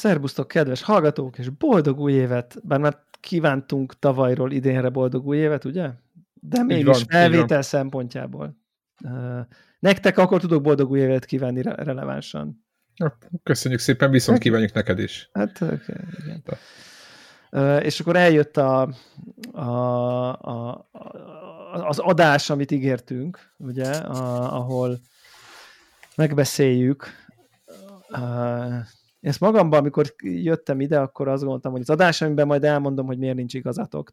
Szerbusztok, kedves hallgatók, és boldog új évet! Bár már kívántunk tavalyról idénre boldog új évet, ugye? De mégis felvétel szempontjából. Nektek akkor tudok boldog új évet kívánni relevansan. Köszönjük szépen, viszont kívánjuk neked is. Hát, okay, igen. És akkor eljött az adás, amit ígértünk, ugye, ahol megbeszéljük. Ezt magamban, amikor jöttem ide, akkor azt gondoltam, hogy az adás, amiben majd elmondom, hogy miért nincs igazatok.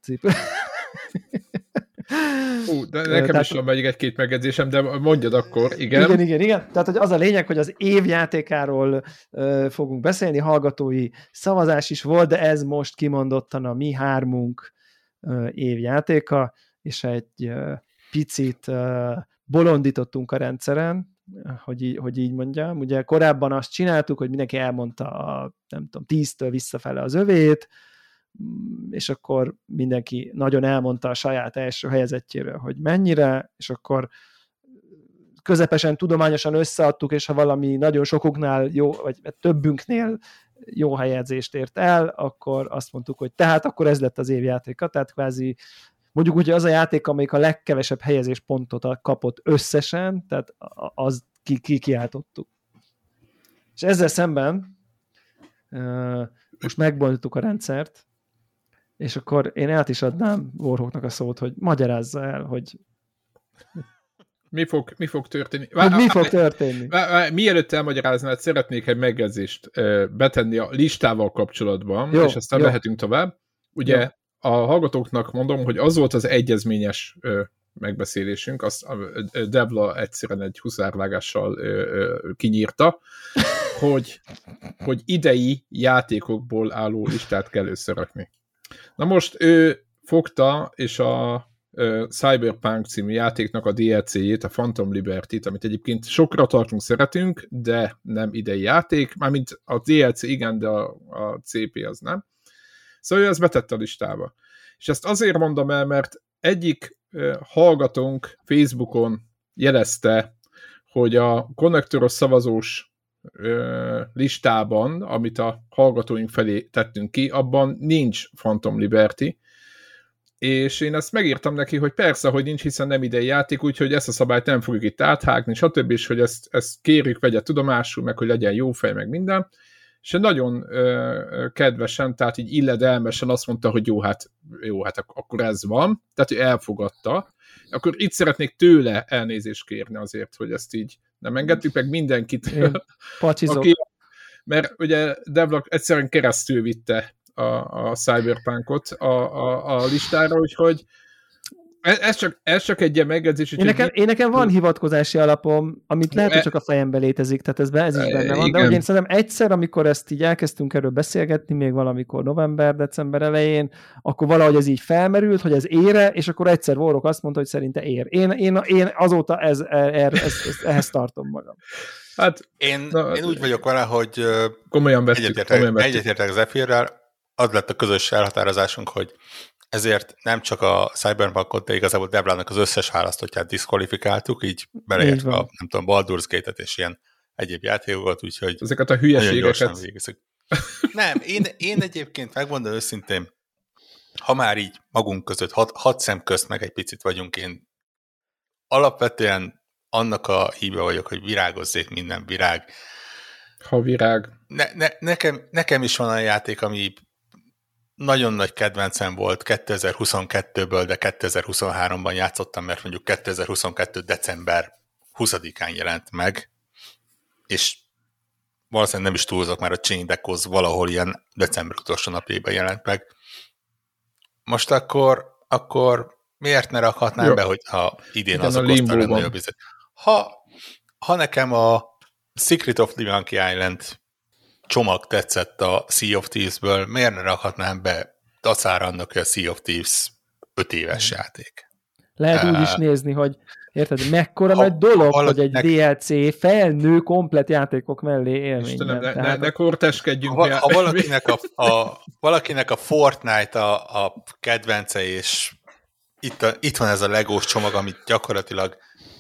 De nekem is van még egy-két megjegyzésem, de mondjad akkor, igen. Igen. Tehát hogy az a lényeg, hogy az év játékáról fogunk beszélni, hallgatói szavazás is volt, de ez most kimondottan a mi hármunk év játéka, és egy picit bolondítottunk a rendszeren, hogy így mondjam. Ugye korábban azt csináltuk, hogy mindenki elmondta nem tudom, 10-től visszafele az övét, és akkor mindenki nagyon elmondta a saját első helyezettjéről, hogy mennyire, és akkor közepesen tudományosan összeadtuk, és ha valami nagyon sokuknál jó, vagy többünknél jó helyezést ért el, akkor azt mondtuk, hogy tehát akkor ez lett az év játéka, tehát kvázi mondjuk úgy, hogy az a játék, amelyik a legkevesebb helyezéspontot kapott összesen, tehát az kikiáltottuk. És ezzel szemben most megbontottuk a rendszert, és akkor én át is adnám Warhawknak a szót, hogy magyarázza el, hogy mi fog történni. Mi fog történni? Mielőtt elmagyaráznád, szeretnék egy megjegyzést betenni a listával kapcsolatban, és aztán mehetünk tovább. Ugye a hallgatóknak mondom, hogy az volt az egyezményes megbeszélésünk, azt Devla egyszerűen egy huszárvágással kinyírta, hogy idei játékokból álló listát kell összerakni. Na most ő fogta, és a Cyberpunk című játéknak a DLC-jét, a Phantom Liberty-t, amit egyébként sokra tartunk, szeretünk, de nem idei játék, mármint a DLC igen, de a CP az nem. Szóval ő ezt betette a listába. És ezt azért mondom el, mert egyik hallgatónk Facebookon jelezte, hogy a konnektoros szavazós listában, amit a hallgatóink felé tettünk ki, abban nincs Phantom Liberty, és én ezt megírtam neki, hogy persze, hogy nincs, hiszen nem idei játék, úgyhogy ezt a szabályt nem fogjuk itt áthágni, stb. És hogy ezt kérjük, vegye tudomásul, meg hogy legyen jó fej, meg minden. És nagyon kedvesen, tehát így illedelmesen azt mondta, hogy jó, hát akkor ez van, tehát ő elfogadta. Akkor itt szeretnék tőle elnézést kérni azért, hogy ezt így nem engedtük, meg mindenkit. Mert ugye Devla egyszerűen keresztül vitte a Cyberpunkot a listára, úgyhogy ez csak egy ilyen megjegyzés. Én nekem van hivatkozási alapom, amit lehet, hogy csak a fejembe létezik, tehát ez is benne van, igen. De hogy én szerintem egyszer, amikor ezt így elkezdtünk erről beszélgetni, még valamikor november-december elején, akkor valahogy ez így felmerült, hogy ez ére, és akkor egyszer Warhawk azt mondta, hogy szerinte ér. Én azóta ehhez tartom magam. Hát, én úgy vagyok vele, hogy komolyan egyetértek Zephyrrel, az lett a közös elhatározásunk, hogy ezért nem csak a Cyberpunkot, de igazából Devlának az összes választottját diszkvalifikáltuk, így beleértve a, nem tudom, Baldur's Gate-et és ilyen egyéb játékokat, úgyhogy ezeket a hülyeségeket. Nem, én egyébként megmondom őszintén, ha már így magunk között, hat szem közt meg egy picit vagyunk, én alapvetően annak a híve vagyok, hogy virágozzék minden virág. Ha virág. Nekem is van olyan játék, ami nagyon nagy kedvencem volt 2022-ből, de 2023-ban játszottam, mert mondjuk 2022. december 20-án jelent meg, és valószínűleg nem is túlzok, már a Chain Decoz valahol ilyen december utolsó napjában jelent meg. Most akkor miért ne rakhatnám be, hogy ha idén azok osztal legnagyobb izet. Ha nekem a Secret of the Monkey Island csomag tetszett a Sea of Thieves-ből, miért ne rakhatnám be dacára annak, hogy a Sea of Thieves 5 éves játék. Lehet úgy is nézni, hogy érted, mekkora nagy dolog, hogy egy DLC felnő komplet játékok mellé élményben. Ne korteskedjünk. Ha valakinek a Fortnite a kedvence, és itt van ez a legós csomag, amit gyakorlatilag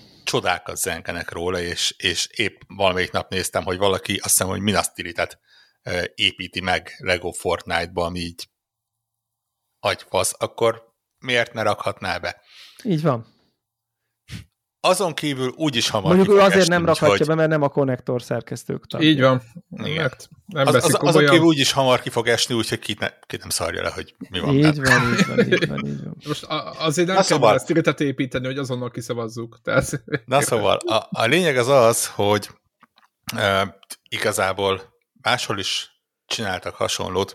csodákat zenkenek róla, és épp valamelyik nap néztem, hogy valaki, azt hiszem, hogy Minas Tirith-et építi meg Lego Fortnite-ba, ami így agyfasz, akkor miért ne rakhatná be? Így van. Azon kívül úgyis hamar Mondjuk ő azért esni, nem rakhatja hogy... be, mert nem a konnektor szerkesztők tagja. Így van. Igen. Nem azon kívül úgyis hamar ki fog esni, úgyhogy ki nem szarja le, hogy mi van. Így van. Most azért nem kell ezt iritet építeni, hogy azonnal kiszavazzuk. Tehát... Na szóval, a lényeg az, hogy igazából máshol is csináltak hasonlót.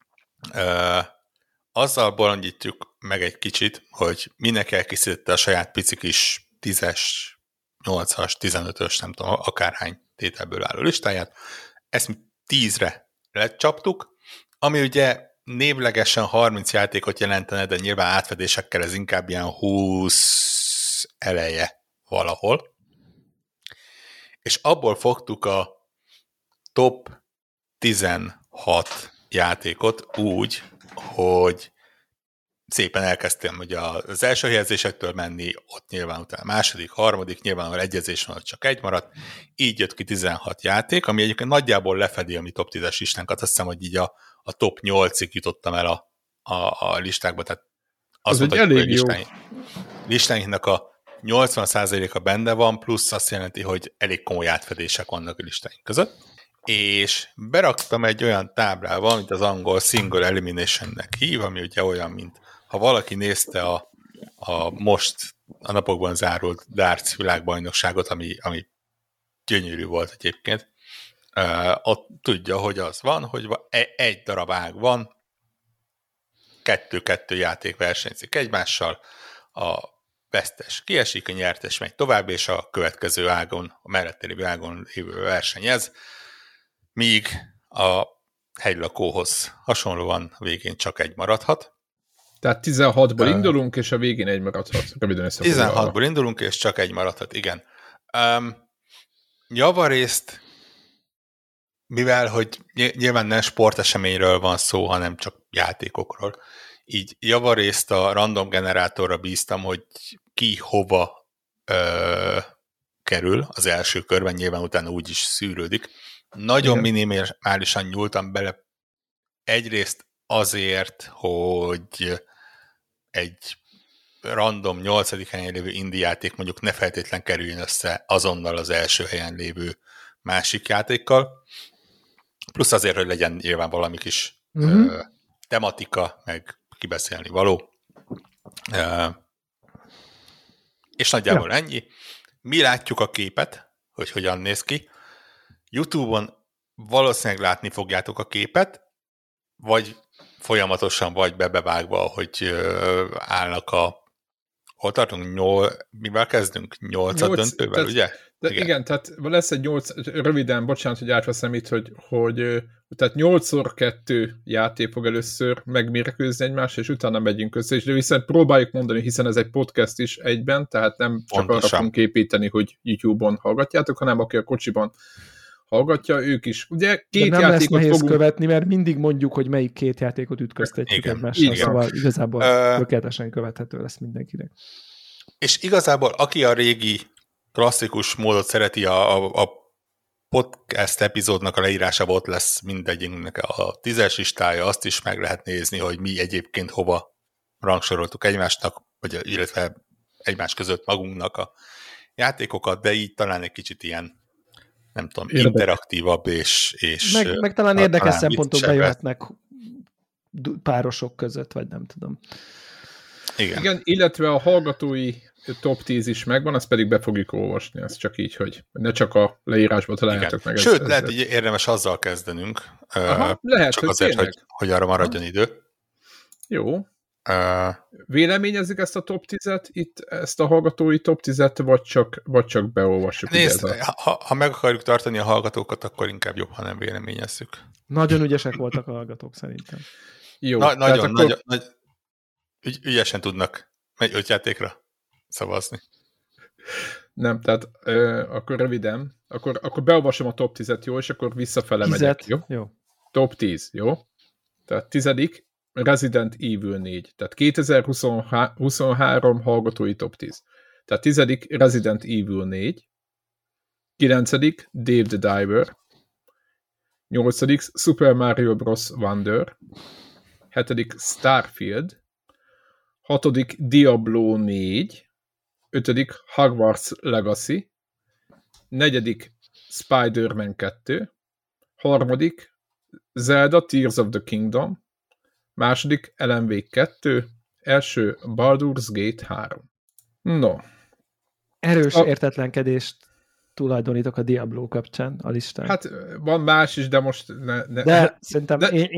Azzal bolondítjuk meg egy kicsit, hogy mindenki elkészítette a saját pici kis 10-es, 8-as, 15-ös, nem tudom, akárhány tételből álló listáját. Ezt mi 10-re lecsaptuk, ami ugye névlegesen 30 játékot jelentene, de nyilván átfedésekkel ez inkább ilyen 20 eleje valahol. És abból fogtuk a top 16 játékot úgy, hogy szépen elkezdtem ugye az első helyezésektől menni, ott nyilván utána második, harmadik, nyilván ahol egyezés van, csak egy maradt, így jött ki 16 játék, ami egyébként nagyjából lefedi a mi top 10-es listánkat, azt hiszem, hogy így a top 8-ig jutottam el a listákba, tehát az egy elég jó. Listáinknak a 80%-a benne van, plusz azt jelenti, hogy elég komoly átfedések vannak a listáink között, és beraktam egy olyan táblával, mint az angol single eliminationnek hív, ami ugye olyan, mint ha valaki nézte a most a napokban zárult darts világbajnokságot, ami gyönyörű volt egyébként, ott tudja, hogy az van, hogy egy darab ág van, 2-2 játék versenyzik egymással, a vesztes kiesik, a nyertes megy tovább, és a következő ágon, a mellette lévő ágon lévő versenyez, míg a hegylakóhoz hasonlóan a végén csak egy maradhat. Tehát 16-ból indulunk, és a végén egy maradhat. 16-ból indulunk, és csak egy maradhat, igen. Javarészt, mivel, hogy nyilván nem sporteseményről van szó, hanem csak játékokról, így javarészt a random generátorra bíztam, hogy ki hova kerül az első körben, nyilván utána úgy is szűrődik. Nagyon minimálisan nyúltam bele, egyrészt azért, hogy egy random 8. helyen lévő indie játék mondjuk ne feltétlen kerüljön össze azonnal az első helyen lévő másik játékkal, plusz azért, hogy legyen nyilván valami kis tematika, meg kibeszélni való. És nagyjából ennyi. Mi látjuk a képet, hogy hogyan néz ki. YouTube-on valószínűleg látni fogjátok a képet, vagy folyamatosan vagy bevágva, hogy állnak hol tartunk? Mivel kezdünk? 8 döntővel, ugye? Igen, tehát lesz egy 8, röviden, bocsánat, hogy átveszem itt, hogy tehát 8x2 játék fog először megmérkőzni egymást, és utána megyünk össze, és de viszont próbáljuk mondani, hiszen ez egy podcast is egyben, tehát nem csak arra fogunk építeni, hogy YouTube-on hallgatjátok, hanem aki a kocsiban hallgatja, ők is. Ugye két nem játékot lesz nehéz fogunk követni, mert mindig mondjuk, hogy melyik két játékot ütköztetjük egymással, szóval igazából tökéletesen követhető lesz mindenkinek. És igazából, aki a régi klasszikus módot szereti, a podcast epizódnak a leírásában ott lesz mindegyiknek a 10-es listája, azt is meg lehet nézni, hogy mi egyébként hova rangsoroltuk egymásnak, vagy illetve egymás között magunknak a játékokat, de így talán egy kicsit ilyen, nem tudom, interaktívabb és meg talán érdekes szempontok bejöhetnek párosok között, vagy nem tudom. Igen, illetve a hallgatói top 10 is megvan, azt pedig be fogjuk olvasni, ez csak így, hogy ne csak a leírásban találjátok meg. Sőt, lehet, hogy érdemes azzal kezdenünk. Lehet, csak azért, hogy arra maradjon idő. Jó. Véleményezzük ezt a top 10-et, itt ezt a hallgatói top 10-et, vagy csak beolvassuk? Nézd, ha meg akarjuk tartani a hallgatókat, akkor inkább jobb, ha nem véleményezzük. Nagyon ügyesek voltak a hallgatók szerintem. Jó. Nagyon ügyesen tudnak 5 játékra szavazni. Nem, tehát akkor röviden, akkor beolvasom a top 10-et, jó, és akkor visszafele megyek, jó? Top 10, jó? Tehát 10. Resident Evil 4, tehát 2023 hallgatói top 10. Tehát 10. Resident Evil 4, 9. Dave the Diver, 8. Super Mario Bros. Wonder, 7. Starfield, 6. Diablo 4, 5. Hogwarts Legacy, 4. Spider-Man 2, 3. Zelda Tears of the Kingdom, 2. Alan Wake 2, 1. Baldur's Gate 3. No. Erős értetlenkedést tulajdonítok a Diablo kapcsán a listán. Hát van más is, de most de szerintem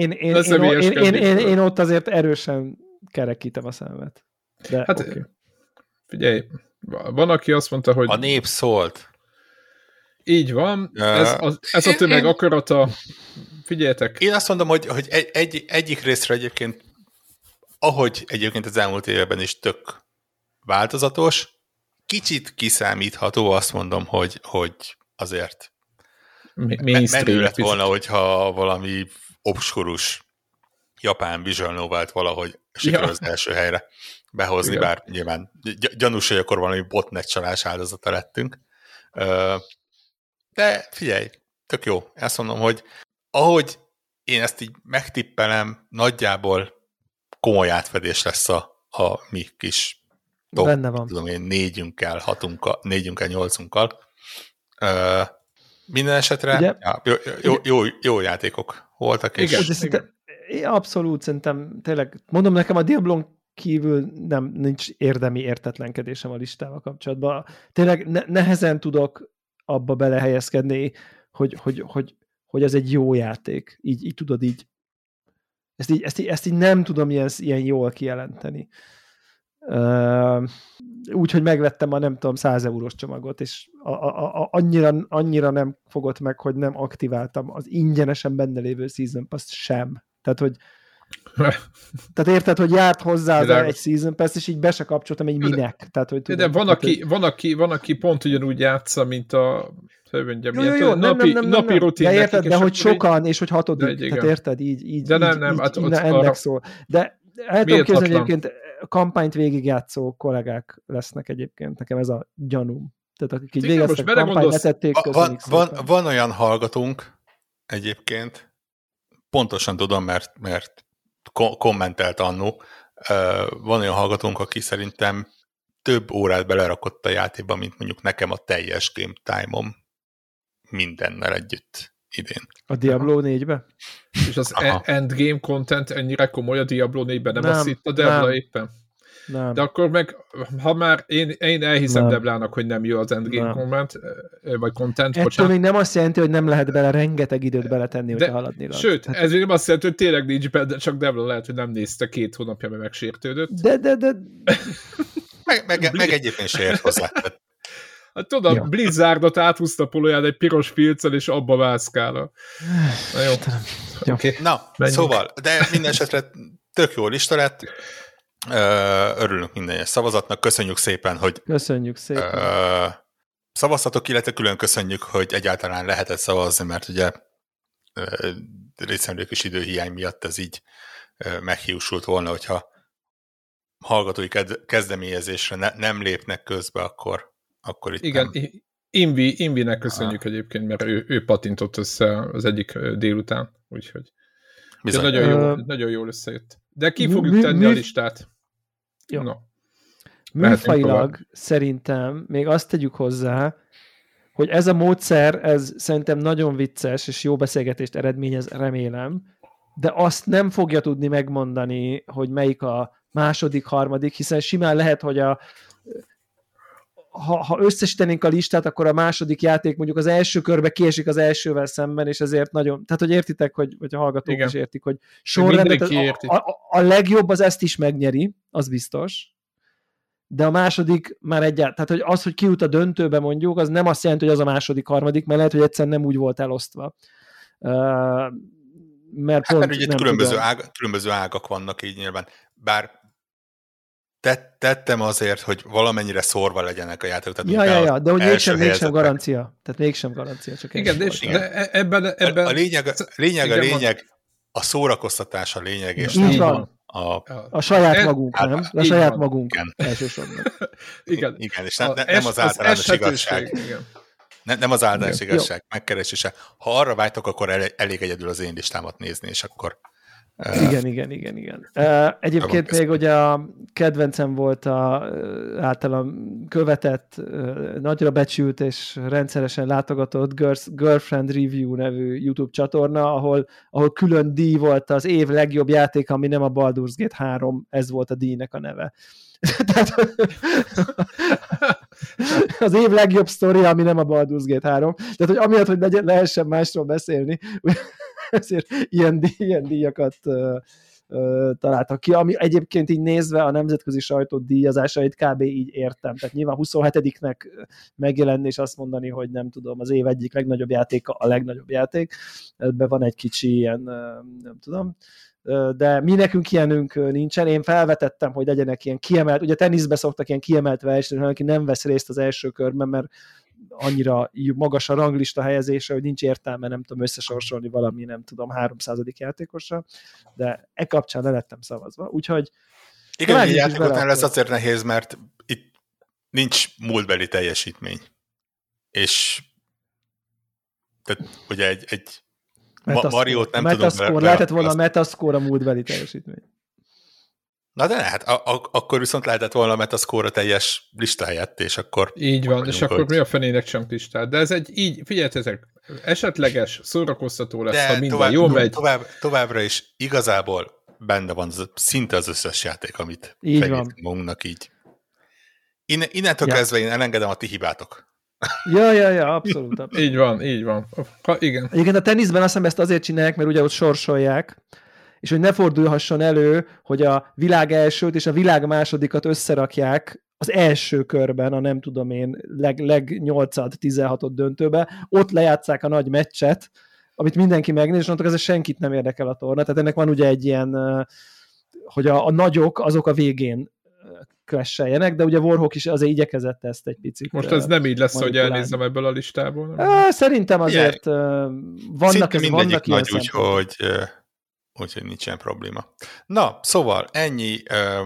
én ott azért erősen kerekítem a szemet. De hát okay. Figyelj, van, aki azt mondta, hogy... A nép szólt. Így van, ez a tömeg akarata. Figyeljetek. Én azt mondom, hogy egyik részre egyébként, ahogy egyébként az elmúlt években is tök változatos, kicsit kiszámítható, azt mondom, hogy azért menő lett volna, hogyha valami obskurus japán visual novel-t valahogy sikerül az első helyre behozni, igen. Bár nyilván gyanús, hogy akkor valami botnet csalás áldozata lettünk. De figyelj, tök jó. Azt mondom, hogy ahogy én ezt így megtippelem, nagyjából komoly átfedés lesz a mi kis benne van. Tudom én, 4-ünkkel, 8-unkkal. Minden esetre jó játékok voltak. És abszolút szerintem tényleg, mondom nekem a Diablon kívül nincs érdemi értetlenkedésem a listával kapcsolatban. Tényleg nehezen tudok abba belehelyezkedni, hogy ez egy jó játék. Így tudod, így ezt így nem tudom ilyen jól kijelenteni. Úgyhogy megvettem a nem tudom 100 eurós csomagot, és annyira nem fogott meg, hogy nem aktiváltam az ingyenesen benne lévő Season Pass-t sem. Tehát érted, hogy járt hozzá egy Season Pass, és így be se kapcsoltam egy minek. Tehát, hogy tudom, de van, aki pont ugyanúgy játsza, mint a napi rutin. De érted, de hogy sokan, és hogy 6. Tehát érted, így de nem, ennek szól. De el tudom képzelni, egyébként kampányt végigjátszó kollégák lesznek egyébként. Nekem ez a gyanúm. Tehát akik így végeztek kampányt, letették, van olyan hallgatónk egyébként, pontosan tudom, mert kommentelt annó, van olyan hallgatónk, aki szerintem több órát belerakott a játékba, mint mondjuk nekem a teljes game time-om mindennel együtt idén. A Diablo 4-be? És az endgame content ennyire komoly a Diablo 4-ben, nem azt itt a Debla éppen? Nem. De akkor meg, ha már én elhiszem Deblának, hogy nem jó az endgame content. Ettől még nem azt jelenti, hogy nem lehet bele rengeteg időt beletenni, hogyha haladni. Sőt, ez még nem azt jelenti, hogy tényleg nincs benne, csak Debla lehet, hogy nem nézte 2 hónapja, mert megsértődött. De. meg egyébként se ért hozzá. Hát tudom, ja. Blizzardot áthúzta polóján egy piros filccel, és abba mászkál. Na jó. Okay. Na, menjünk. Szóval, de minden esetre tök jó lista lett. Örülünk minden egyes szavazatnak. Köszönjük szépen, hogy szavaztatok, illetve külön köszönjük, hogy egyáltalán lehetett szavazni, mert ugye részemlékos időhiány miatt ez így meghiúsult volna, hogyha hallgatói kezdeményezésre nem lépnek közbe, akkor itt igen, Invinek köszönjük egyébként, mert ő patintott össze az egyik délután, úgyhogy nagyon jól összejött. De ki fogjuk tenni a listát? Jó. No. Műfajilag szerintem még azt tegyük hozzá, hogy ez a módszer, ez szerintem nagyon vicces, és jó beszélgetést eredményez, remélem, de azt nem fogja tudni megmondani, hogy melyik a második, harmadik, hiszen simán lehet, hogy ha összesítenénk a listát, akkor a második játék mondjuk az első körbe kiesik az elsővel szemben, és ezért nagyon... Tehát, hogy értitek, vagy a hallgatók is értik, hogy sorrendet a legjobb az ezt is megnyeri, az biztos, de a második már egyáltalán... Tehát, hogy az, hogy ki jut a döntőbe mondjuk, az nem azt jelenti, hogy az a második, harmadik, mert lehet, hogy egyszerűen nem úgy volt elosztva. Mert pont ugye különböző ágak vannak így nyilván. Bár tettem azért, hogy valamennyire szórva legyenek a játékok. Ja, de hogy mégsem garancia. Tehát mégsem garancia. Csak igen, de ebben... A lényeg, a szórakoztatás a lényeg. És így van. A saját magunk, nem? A saját magunk elsősorban. Igen, és nem az általános igazság. Igen. Nem az áldás igazság megkeresése. Ha arra vágytok, akkor elég egyedül az én listámat nézni, és akkor... Igen. Egyébként még ugye a kedvencem volt általam követett, nagyra becsült és rendszeresen látogatott Girlfriend Review nevű YouTube csatorna, ahol külön díj volt az év legjobb játék, ami nem a Baldur's Gate 3, ez volt a díjnek a neve. Tehát az év legjobb sztoria, ami nem a Baldur's Gate 3. Tehát, hogy amiatt, hogy lehessen másról beszélni, ezért ilyen díjakat találtak ki, ami egyébként így nézve a nemzetközi sajtó díjazásait kb. Így értem. Tehát nyilván 27-nek megjelenni és azt mondani, hogy nem tudom, az év egyik legnagyobb játéka a legnagyobb játék. Ebben van egy kicsi ilyen, nem tudom, de mi nekünk ilyenünk nincsen. Én felvetettem, hogy legyenek ilyen kiemelt, ugye teniszbe szoktak ilyen kiemelt versenyek, aki nem vesz részt az első körben, mert annyira magas a ranglista helyezése, hogy nincs értelme, nem tudom összesorsolni valami, nem tudom, 300. játékosra, de kapcsán le lettem szavazva. Úgyhogy igen, a játékoknál lesz azért nehéz, mert itt nincs múltbeli teljesítmény. És tehát ugye egy Mariót nem tudom... Lehetett volna a Metascore a múltbeli teljesítmény. Na de ne, hát akkor viszont lehetett volna a Metascore a teljes lista helyett, és akkor... Így van, és akkor mi a fenének csak listát? De ez figyelj, ezek esetleges, szórakoztató lesz, ha minden jól megy. Továbbra is igazából benne van szinte az összes játék, amit magunknak így. Innentől kezdve én elengedem a ti hibátok. Ja, abszolút. Így van. Igen. Egyébként a teniszben azt hiszem ezt azért csinálják, mert ugye ott sorsolják, és hogy ne fordulhasson elő, hogy a világ elsőt és a világ másodikat összerakják az első körben, a nem tudom én, leg 8-16 döntőbe, ott lejátszák a nagy meccset, amit mindenki megnéz, és mondtuk, ez senkit nem érdekel a torna. Tehát ennek van ugye egy ilyen, hogy a nagyok azok a végén crasheljenek, de ugye Warhawk is azért igyekezett ezt egy picit. Most ez nem így lesz, hogy elnézzem ebből a listából? Szerintem azért vannak nagy, úgyhogy nincsen probléma. Na, szóval ennyi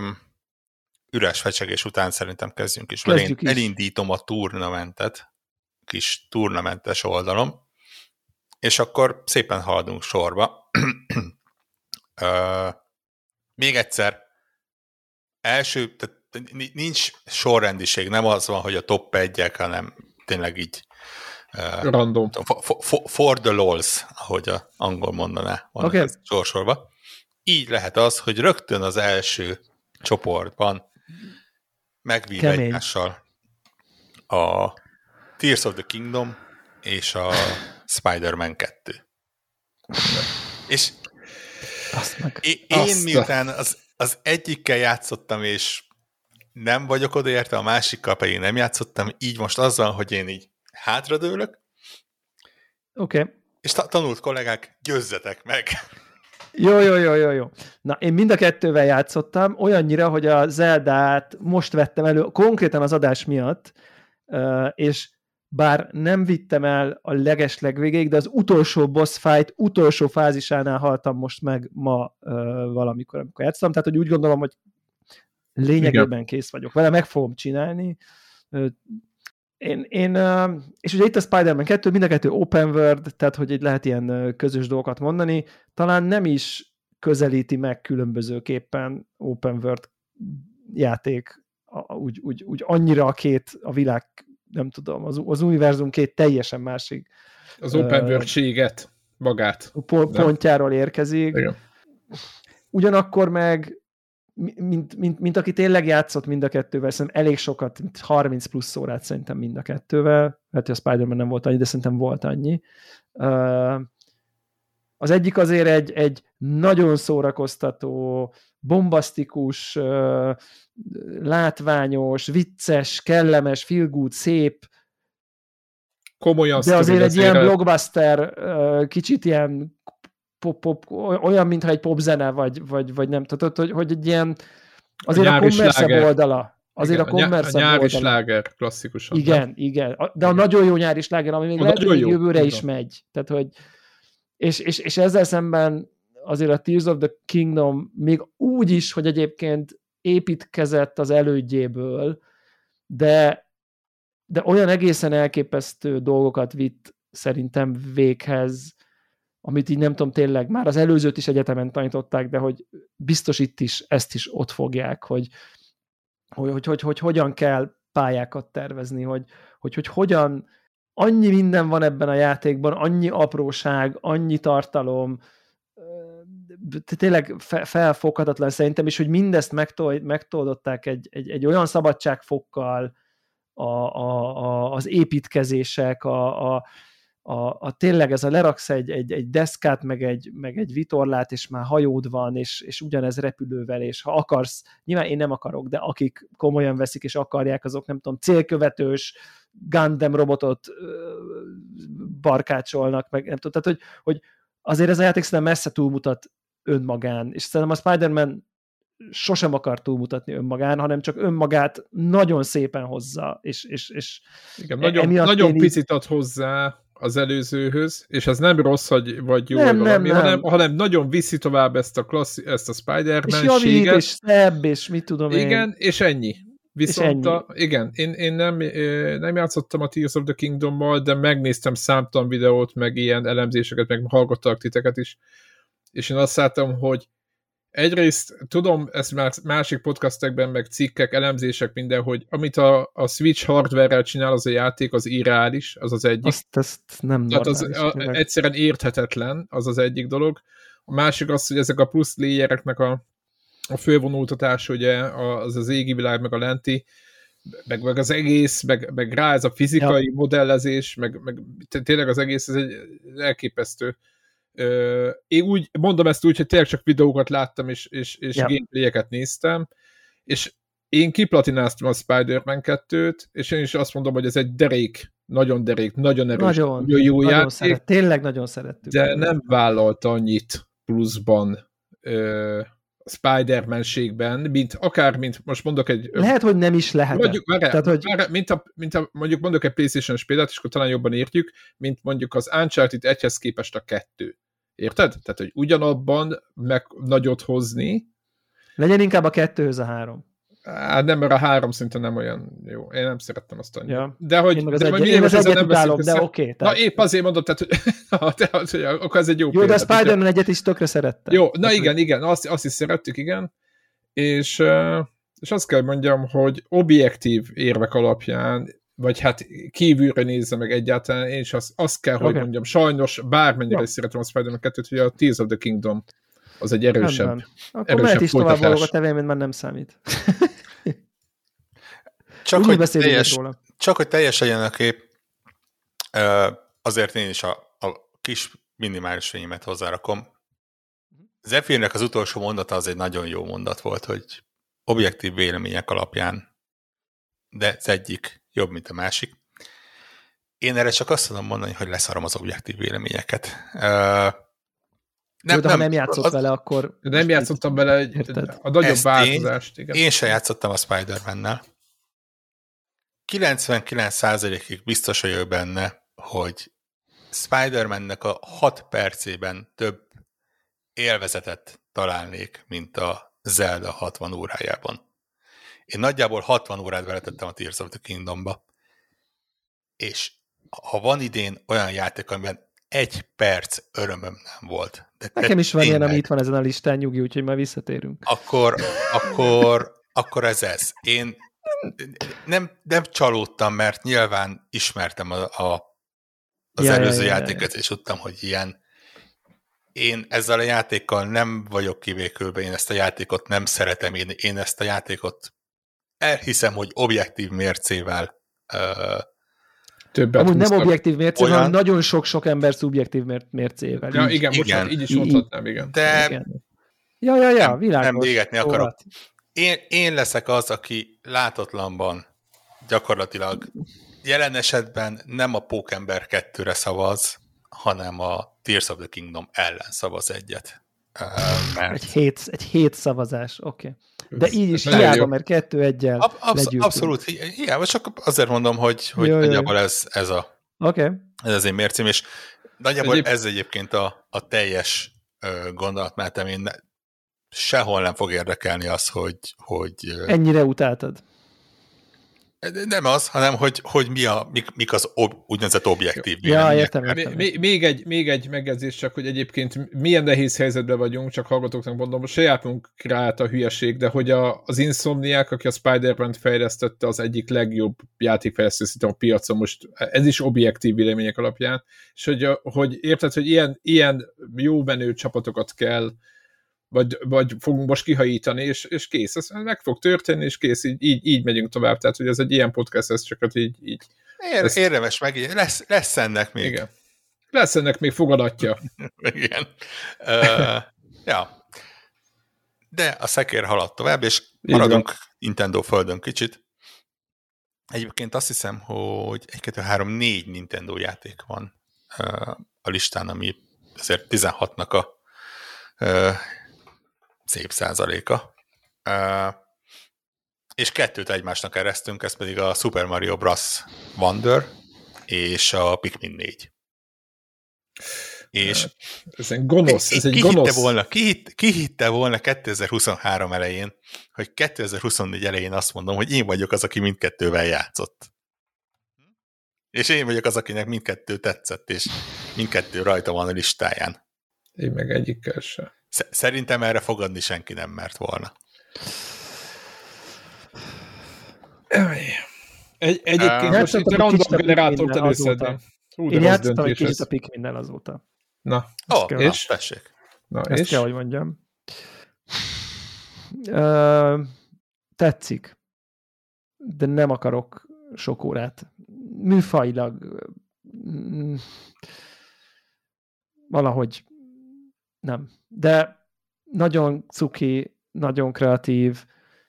üres fecsegés után szerintem kezdjünk is. Elindítom a turnamentet, kis turnamentes oldalom, és akkor szépen haladunk sorba. Még egyszer, első, tehát nincs sorrendiség, nem az van, hogy a top 1-ek, hanem tényleg így random. For the lols, ahogy az angol mondaná, van sorsolva. Így lehet az, hogy rögtön az első csoportban megvív egymással a Tears of the Kingdom és a Spider-Man 2. És én miután az egyikkel játszottam, és nem vagyok odaérte, a másikkal pedig nem játszottam, így most azzal, hogy én így hátradőlök. Oké. És tanult kollégák, győzzetek meg! Jó. Na, én mind a kettővel játszottam, olyannyira, hogy a Zeldát most vettem elő, konkrétan az adás miatt, és bár nem vittem el a legeslegvégéig, de az utolsó boss fight, utolsó fázisánál haltam most meg ma valamikor, amikor játszottam, tehát hogy úgy gondolom, hogy lényegében kész vagyok vele, meg fogom csinálni. És ugye itt a Spider-Man 2, mind a kettő open world, tehát hogy itt lehet ilyen közös dolgokat mondani, talán nem is közelíti meg különbözőképpen open world játék, úgy annyira a világ, nem tudom, az univerzum két teljesen másik. Az open world-séget magát. Pontjáról érkezik. Igen. Ugyanakkor meg mint aki tényleg játszott mind a kettővel, szerintem elég sokat, 30 plusz órát szerintem mind a kettővel, lehet, hogy a Spider-Man nem volt annyi, de szerintem volt annyi. Az egyik azért egy nagyon szórakoztató, bombasztikus, látványos, vicces, kellemes, feel good, szép, komolyan de azért egy ilyen blockbuster, kicsit ilyen olyan, mintha egy popzene, vagy nem tudod, hogy egy ilyen azért a kommerszebb oldala. Azért igen, a kommerszebb oldala. Nyári sláger, klasszikusan. Igen. De a nagyon jó nyári sláger, ami még lehet, hogy jövőre is megy. Tehát, hogy és ezzel szemben azért a Tears of the Kingdom még úgy is, hogy egyébként építkezett az elődjéből, de de olyan egészen elképesztő dolgokat vitt szerintem véghez, amit így nem tudom, tényleg már az előzőt is egyetemen tanították, de hogy biztos itt is ezt is ott fogják, hogy hogyan kell pályákat tervezni, hogy hogyan annyi minden van ebben a játékban, annyi apróság, annyi tartalom, tényleg felfoghatatlan szerintem is, hogy mindezt megtoldották egy olyan szabadságfokkal, az építkezések, tényleg ez a leraksz egy deszkát, meg egy vitorlát, és már hajód van, és ugyanez repülővel, és ha akarsz, nyilván én nem akarok, de akik komolyan veszik és akarják, azok nem tudom, célkövetős Gundam robotot barkácsolnak, meg nem tudom, tehát hogy azért ez a játék szerintem messze túlmutat önmagán, és szerintem a Spider-Man sosem akar túlmutatni önmagán, hanem csak önmagát nagyon szépen hozza, és igen, nagyon picit ad hozzá az előzőhöz, és ez nem rossz, vagy jó, nem. hanem nagyon viszi tovább ezt a Spider-Man-séget. És javít, és szebb, és mit tudom én. Igen, és ennyi. Viszont igen, én nem játszottam a Tears of the Kingdommal, de megnéztem számtalan videót, meg ilyen elemzéseket, meg hallgattak titeket is, és én azt láttam, hogy egyrészt tudom, ezt már másik podcastekben, meg cikkek, elemzések, minden, hogy amit a Switch hardware-rel csinál az a játék, az irreális, az az egyik. Azt nem normális. Egyszerűen érthetetlen, az az egyik dolog. A másik az, hogy ezek a plusz layereknek a fölvonultatás, ugye, az égi világ, meg a lenti, meg az egész, meg rá ez a fizikai modellezés, meg tényleg az egész, ez egy elképesztő. Én úgy mondom ezt úgy, hogy tényleg csak videókat láttam, és gameplayeket néztem, és én kiplatináztam a Spider-Man 2-t, és én is azt mondom, hogy ez egy nagyon erős, nagyon jó játék. Tényleg nagyon szerettük. De nem vállalta annyit pluszban Spider-Man-ségben, mint most mondok egy... Lehet, hogy nem is lehet. Mondjuk mondok egy PlayStation-os példát, és akkor talán jobban értjük, mint mondjuk az Uncharted 1-hez képest a 2. Érted? Tehát, hogy ugyanabban meg nagyot hozni. Legyen inkább a 2-höz a 3. Hát nem, mert a 3 szinte nem olyan jó. Én nem szerettem azt annyit. Ja. De hogy... Én az egyet utálom, de oké. Na épp azért mondom, tehát, hogy akkor ez egy jó példát. Jó, de a Spider-Man egyet is tökre szerettem. Jó, na igen, azt is szerettük, igen. És azt kell mondjam, hogy objektív érvek alapján, vagy hát kívülre nézze meg egyáltalán, én is azt kell, hogy mondjam, sajnos bármennyire is szeretem a Spider-Man 2-t, hogy a Tears of the Kingdom az egy erősebb. Akkor mehet is tovább valók a tevémény, már nem számít. Csak hogy teljes legyen a kép, azért én is a kis minimális fényemet hozzárakom. Zephyrnek az utolsó mondata az egy nagyon jó mondat volt, hogy objektív vélemények alapján, de az egyik jobb, mint a másik. Én erre csak azt tudom mondani, hogy leszarom az objektív véleményeket. Ha nem játszott vele, akkor... Nem játszottam vele a nagyobb változást. Igen. Én sem játszottam a Spider-Man-nel. 99%-ig biztos vagyok benne, hogy Spider-Man-nek a 6 percében több élvezetet találnék, mint a Zelda 60 órájában. Én nagyjából 60 órát beletettem a Tears of the Kingdomba, és ha van idén olyan játék, amiben 1 perc örömöm nem volt. Nekem is van ilyen, ami itt van ezen a listán, nyugi, úgyhogy már visszatérünk. Akkor ez. Én nem csalódtam, mert nyilván ismertem az előző játékot, és tudtam, hogy ilyen. Én ezzel a játékkal nem vagyok kivékülve, én ezt a játékot nem szeretem, én ezt a játékot elhiszem, hogy objektív mércével amúgy nem objektív mércével, hanem nagyon sok ember szubjektív mércével. Ja, igen, bocsánat, így is mondhatnám, igen. De igen. Ja, világos. Nem végetni akarok. Én leszek az, aki látatlanban gyakorlatilag jelen esetben nem a Pókember 2-re szavaz, hanem a Tears of the Kingdom ellen szavaz egyet. Mert... Egy hét szavazás, oké. De így is hiába, mert 2-1-jel legyűjtünk. Abszolút hiába, csak azért mondom, hogy nagyjából ez az én mércém, és nagyjából ez egyébként a teljes gondolatmenetem. Én sehol nem fog érdekelni az, hogy... Ennyire utáltad? Nem az, hanem hogy mik az úgynevezett objektív Ja, vélemények. értem. Még egy megjegyzés csak, hogy egyébként milyen nehéz helyzetben vagyunk, csak hallgatóknak mondom, sajátunk kreált a hülyeség, de hogy az Insomniac, aki a Spider-Man-t fejlesztette, az egyik legjobb játékfejlesztő a piacon, most ez is objektív vélemények alapján, és hogy érted, hogy ilyen jó menő csapatokat kell vagy fogunk most kihajítani, és kész. Ez meg fog történni, és kész, így megyünk tovább. Tehát, hogy ez egy ilyen podcast, ez csak így. Érdemes meg, lesz ennek még. Igen. Lesz ennek még fogadatja. Igen. Ja. De a szekér haladt tovább, és maradunk Nintendo földön kicsit. Egyébként azt hiszem, hogy 1, 2, 3, 4 Nintendo játék van a listán, ami azért 16-nak a szép százaléka. És 2 egymásnak eresztünk, ez pedig a Super Mario Bros. Wonder és a Pikmin 4. És ez egy gonosz, ki hitte volna 2023 elején, hogy 2024 elején azt mondom, hogy én vagyok az, aki mindkettővel játszott. És én vagyok az, akinek mindkettő tetszett, és mindkettő rajta van a listáján. Én meg egyikkel sem. Szerintem erre fogadni senki nem mert volna. Egyébként most itt a random generátort előszedni. Én játszottam egy kicsit a Pikminnel azóta. Na, és? Tessék. Ezt kell, hogy mondjam. Tetszik. De nem akarok sok órát. Műfajilag valahogy nem. De nagyon cuki, nagyon kreatív,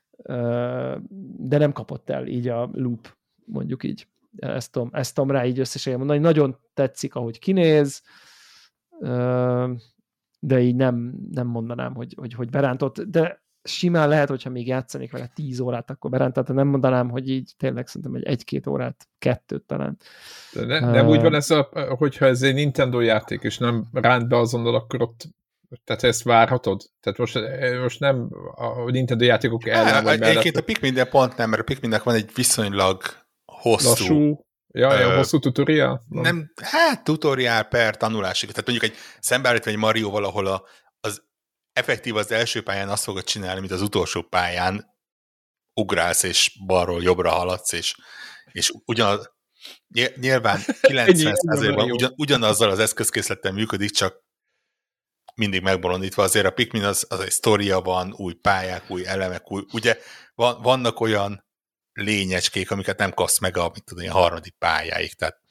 de nem kapott el így a loop, mondjuk így. Ezt tudom rá így összesen mondani. Nagyon tetszik, ahogy kinéz, de így nem mondanám, hogy berántott, de simán lehet, hogyha még játszanék vele 10 órát, akkor berántott, nem mondanám, hogy így tényleg szerintem egy 1-2 órát, 2 talán. De nem úgy van ez, hogyha ez egy Nintendo játék, és nem ránt be azonnal, akkor ott tehát ezt várhatod? Tehát most nem a Nintendo játékok ellen vagy mellett. Egyébként a Pikmin pont nem, mert a Pikminnek van egy viszonylag hosszú... hosszú tutoriál? Nem, tutoriál per tanulásig. Tehát mondjuk egy szembeállítva egy Marioval, ahol az effektív az első pályán azt fogod csinálni, mint az utolsó pályán ugrálsz, és balról jobbra haladsz, és ugyanaz, nyilván 90%-ban ugyanazzal az eszközkészlettel működik, csak mindig megbolondítva. Azért a Pikmin az egy sztoria van, új pályák, új elemek, ugye vannak olyan lényecskék, amiket nem kapsz meg a harmadik pályáig, tehát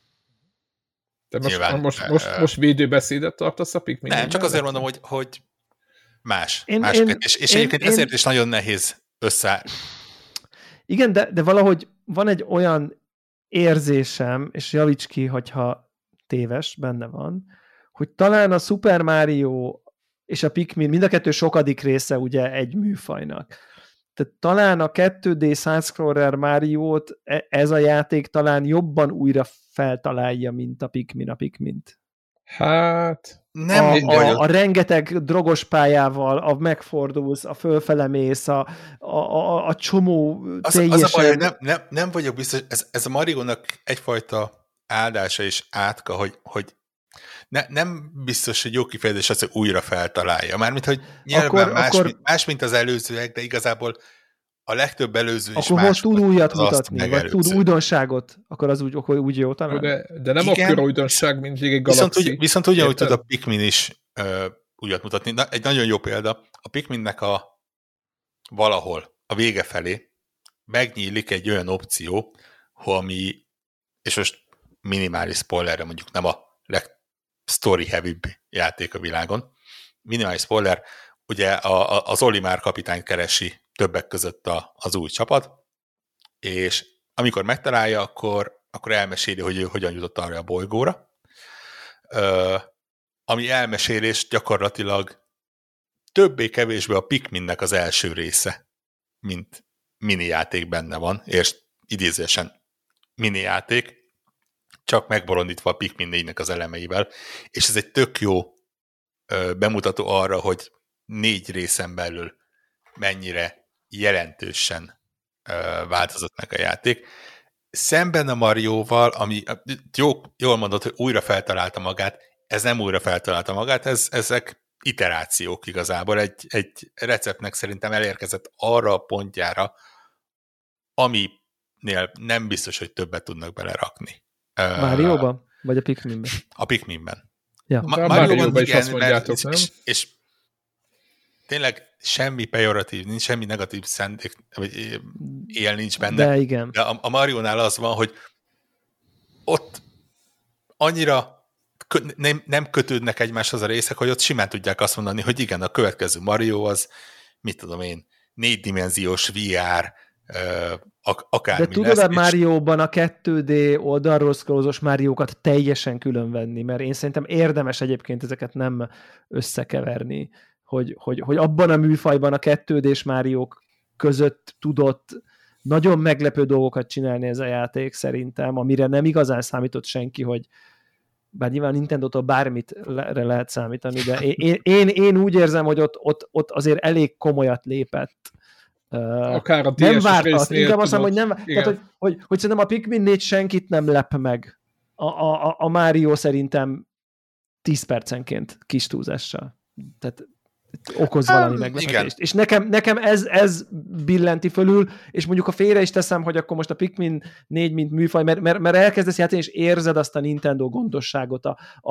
de most védőbeszédet tartasz a Pikmin? Nem, csak azért mondom, hogy más. És egyébként ezért is nagyon nehéz össze... Igen, de valahogy van egy olyan érzésem, és javíts ki, hogyha téves, benne van, hogy talán a Super Mario és a Pikmin mind a kettő sokadik része ugye egy műfajnak. Tehát talán a 2D side-scroller Mario-t ez a játék talán jobban újra feltalálja, mint a Pikmint. Hát... A rengeteg drogos pályával, a megfordulsz, a fölfelemész, a csomó teljesen... Az a baj, hogy nem vagyok biztos, ez a Mario-nak egyfajta áldása és átka, hogy nem biztos, hogy jó kifejezés az, hogy újra feltalálja. Mármint, hogy nyilván más, mint az előzőek, de igazából a legtöbb előző is akkor most tud újat mutatni, vagy tud újdonságot, akkor az úgy jó talán. De nem akkor újdonság, mint egy galaxi. Viszont ugyanúgy tud a Pikmin is újat mutatni. Egy nagyon jó példa, a Pikminnek valahol a vége felé megnyílik egy olyan opció, ami, és most minimális spoilerre mondjuk nem a story-heavy játék a világon. Minimális spoiler, ugye az Olimar kapitányt keresi többek között az új csapat, és amikor megtalálja, akkor elmeséli, hogy ő hogyan jutott arra a bolygóra. Ami elmesélés gyakorlatilag többé-kevésbé a Pikminnek az első része, mint minijáték benne van, és idézősen minijáték, csak megbolondítva a Pikmin 4-nek az elemeivel, és ez egy tök jó bemutató arra, hogy 4 részen belül mennyire jelentősen változott meg a játék. Szemben a Marióval, ami jól mondod, hogy újra feltalálta magát, ez nem újra feltalálta magát, ezek iterációk igazából. Egy receptnek szerintem elérkezett arra a pontjára, aminél nem biztos, hogy többet tudnak belerakni. Mario-ban? Vagy a Pikminben? A Pikminben. Ja. Mario-ban is azt mondjátok, nem? És tényleg semmi pejoratív, nincs semmi negatív szándék, vagy él nincs benne. De igen. De a Mario-nál az van, hogy ott annyira nem kötődnek egymáshoz a részek, hogy ott simán tudják azt mondani, hogy igen, a következő Mario az, mit tudom én, 4-dimenziós VR, akármi. De tudod a Mario-ban a 2D oldalról scrollozós Mario-kat teljesen különvenni, mert én szerintem érdemes egyébként ezeket nem összekeverni, hogy abban a műfajban a 2D-s Mario-k között tudott nagyon meglepő dolgokat csinálni ez a játék szerintem, amire nem igazán számított senki, hogy bár nyilván Nintendo-tól bármit lehet számítani, de én úgy érzem, hogy ott azért elég komolyat lépett. Akár a nem vártat, inkább azt mondom, hogy nem, tehát, hogy szerintem a Pikmin 4 senkit nem lep meg. A Mario szerintem 10 percenként kis túlzással. Tehát okoz valami meglepetést. És nekem ez billenti fölül, és mondjuk a félre is teszem, hogy akkor most a Pikmin 4 mint műfaj, mert elkezdesz játszani, és érzed azt a Nintendo gondosságot,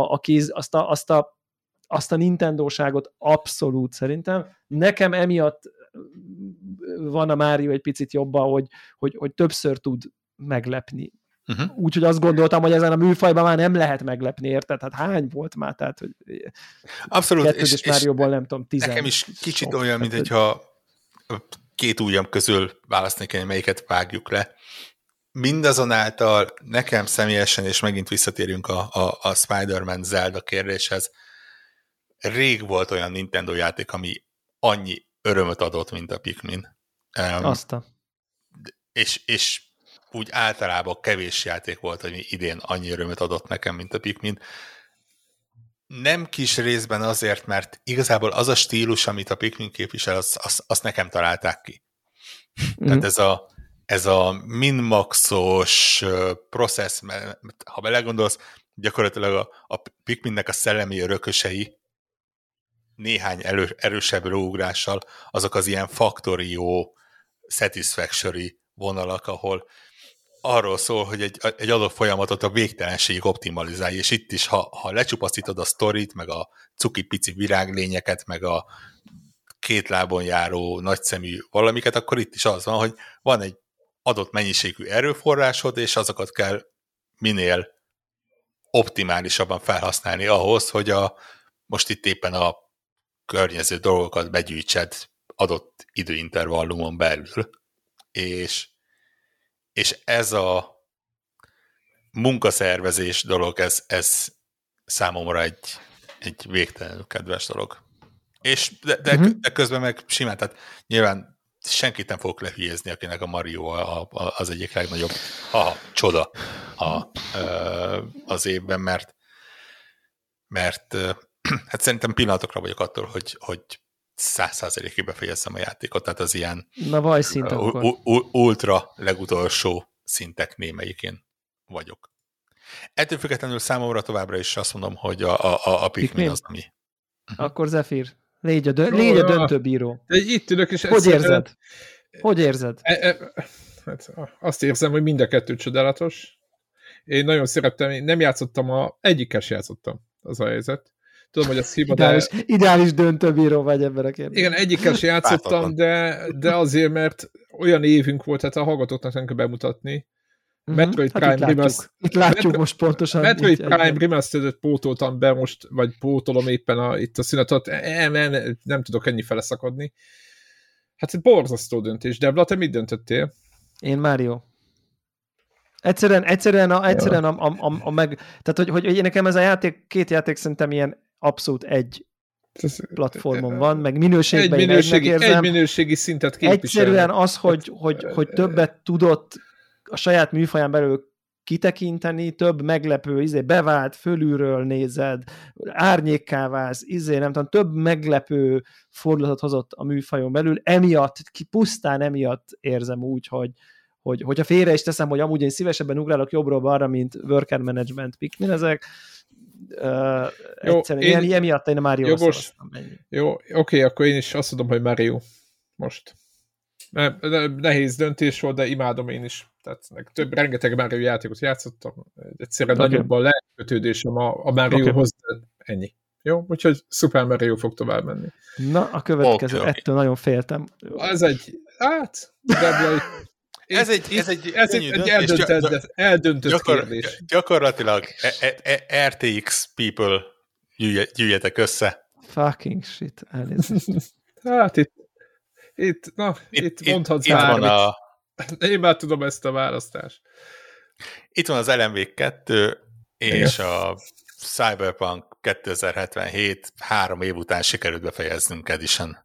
azt a Nintendo-ságot abszolút szerintem. Nekem emiatt van a Mario egy picit jobban, hogy többször tud meglepni. Úgyhogy azt gondoltam, hogy ezen a műfajban már nem lehet meglepni, érted? Hát hány volt már? Tehát, hogy abszolút. És Mario-ból nem tudom, 10. Nekem is kicsit olyan, mint hogyha két ujjam közül választani kell, melyiket vágjuk le. Mindazonáltal nekem személyesen, és megint visszatérünk a Spider-Man Zelda kérdéshez, rég volt olyan Nintendo játék, ami annyi örömöt adott, mint a Pikmin. És úgy általában kevés játék volt, ami idén annyi örömöt adott nekem, mint a Pikmin. Nem kis részben azért, mert igazából az a stílus, amit a Pikmin képvisel, azt nekem találták ki. Tehát ez a min-maxos process, ha belegondolsz, gyakorlatilag a Pikminnek a szellemi örökösei néhány erősebb lóugrással, azok az ilyen Factorio, Satisfactory vonalak, ahol arról szól, hogy egy adott folyamatot a végtelenség optimalizálja, és itt is, ha lecsupaszítod a sztorit, meg a cuki-pici viráglényeket, meg a két lábon járó nagyszemű valamiket, akkor itt is az van, hogy van egy adott mennyiségű erőforrásod, és azokat kell minél optimálisabban felhasználni ahhoz, hogy most itt éppen a környező dolgokat begyűjtsed adott időintervallumon belül. És ez a munkaszervezés dolog, ez számomra egy végtelenül kedves dolog. És de közben meg simán, tehát nyilván senkit nem fogok lehülyezni, akinek a Mario az egyik legnagyobb csoda az évben, mert hát szerintem pillanatokra vagyok attól, hogy 100%-ig befejezzem a játékot, tehát az ilyen ultra legutolsó szintek némelyikén vagyok. Ettől függetlenül számomra továbbra is azt mondom, hogy a Pikmin az, ami... Akkor Zephyr, légy a döntőbíró. Itt ülök, és hogy érzed? Hogy érzed? Hát azt érzem, hogy mind a kettő csodálatos. Én nagyon szerettem, nem játszottam, egyikkel sem játszottam, az a helyzet. Tudom, hogy az hiba, ideális döntőbíró vagy ebben a kérdésben. Igen, egyikkel sem játszottam, de azért, mert olyan évünk volt, hát a hallgatóknak nem kell bemutatni. Metroid Prime Remastered. Itt látjuk most pontosan. Metroid Prime Remastered pótoltam be most, vagy pótolom éppen itt a szünetet. Nem tudok ennyi fele szakadni. Hát borzasztó döntés. Debla, te mit döntöttél? Én Mario. Egyszerűen a meg... Tehát, hogy nekem ez a játék, két játék szerintem ilyen abszolút egy platformon van, meg minőségben egy minőségi szintet képvisel. Egyszerűen az, hogy többet tudott a saját műfaján belül kitekinteni, több meglepő, bevált, fölülről nézed, árnyékká válsz, nem tudom, több meglepő fordulatot hozott a műfajon belül, pusztán emiatt érzem úgy, hogyha félre is teszem, hogy amúgy én szívesebben ugrálok jobbról-balra, mint worker management picknél ezek, egyszerűen emiatt én a Mario-ra szavaztam. Jó, oké, akkor én is azt tudom, hogy Mario most. Nehéz döntés volt, de imádom én is. Tehát rengeteg Mario játékot játszottam. Egyszerűen nagyobb a lelkötődésem a Mariohoz, ennyi. Jó? Úgyhogy Super Mario fog tovább menni. Na, a következő. Ettől nagyon féltem. Ez egy eldöntött kérdés. Gyakorlatilag RTX people gyűjjetek össze. Fucking shit, elnézést. Hát itt mondhatsz bármit. Én már tudom ezt a választást. Itt van az LMV2 és a Cyberpunk 2077 3 év után sikerült befejeznünk Edition.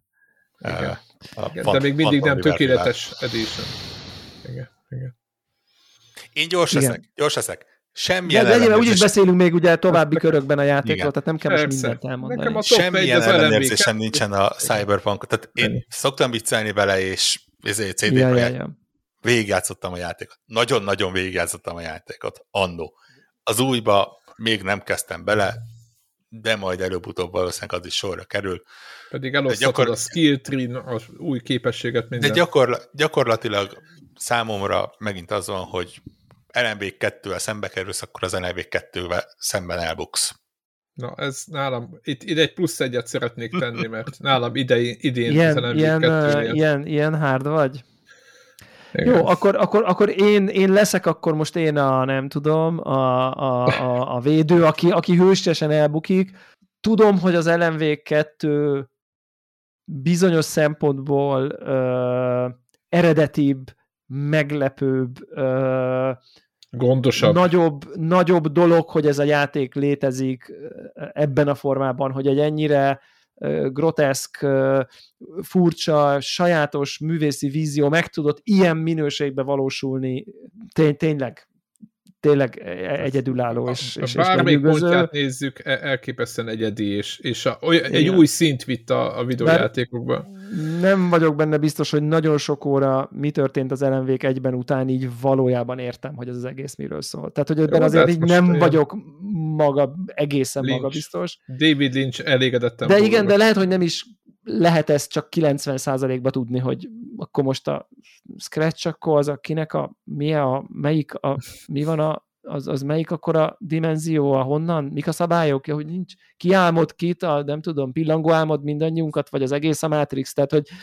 De még mindig nem tökéletes Edition. Igen. Én gyors leszek. Semmilyen ellenőrzés... Úgyis beszélünk még ugye további körökben a játékról, tehát nem kell most mindent elmondani. Semmilyen ellenőrzésem nincsen a Cyberpunk. Tehát én szoktam viccelni vele, és CD-n végigjátszottam a játékot. Nagyon-nagyon végigjátszottam a játékot. Annó. Az újba még nem kezdtem bele, de majd előbb-utóbb valószínűleg az is sorra kerül. Pedig elosztatod a skill tree, az új képességet minden. De gyakorlatilag számomra megint az van, hogy LMV2-vel szembe kerülsz, akkor az LMV2-vel szemben elbuksz. Na, ez nálam, itt egy plusz egyet szeretnék tenni, mert nálam idén az LMV2 ilyen hard vagy? Igen. Jó, akkor én leszek akkor most én nem tudom, a védő, aki hősiesen elbukik. Tudom, hogy az LMV2 bizonyos szempontból eredetibb, meglepőbb, gondosabb. Nagyobb dolog, hogy ez a játék létezik ebben a formában, hogy egy ennyire groteszk, furcsa, sajátos művészi vízió meg tudott ilyen minőségbe valósulni, tényleg egyedülálló és bármelyik pontját nézzük, elképesztően egyedi, és egy új szint vitt a videójátékokban. Nem vagyok benne biztos, hogy nagyon sok óra mi történt az LMV-k egyben után, így valójában értem, hogy ez az egész miről szól. Tehát, hogy ebben azért így nem vagyok egészen magabiztos. David Lynch elégedetten. De igen, de lehet, hogy nem is lehet ezt csak 90%-ba tudni, hogy akkor most a Scratch, akkor az kinek mi van az melyik akkor a dimenzió, honnan, mik a szabályok, hogy nincs, ki álmod kit, nem tudom, pillangó álmod mindannyiunkat, vagy az egész a Matrix, tehát, hogy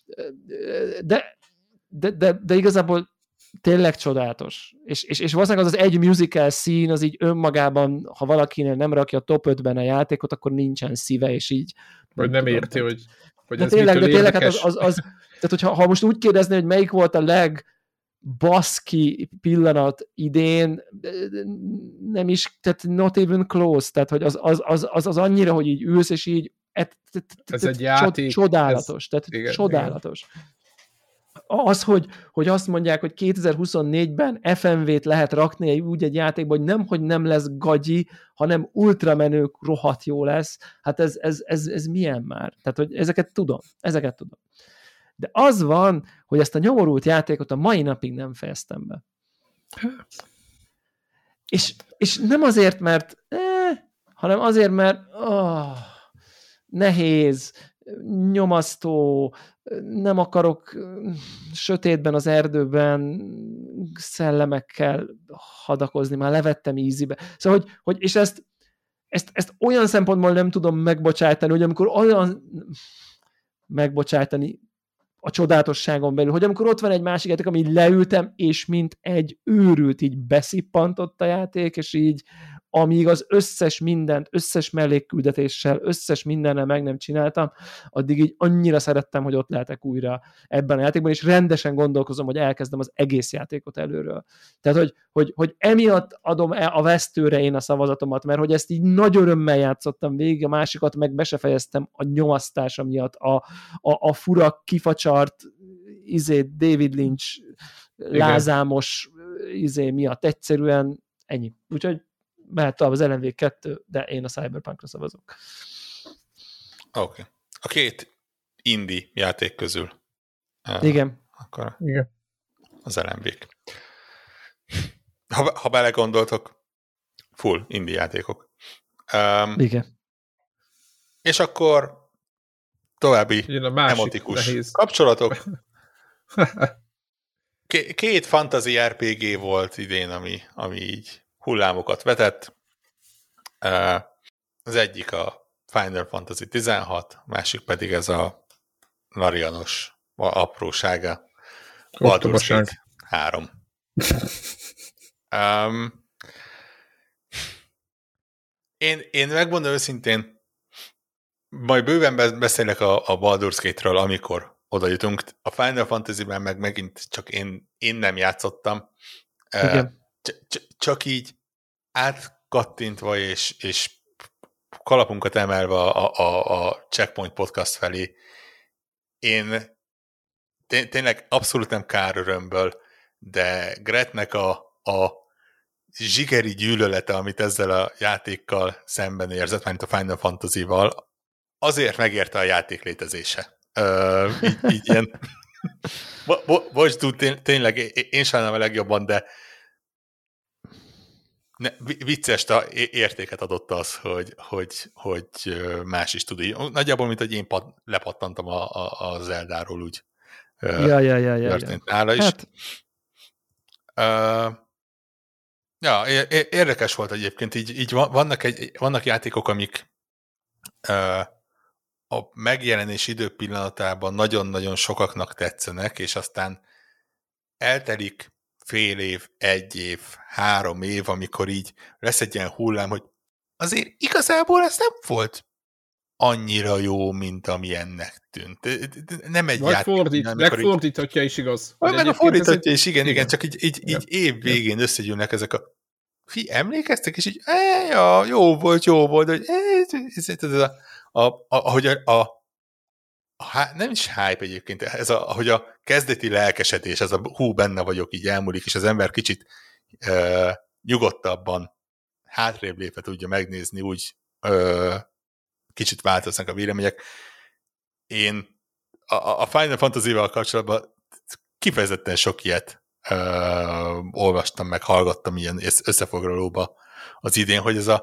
de igazából tényleg csodálatos. És valószínűleg az egy musical szín, az így önmagában, ha valakinél nem rakja a top 5-ben a játékot, akkor nincsen szíve, és így vagy nem érti, hogy ez tényleg, mitől érdekes. Hát tehát, hogyha most úgy kérdezni, hogy melyik volt a legbaszki pillanat idén, nem is, tehát not even close, tehát hogy az annyira, hogy így ülsz, és így ez egy játék. Csodálatos, tehát csodálatos. Az, hogy azt mondják, hogy 2024-ben FMV-t lehet rakni úgy egy játékban, hogy nem lesz gagyi, hanem ultramenő rohadt jó lesz. Hát ez milyen már? Tehát, hogy ezeket tudom. De az van, hogy ezt a nyomorult játékot a mai napig nem fejeztem be. És nem azért, mert hanem azért, mert nehéz, nyomasztó, nem akarok sötétben az erdőben szellemekkel hadakozni, már levettem easybe. Szóval, és ezt olyan szempontból nem tudom megbocsájtani, hogy amikor olyan megbocsájtani a csodálatosságon belül, hogy amikor ott van egy másik játék, ami leültem, és mint egy őrült így beszippantott a játék, és így amíg az összes mindent, összes mellékküldetéssel, összes mindennel meg nem csináltam, addig így annyira szerettem, hogy ott lehetek újra ebben a játékban, és rendesen gondolkozom, hogy elkezdem az egész játékot előről. Tehát, hogy emiatt adom a vesztőre én a szavazatomat, mert hogy ezt így nagy örömmel játszottam végig, a másikat meg be se fejeztem a nyomasztása miatt, a fura, kifacsart, David Lynch lázámos miatt egyszerűen ennyi. Úgyhogy mehet tovább az LMV2, de én a Cyberpunkra szavazok. Oké. A két indie játék közül. Igen. Akkor Igen. az LMV-k. Ha belegondoltok, full indie játékok. Igen. És akkor további emotikus nehéz kapcsolatok. Két fantasy RPG volt idén, ami így hullámokat vetett. Az egyik a Final Fantasy 16, a másik pedig ez a Larianos aprósága. Baldur's Gate 3. Én megmondom őszintén, majd bőven beszélek a Baldur's Gate-ről, amikor oda jutunk. A Final Fantasy-ben meg megint csak én nem játszottam. Csak így átkattintva és kalapunkat emelve a Checkpoint podcast felé, én tényleg abszolút nem kárörömből, de Gretnek a zsigeri gyűlölete, amit ezzel a játékkal szemben érzett, mint a Final Fantasy-val, azért megérte a játék létezése. Így ilyen. Bocs, tényleg én sajnálom a legjobban, de vicces értéket adott az, hogy más is tud így. Nagyjából, mint hogy én lepattantam a Zeldáról, úgy történt nála is. Érdekes volt egyébként. Így vannak játékok, amik a megjelenés időpillanatában nagyon-nagyon sokaknak tetszenek, és aztán eltelik fél év, 1 év, 3 év, amikor így lesz egy ilyen hullám, hogy azért igazából ez nem volt annyira jó, mint amilyennek tűnt. Nem egy játék. Megfordíthatja is igaz. Meg a fordíthatja is, igen, csak így év végén összegyűlnek ezek emlékeztek, és így jó volt, hogy ahogy nem is hype egyébként, ahogy a kezdeti lelkesedés, ez benne vagyok, így elmúlik, és az ember kicsit nyugodtabban hátrébb lépve tudja megnézni, úgy kicsit változnak a vélemények. Én a Final Fantasy-val kapcsolatban kifejezetten sok ilyet olvastam, meg hallgattam ilyen összefoglalóba az idén, hogy ez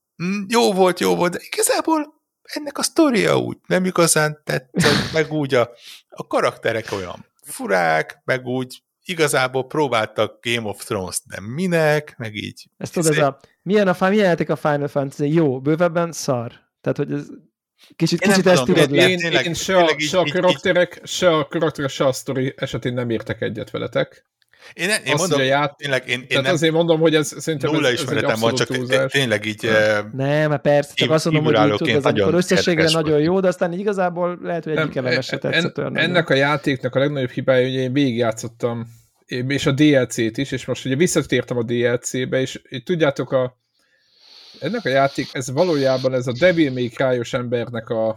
jó volt, de igazából ennek a sztoria úgy nem igazán tetszett, meg úgy a karakterek olyan furák, meg úgy igazából próbáltak Game of Thrones, de minek, meg így. Ezt tudod, milyen játék a Final Fantasy? Jó, bővebben szar. Tehát, hogy ez kicsit ezt tudod le. Én se a karakterek, se a sztori esetén nem értek egyet veletek. Én mondom, tényleg én azért mondom, hogy ez szerintem nulla ez egy abszolút csak túlzás. Tényleg így... Nem, persze, csak azt mondom, hogy így tudod, amikor összességre nagyon jó, de aztán így igazából lehet, hogy egyik eleme se tetszett olyan. Ennek a játéknak a legnagyobb hibája, hogy én végigjátszottam, és a DLC-t is, és most ugye visszatértem a DLC-be, és tudjátok, ennek a játék, ez valójában ez a Devil May Cry-os embernek a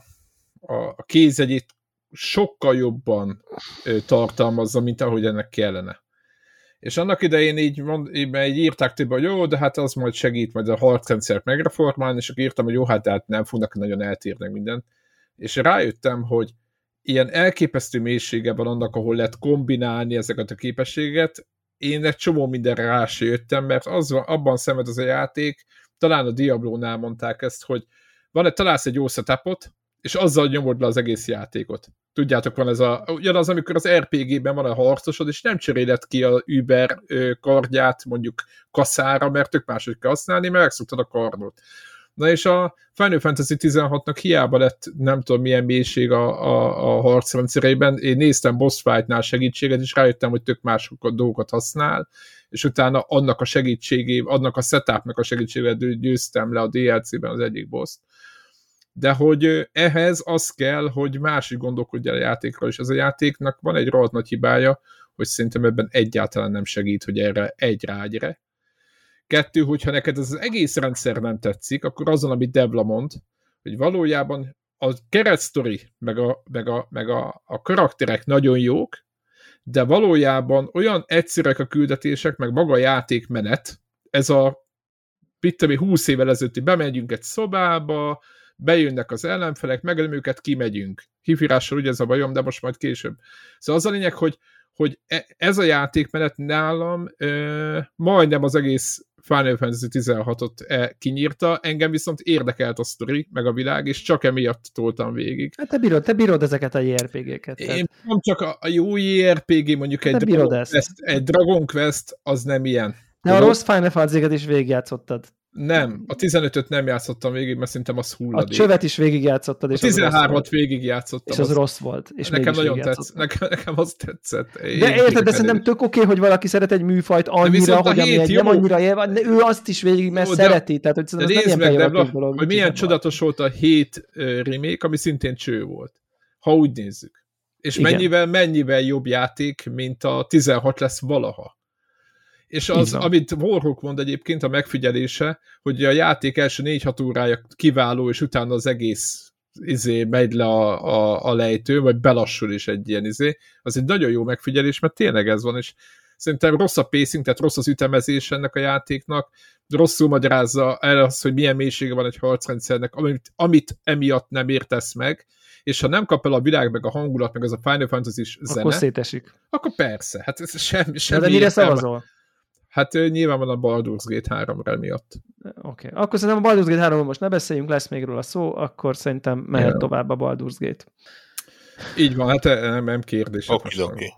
kézegyét sokkal jobban tartalmazza, mint ahogy ennek kellene. És annak idején így írták több, hogy jó, de hát az majd segít majd a harcrendszert megreformálni, és akkor írtam, hogy jó, hát tehát nem fognak nagyon eltérni minden. És rájöttem, hogy ilyen elképesztő mélysége van annak, ahol lehet kombinálni ezeket a képességet. Én egy csomó mindenre rá se jöttem, mert abban szenved az a játék, talán a Diablónál mondták ezt, hogy találsz egy jó setupot, és azzal nyomod le az egész játékot. Tudjátok, van ez ugyanaz, amikor az RPG-ben van a harcosod, és nem cseréled ki a Uber kardját mondjuk kaszára, mert tök máshogy kell használni, mert megszoktad a kardot. Na és a Final Fantasy 16-nak hiába lett nem tudom milyen mélység a harcrendszerében. Én néztem boss fight-nál segítséget, és rájöttem, hogy tök más dolgokat használ, és utána annak a segítségével, annak a setupnak a segítségével győztem le a DLC-ben az egyik boss-t. De hogy ehhez az kell, hogy másik gondolkodj el a játékról, és ez a játéknak van egy rohadt nagy hibája, hogy szerintem ebben egyáltalán nem segít, hogy erre egyre. 2, hogyha neked ez az egész rendszer nem tetszik, akkor azon, amit Devla mond, hogy valójában a keretsztori, meg a karakterek nagyon jók, de valójában olyan egyszerűek a küldetések, meg maga a játékmenet, ez a 20 évvel ezelőtti, bemegyünk egy szobába, bejönnek az ellenfelek, megölöm őket, kimegyünk. Hífírással ugye ez a bajom, de most majd később. Szóval az a lényeg, hogy ez a játékmenet nálam majdnem az egész Final Fantasy 16-ot kinyírta, engem viszont érdekelt a sztori, meg a világ, és csak emiatt toltam végig. Hát te bírod ezeket a JRPG-ket. Én nem csak a jó JRPG, mondjuk egy Dragon Quest, az nem ilyen. De a rossz Final Fantasy-ket is végigjátszottad. Nem, a 15-öt nem játszottam végig, mert szerintem az hulladék. A csövet is végigjátszottad, és a 13-at végigjátszottam. És az rossz volt. És nekem nagyon tetszett. Nekem az tetszett. De érted, de szerintem tök oké, hogy valaki szeret egy műfajt annyira, hogy ami egy nem annyira ő azt is végig, mert szereti. Tehát, hogy de nézd meg, dolog, hogy milyen csodatos volt a 7 remake, ami szintén cső volt. Ha úgy nézzük. És mennyivel jobb játék, mint a 16 lesz valaha. És az, amit Warhawk mond egyébként a megfigyelése, hogy a játék első 4-6 órája kiváló, és utána az egész megy le a lejtő, vagy belassul is egy ilyen az egy nagyon jó megfigyelés, mert tényleg ez van, és szerintem rossz a pacing, tehát rossz az ütemezés ennek a játéknak, rosszul magyarázza el az, hogy milyen mélysége van egy harcrendszernek, amit emiatt nem értesz meg, és ha nem kap el a világ, meg a hangulat, meg az a Final Fantasy-s zene, akkor szétesik. Akkor persze, hát ez semmi de mire szavazol? Hát nyilván van a Baldur's Gate 3-ra miatt. Oké. Akkor szerintem a Baldur's Gate 3-ról most ne beszéljünk, lesz még róla szó, akkor szerintem mehet tovább a Baldur's Gate. Így van, hát nem kérdés. Oké.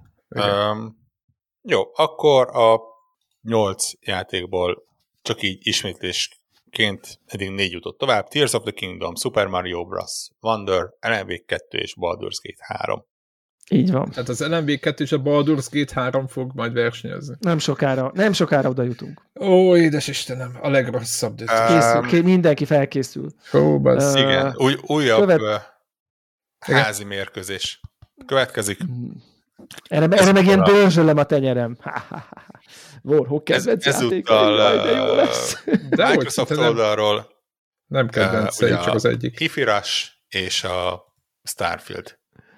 Jó, akkor a 8 játékból csak így ismétlésként eddig 4 jutott tovább. Tears of the Kingdom, Super Mario Bros. Wonder, Alan Wake 2 és Baldur's Gate 3. Így van. Tehát az Alan Wake 2 és a Baldur's Gate 3 fog majd versenyezni. Nem sokára oda jutunk. Ó, édes Istenem, a legrosszabb döntés. Mindenki felkészül. Igen, újabb házi mérkőzés. Következik. Erre meg ilyen dörzsölöm a tenyerem. Warhawk kedvenc játékai, de jó lesz. De Microsoft oldalról nem kedvenc, csak az egyik. Hi-Fi Rush és a Starfield.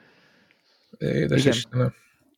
Édes Istenem.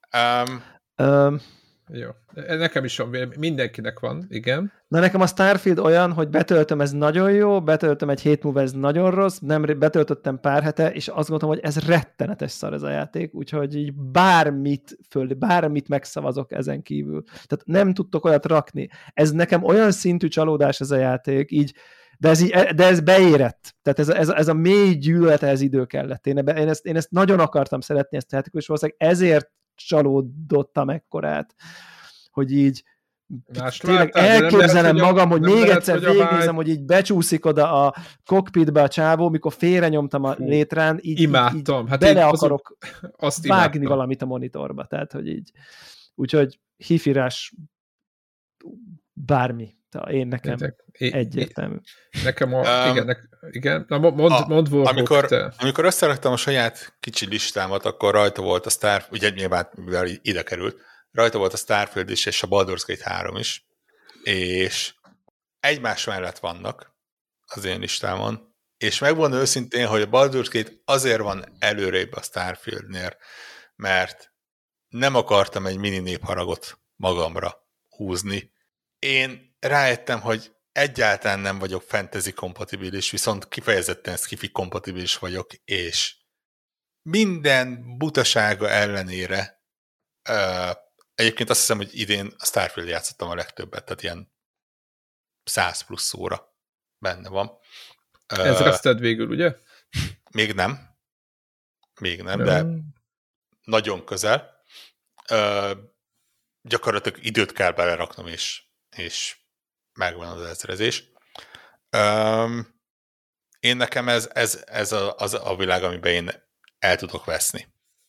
Jó. Nekem is van, mindenkinek van, igen. Na nekem a Starfield olyan, hogy betöltöm, ez nagyon jó, betöltöm egy hét múlva, ez nagyon rossz, nem betöltöttem pár hete, és azt gondolom, hogy ez rettenetes szar ez a játék, úgyhogy így bármit megszavazok ezen kívül. Tehát nem tudtok olyat rakni. Ez nekem olyan szintű csalódás ez a játék, így, de ez beérett. Tehát ez a mély gyűlölet, ez idő kellett. Én ezt nagyon akartam szeretni, ezt a játékot, és valószínűleg ezért csalódottam ekkorát, hogy így tényleg elképzelem magam, hogy még egyszer végignézem, hogy így becsúszik oda a cockpitbe a csávó, mikor félrenyomtam a létrán, így imádtam. Hát bele akarok vágni valamit a monitorba. Tehát, hogy így. Úgyhogy hifirás bármi. Nekem egyértelmű. Nekem igen. Na, mondd amikor összeraktam a saját kicsi listámat, akkor rajta volt a Starfield, ugye nyilván ide került, rajta volt a Starfield is, és a Baldur's Gate 3 is, és egymás mellett vannak az én listámon, és megmondom őszintén, hogy a Baldur's Gate azért van előrébb a Starfieldnél, mert nem akartam egy mini népharagot magamra húzni. Én rájöttem, hogy egyáltalán nem vagyok fantasy kompatibilis, viszont kifejezetten sci-fi kompatibilis vagyok, és minden butasága ellenére egyébként azt hiszem, hogy idén a Starfield játszottam a legtöbbet, tehát ilyen 100 plusz óra benne van. Ez reszted végül, ugye? Még nem, de nagyon közel. Gyakorlatilag időt kell beleraknom, és megvan az ezrezés. Én nekem ez a világ, amiben én el tudok veszni.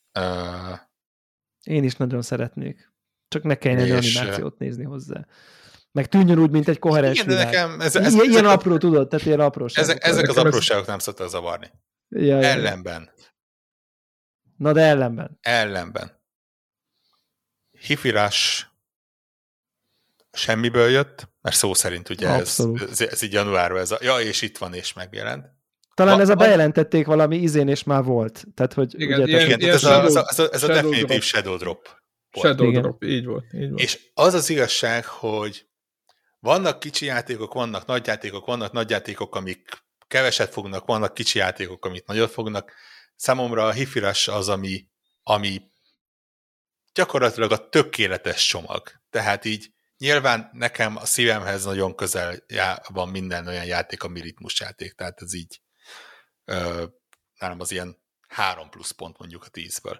Én is nagyon szeretnék. Csak ne kelljen egy animációt nézni hozzá. Meg tűnjön úgy, mint egy koherens világ. Nekem ilyen apró, tudod? Tehát ilyen apróságok. Ezek az apróságok nem szoktak zavarni. Ellenben. Na de ellenben. Ellenben. Hi-Fi Rush semmiből jött, mert szó szerint ugye ez így januárban és itt van, és megjelent. Talán ez a bejelentették valami izén, és már volt. Tehát, hogy igen, ugye, ez a definitív Shadow Drop. Shadow Drop, így volt. És az az igazság, hogy vannak kicsi játékok, vannak nagy játékok, amik keveset fognak, vannak kicsi játékok, amit nagyot fognak. Számomra a Hi-Fi Rush az, ami gyakorlatilag a tökéletes csomag. Tehát így nyilván nekem a szívemhez nagyon közel van minden olyan játék, ami ritmusjáték. Tehát ez így nálam az ilyen 3 plusz pont mondjuk a 10-ből.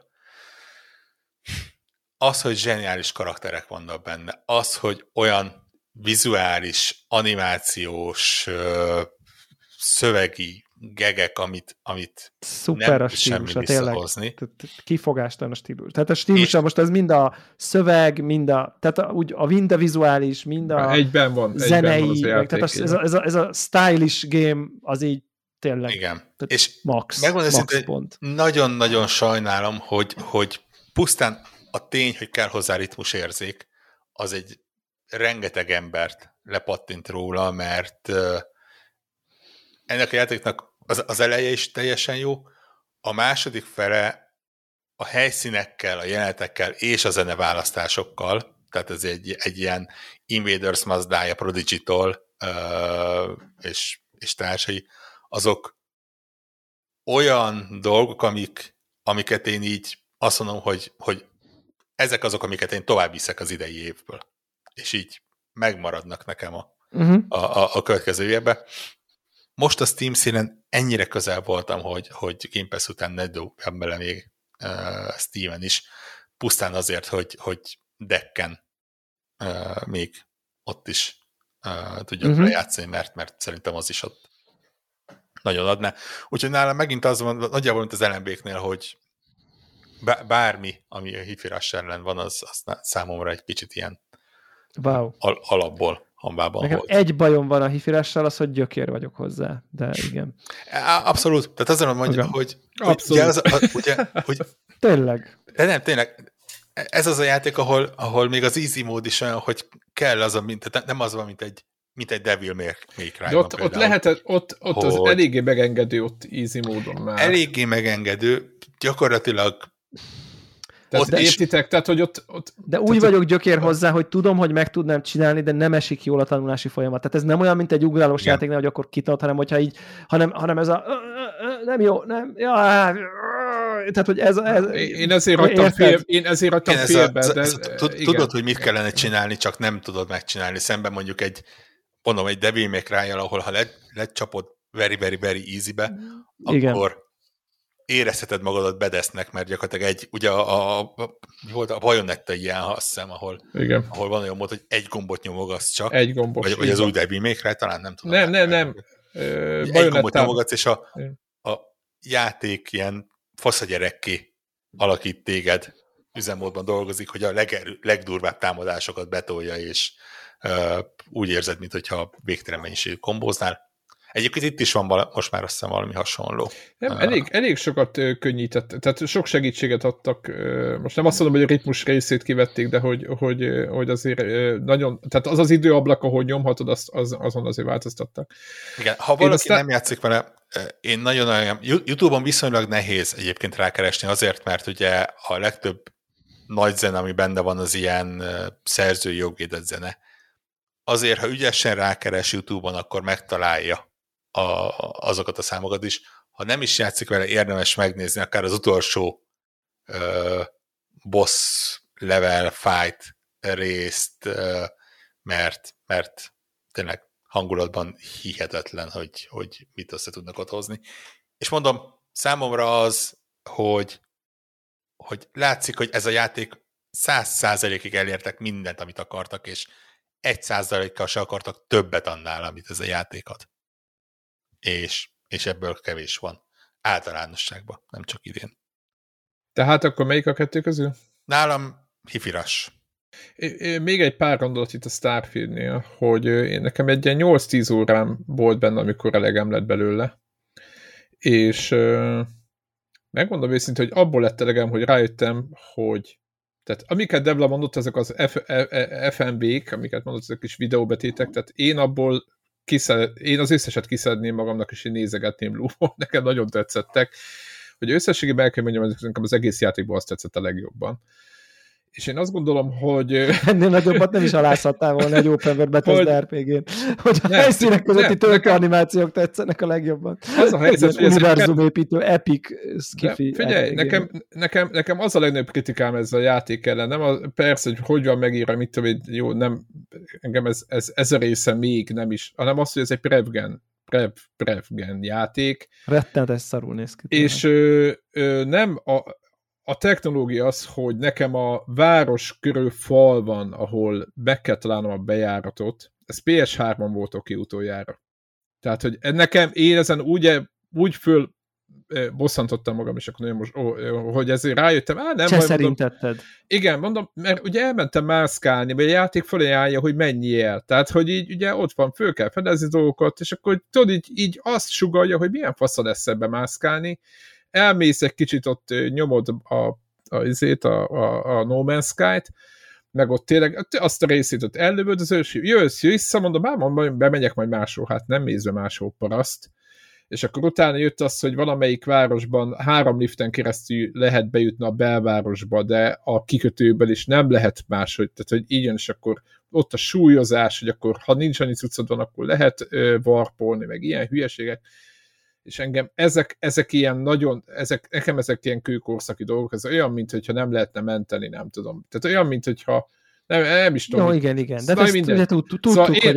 Az, hogy zseniális karakterek vannak benne, az, hogy olyan vizuális, animációs, szövegi gegek, amit szuper a stílusa, tényleg. Kifogástalan a stílus. Tehát a stílusa most ez mind a szöveg, tehát úgy mind a vizuális, mind a zenei, tehát ez a stylish game az így tényleg. Igen. És max pont. Nagyon-nagyon sajnálom, hogy pusztán a tény, hogy kell hozzá ritmusérzék, az egy rengeteg embert lepattint róla, mert ennek a játéknak az eleje is teljesen jó, a második fele a helyszínekkel, a jelenetekkel és a zeneválasztásokkal, tehát ez egy ilyen Invaders Must Die a Prodigy-tól és társai, azok olyan dolgok, amiket én így azt mondom, hogy ezek azok, amiket én tovább viszek az idei évből. És így megmaradnak nekem a következő évben. Most a Steam színen ennyire közel voltam, hogy Game Pass után ne dobjam bele még Steam-en is, pusztán azért, hogy Decken még ott is tudjak lejátszani, mert szerintem az is ott nagyon adná. Úgyhogy nálam megint az van, nagyjából, mint az LMB-knél, hogy bármi, ami a Hi-Fi Rush ellen van, az számomra egy kicsit ilyen alapból hambában nekem volt. Egy bajom van a Hi-Fi Rush-sal, az, hogy gyökér vagyok hozzá, de igen. Abszolút. Tehát azon mondja, hogy tényleg. De nem, tényleg. Ez az a játék, ahol még az easy mód is olyan, hogy kell az tehát nem az van, mint egy Devil May Cry. Ott lehetett, ott az eléggé megengedő ott easy módon már. Eléggé megengedő, gyakorlatilag tehát értitek, tehát hogy ott de úgy vagyok gyökér hozzá, hogy tudom, hogy meg tudnám csinálni, de nem esik jól a tanulási folyamat. Tehát ez nem olyan, mint egy ugrálós játéknál, hogy akkor kitart, hanem hogyha így, hanem ez a nem jó, nem, ja, tehát, hogy ez én ezért adtam félbe. Tudod, hogy mit kellene csinálni, csak nem tudod megcsinálni. Szemben mondjuk egy Devil May Cry-jal, ahol ha lecsapod very, very, very easy-be, akkor érezheted magadat Bethesdnek, mert gyakorlatilag ugye a Bayonetta ilyen, azt hiszem, ahol van olyan mód, hogy egy gombot nyomogatsz csak. Egy gombot. Vagy az új Devil May Cry, talán nem tudom. Nem. Egy gombot nyomogatsz, és a játék ilyen faszagyerekké alakít téged, üzemmódban dolgozik, hogy a legdurvább támadásokat betolja, és úgy érzed, mintha végtelen mennyiségű kombóznál. Egyébként itt is van most már azt hiszem valami hasonló. Nem, elég sokat könnyített, tehát sok segítséget adtak. Most nem azt mondom, hogy a ritmus részét kivették, de hogy azért nagyon, tehát az időablak, ahogy nyomhatod, azon azért változtattak. Igen, ha valaki nem játszik vele, én nagyon YouTube-on viszonylag nehéz egyébként rákeresni azért, mert ugye a legtöbb nagy zene, ami benne van, az ilyen szerzői jogvédett zene. Azért, ha ügyesen rákeres YouTube-on, akkor megtalálja azokat a számokat is. Ha nem is játszik vele, érdemes megnézni akár az utolsó boss level fight részt, mert tényleg hangulatban hihetetlen, hogy mit össze tudnak ott hozni. És mondom, számomra az, hogy látszik, hogy ez a játék 100%-ig elértek mindent, amit akartak, és 1%-kal se akartak többet annál, amit ez a játék ad. És ebből kevés van. Általánosságban, nem csak idén. Tehát akkor melyik a kettő közül? Nálam Hi-Fi Rush. Még egy pár gondolat itt a Starfieldnél, hogy nekem egy ilyen 8-10 órám volt benne, amikor elegem lett belőle. És megmondom őszintén, hogy abból lett elegem, hogy rájöttem, hogy tehát amiket Devla mondott, ezek az FMV-k, amiket mondott, ezek is videóbetétek, tehát én abból én az összeset kiszedném magamnak, és én nézegetném Blue-ból. Nekem nagyon tetszettek. Hogy összességében el kell mondjam, nekem az egész játékból azt tetszett a legjobban. És én azt gondolom, hogy... Ennél nagyobbat nem is alázhattál volna egy Open World Bethesda RPG-n, hogy a helyszínek közötti töltőanimációk tetszenek a legjobban. Az a helyzet, hogy univerzumépítő, epic, skifi. Figyelj, nekem az a legnagyobb kritikám ezzel a játék ellen, persze, hogy van megírva, mit tudom, jó, nem, engem ez a része még nem is, hanem az, hogy ez egy prevgen játék. Rettenetes szarul néz ki. És nem a technológia az, hogy nekem a város körül fal van, ahol meg kell találnom a bejáratot. Ez PS3-on volt oké utoljára. Tehát, hogy nekem én ezen úgy föl bosszantottam magam, és akkor most, hogy ezért rájöttem. Nem Cseszerintetted. Igen, mondom, mert ugye elmentem mászkálni, mert a játék fölé állja, hogy mennyi el. Tehát, hogy így ugye ott van, föl kell fedezni dolgokat, és akkor tudod, így azt sugallja, hogy milyen fasza lesz ebbe mászkálni. Elmész egy kicsit, ott nyomod a No Man's Sky-t, meg ott tényleg azt a részét ott ellövöldözös, jössz vissza, mondom, bemegyek majd máshol, hát nem mész be máshol, paraszt. És akkor utána jött az, hogy valamelyik városban 3 liften keresztül lehet bejutni a belvárosba, de a kikötőből is nem lehet máshogy, tehát hogy így jön, és akkor ott a súlyozás, hogy akkor ha nincs annyi cuccod van, akkor lehet warpolni, meg ilyen hülyeségek. És engem ezek ilyen nagyon, nekem ezek ilyen kőkorszaki dolgok, ez olyan, mintha nem lehetne menteni, nem tudom. Tehát olyan, mintha nem is tudom. Jó, igen. De ezt ugye tudtuk, hogy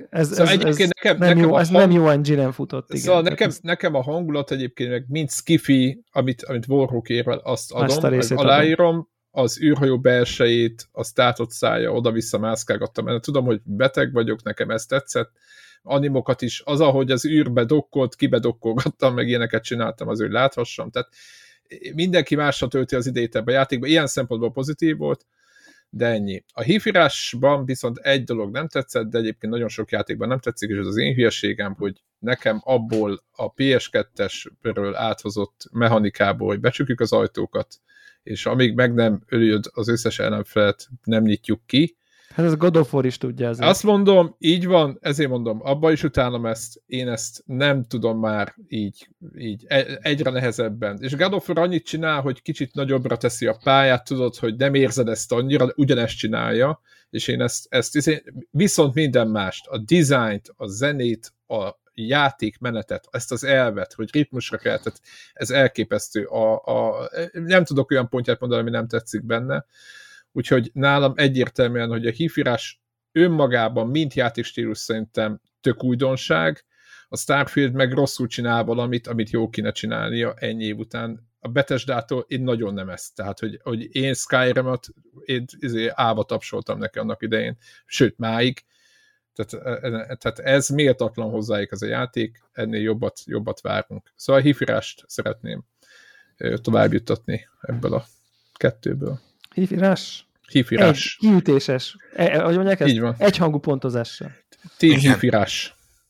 ez nem jó engine-en futott. Igen. Szóval nekem a hangulat egyébként meg mind skifi, amit Warhawk ér, azt adom, aláírom, az űrhajó belsejét, a státott szája, oda-vissza mászkálgattam, mert tudom, hogy beteg vagyok, nekem ez tetszett, animokat is, az, ahogy az űrbe dokkolt, kibedokkolgattam, meg ilyeneket csináltam, az, hogy láthassam, tehát mindenki másra tölti az idejét ebbe a játékban, ilyen szempontból pozitív volt, de ennyi. A hífírásban viszont egy dolog nem tetszett, de egyébként nagyon sok játékban nem tetszik, és ez az én hülyeségem, hogy nekem abból a PS2-esről áthozott mechanikából, hogy becsukjuk az ajtókat, és amíg meg nem öljön az összes ellenfelet, nem nyitjuk ki. Hát ez God of War is tudja ezért. Azt mondom, így van, ezért mondom, abba is utálom ezt, én ezt nem tudom már így egyre nehezebben. És God of War annyit csinál, hogy kicsit nagyobbra teszi a pályát, tudod, hogy nem érzed ezt annyira, ugyanezt csinálja, és én ezt viszont minden mást, a dizájnt, a zenét, a játékmenetet, ezt az elvet, hogy ritmusra kell, tehát ez elképesztő. Nem tudok olyan pontját mondani, ami nem tetszik benne. Úgyhogy nálam egyértelműen, hogy a hífírás önmagában, mint játékstílus szerintem tök újdonság, a Starfield meg rosszul csinál valamit, amit jó kéne csinálnia ennyi év után. A Bethesdától én nagyon nem ezt. Tehát, hogy én Skyrim-ot állva tapsoltam neki annak idején, sőt, máig. Tehát ez méltatlan hozzájuk az a játék, ennél jobbat várunk. Szóval a hífírást szeretném tovább juttatni ebből a 2-ből. Hífírás? Kiütéses. Hogy mondják ezt? Így van. Egyhangú pontozással. Hífírás.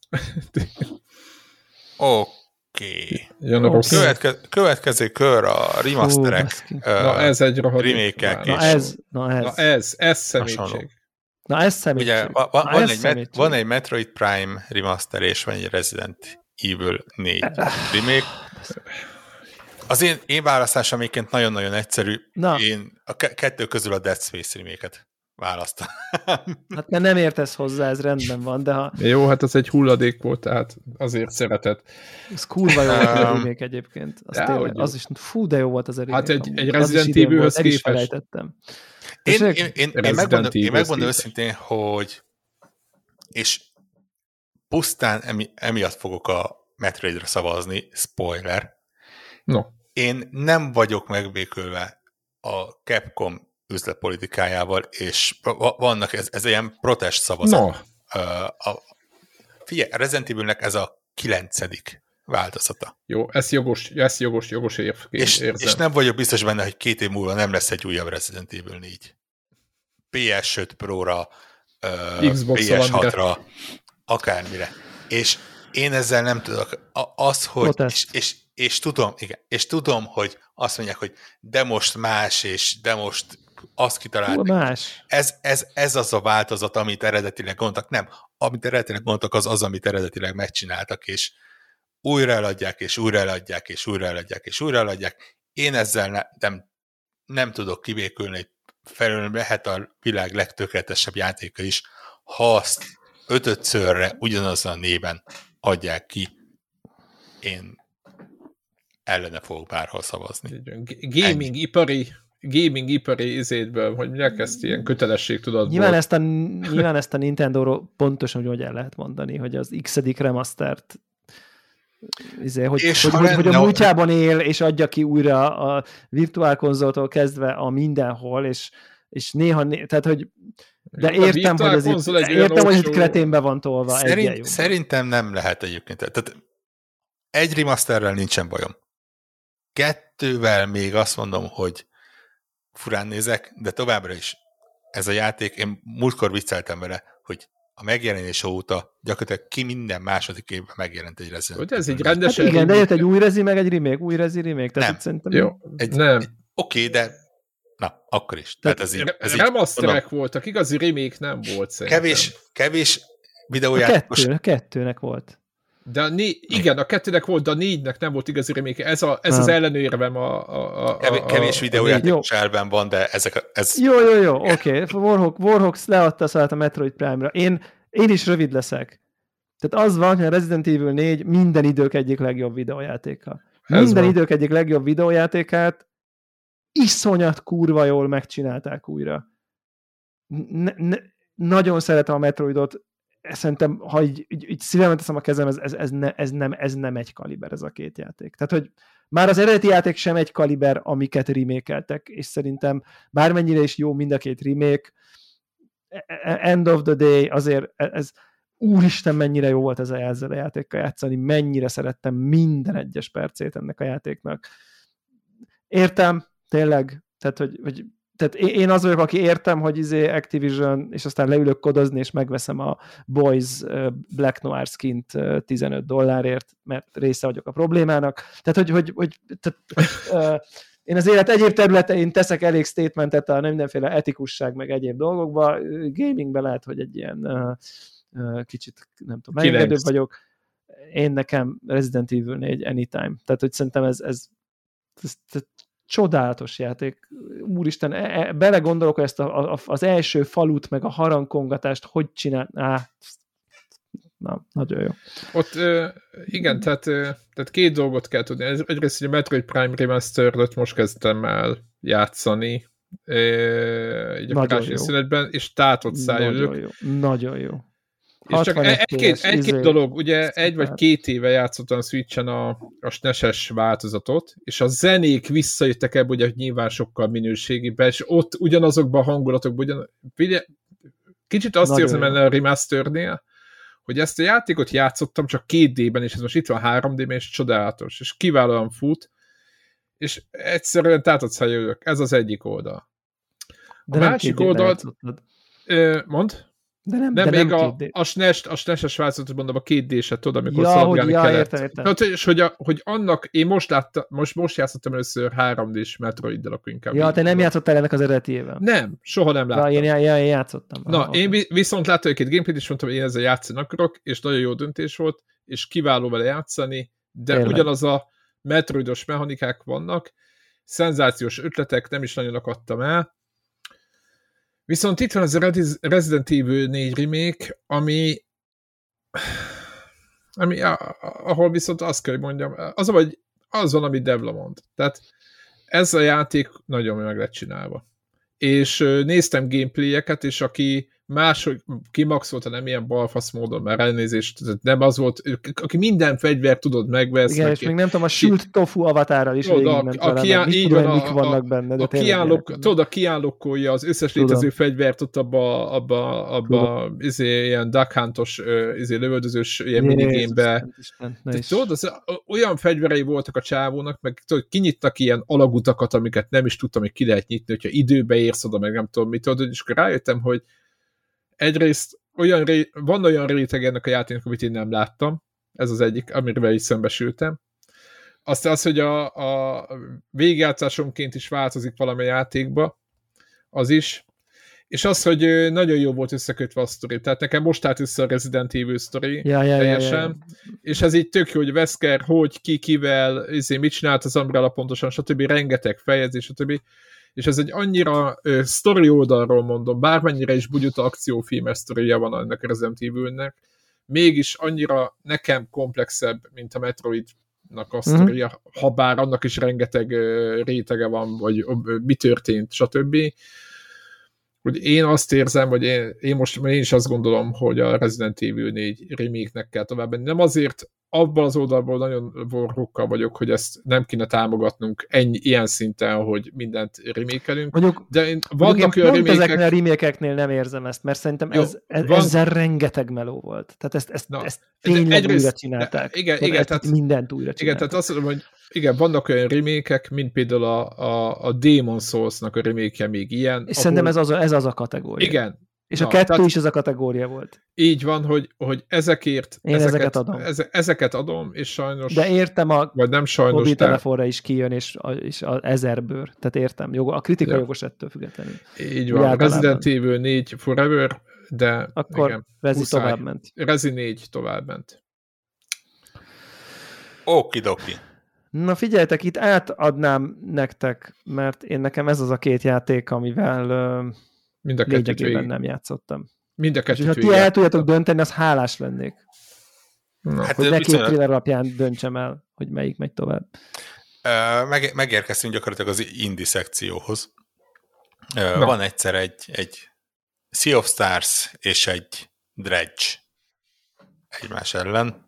Oké. Következő kör a remasterek. Na ez egy rohadt. Remake-ek. Na ez szemétség. Na ez szemétség. Ugye van egy Metroid Prime remaster, és van egy Resident Evil 4 remake. Az én választásom egyébként nagyon-nagyon egyszerű. Na. Én a kettő közül a Dead Space remake-et választom. Hát mert nem értesz hozzá, ez rendben van, de ha... Jó, hát az egy hulladék volt, tehát azért szeretett. Ez kurva jó volt a remake egyébként. Az is, fú, de jó volt az a remake. Hát egy Resident Evil-höz képest. Én megmondom őszintén, hogy és pusztán emiatt fogok a Metroidra szavazni, spoiler. No. Én nem vagyok megbékülve a Capcom üzletpolitikájával, és vannak ez ilyen protest szavazat. No. Figyelj, a Resident Evil-nek ez a 9. változata. Jó, ez jogos érzem. És nem vagyok biztos benne, hogy 2 év múlva nem lesz egy újabb Resident Evil 4. PS5 Pro-ra, PS6-ra, akármire. És én ezzel nem tudok. Az, hogy... És tudom, igen, és tudom, hogy azt mondják, hogy de most más, és de most azt kitalálták. Más. Ez az a változat, amit eredetileg gondoltak. Nem, amit eredetileg gondoltak, az, amit eredetileg megcsináltak, és újra eladják, és újra eladják, és újra eladják, és újra eladják. Én ezzel nem tudok kibékülni, felül lehet a világ legtökéletesebb játéka is, ha azt 5-szörre ugyanazon a néven adják ki, én ellene fogok bárhol szavazni. Gaming ipari izétből, hogy mondják ezt ilyen kötelességtudatból. Nyilván ezt a Nintendo-ról pontosan hogy el lehet mondani, hogy az X-edik remastert hogy a múltjában él, és adja ki újra a virtuál konzoltól kezdve a mindenhol, és néha, tehát hogy de értem, hogy ez itt kreténbe van tolva. Szerintem nem lehet egyébként. Tehát egy remasterrel nincsen bajom. 2-vel még azt mondom, hogy furán nézek, de továbbra is ez a játék, én múltkor vicceltem vele, hogy a megjelenés óta gyakorlatilag minden második évben megjelent egy Resident Evil. Ez egy rendes igen, de jött egy új rezi, meg egy remake, új remake. Tehát nem. Jó, nem. Oké, de na, akkor is. Tehát ez remasterek voltak, igazi remake nem volt szerintem. Kevés videójátékos. A kettőnek volt. De a 2-nek volt, de a 4-nek nem volt igazi remake. Ez az ellenőrvem kevés videójátékos elben van, de ez... Jó, oké. Warhawks leadta a szállat a Metroid Prime-ra. Én is rövid leszek. Tehát az van, hogy a Resident Evil 4 minden idők egyik legjobb videójátéka. Minden idők egyik legjobb videójátékát iszonyat kurva jól megcsinálták újra. Nagyon szeretem a Metroidot, szerintem, ha így szívemben teszem a kezem, ez nem egy kaliber ez a két játék. Tehát, hogy már az eredeti játék sem egy kaliber, amiket remékeltek, és szerintem bármennyire is jó mind a két remake, end of the day, azért ez úristen, mennyire jó volt ezzel a játékkal játszani, mennyire szerettem minden egyes percét ennek a játéknak. Értem, tényleg, tehát én az vagyok, aki értem, hogy Activision, és aztán leülök kodozni, és megveszem a Boys Black Noir skint $15, mert része vagyok a problémának. Tehát, én az élet egyéb területein teszek elég statementet a mindenféle etikusság, meg egyéb dolgokba. Gamingben lehet, hogy egy ilyen kicsit, nem tudom, megengedőbb vagyok. Én nekem Resident Evil 4 anytime. Tehát, hogy szerintem ez csodálatos játék. Úristen, belegondolok, hogy ezt az első falut, meg a harangkongatást hogy csinál... nagyon jó. Ott igen, tehát két dolgot kell tudni. Egyrészt, hogy a Metroid Prime Remastered-öt most kezdtem el játszani így a karácsonyi szünetben, és tátott szájölök. Nagyon jó. És csak egy-két dolog, ugye 1 vagy 2 éve játszottam a Switchen a SNES-es változatot, és a zenék visszajöttek ebbe, ugye nyilván sokkal minőségiben, és ott ugyanazokban a hangulatokban, kicsit azt érzem ellen a remasternél, hogy ezt a játékot játszottam csak 2D-ben, és ez most itt van 3D-ben, és csodálatos, és kiválóan fut, és egyszerűen tátott szájölök. Ez az egyik oldal. A másik oldal... Mondd? De nem még a SNES-es változatot mondom, a 2D-set, tudod, amikor szaladgálni kellett. Értem. És hogy annak, én most játszottam először 3D-s Metroiddal, akkor inkább. Ja, te nem játszottál ennek az eredetiével? Nem, soha nem láttam. Én játszottam. Na, én viszont láttam egy-két gameplayt, és mondtam, hogy én ezzel játszani akarok, és nagyon jó döntés volt, és kiváló vele játszani, de tényleg. Ugyanaz a Metroidos mechanikák vannak, szenzációs ötletek, nem is nagyon akadtam el. Viszont itt van az a Resident Evil 4 remake, ami ahol viszont azt kell, hogy mondjam, az van, amit Devla mond. Tehát ez a játék nagyon meg lett csinálva. És néztem gameplayeket, és aki máshogy kimaxolta, nem ilyen balfasz módon, mert elnézést, nem az volt, aki minden fegyvert tudod megvesz. Igen, és még nem tudom, a sült tofu avatárral is végigment vele, mik vannak benne. A kiállokkolja az összes létező fegyvert ott abba ilyen Duck Hunt-os lövöldözős ilyen minigémbe. Tudod, olyan fegyverei voltak a csávónak, meg tudod, kinyittak ilyen alagutakat, amiket nem is tudtam, hogy ki lehet nyitni, hogyha időbe érsz oda, meg nem tudom mit tudod, és akkor rájöttem, hogy egyrészt van olyan réteg ennek a játéknak, amit én nem láttam, ez az egyik, amivel is szembesültem. Aztán az, hogy a végigjátszásonként is változik valami játékba, az is. És az, hogy nagyon jó volt összekötve a sztori. Tehát nekem most állt össze a Resident Evil sztori teljesen. És ez így tök jó, hogy Wesker, hogy kivel, mit csinált az Umbrella pontosan, stb. Rengeteg fejezés, stb. és ez egy annyira sztori oldalról mondom, bármennyire is bugyuta akciófilmes sztoria van ennek a Resident Evil-nek, mégis annyira nekem komplexebb, mint a Metroidnak a sztoria, ha bár annak is rengeteg rétege van, vagy mi történt, stb. Hogy én azt érzem, hogy én is azt gondolom, hogy a Resident Evil 4 remake-nek kell tovább menni. Nem azért, abban az oldalból nagyon vorrokkal vagyok, hogy ezt nem kéne támogatnunk ilyen szinten, hogy mindent remake-elünk. De vannak olyan remékek... Ezeknél a remake-eknél nem érzem ezt, mert szerintem ezzel rengeteg meló volt. Tehát ezt tényleg újra csinálták. Igen, tehát mindent újra csinálták. Igen, tehát azt mondom, hogy igen, vannak olyan remake-ek, mint például a Demon's Souls-nak a remake-je még ilyen. És szerintem ez az a kategória. Igen. És a 2 is ez a kategória volt. Így van, hogy ezekért ezeket adom, és sajnos... De értem vagy nem sajnos, mobiltelefonra is kijön, és a 1000 bőr. Tehát értem. A kritika jogos ettől függetlenül. Így van. Resident Evil 4 Forever, de akkor igen, Rezi továbbment. Rezi 4 továbbment. Okidoki. Na figyeljetek, itt átadnám nektek, mert nekem ez az a 2 játék, amivel lényegében nem játszottam. Mind a kettőt. Ha ti el tudjátok dönteni, az hálás lennék. Hát hogy ne 2 trailer alapján döntsem el, hogy melyik megy tovább. Megérkeztünk gyakorlatilag az indie szekcióhoz. Van egyszer egy Sea of Stars és egy Dredge egymás ellen.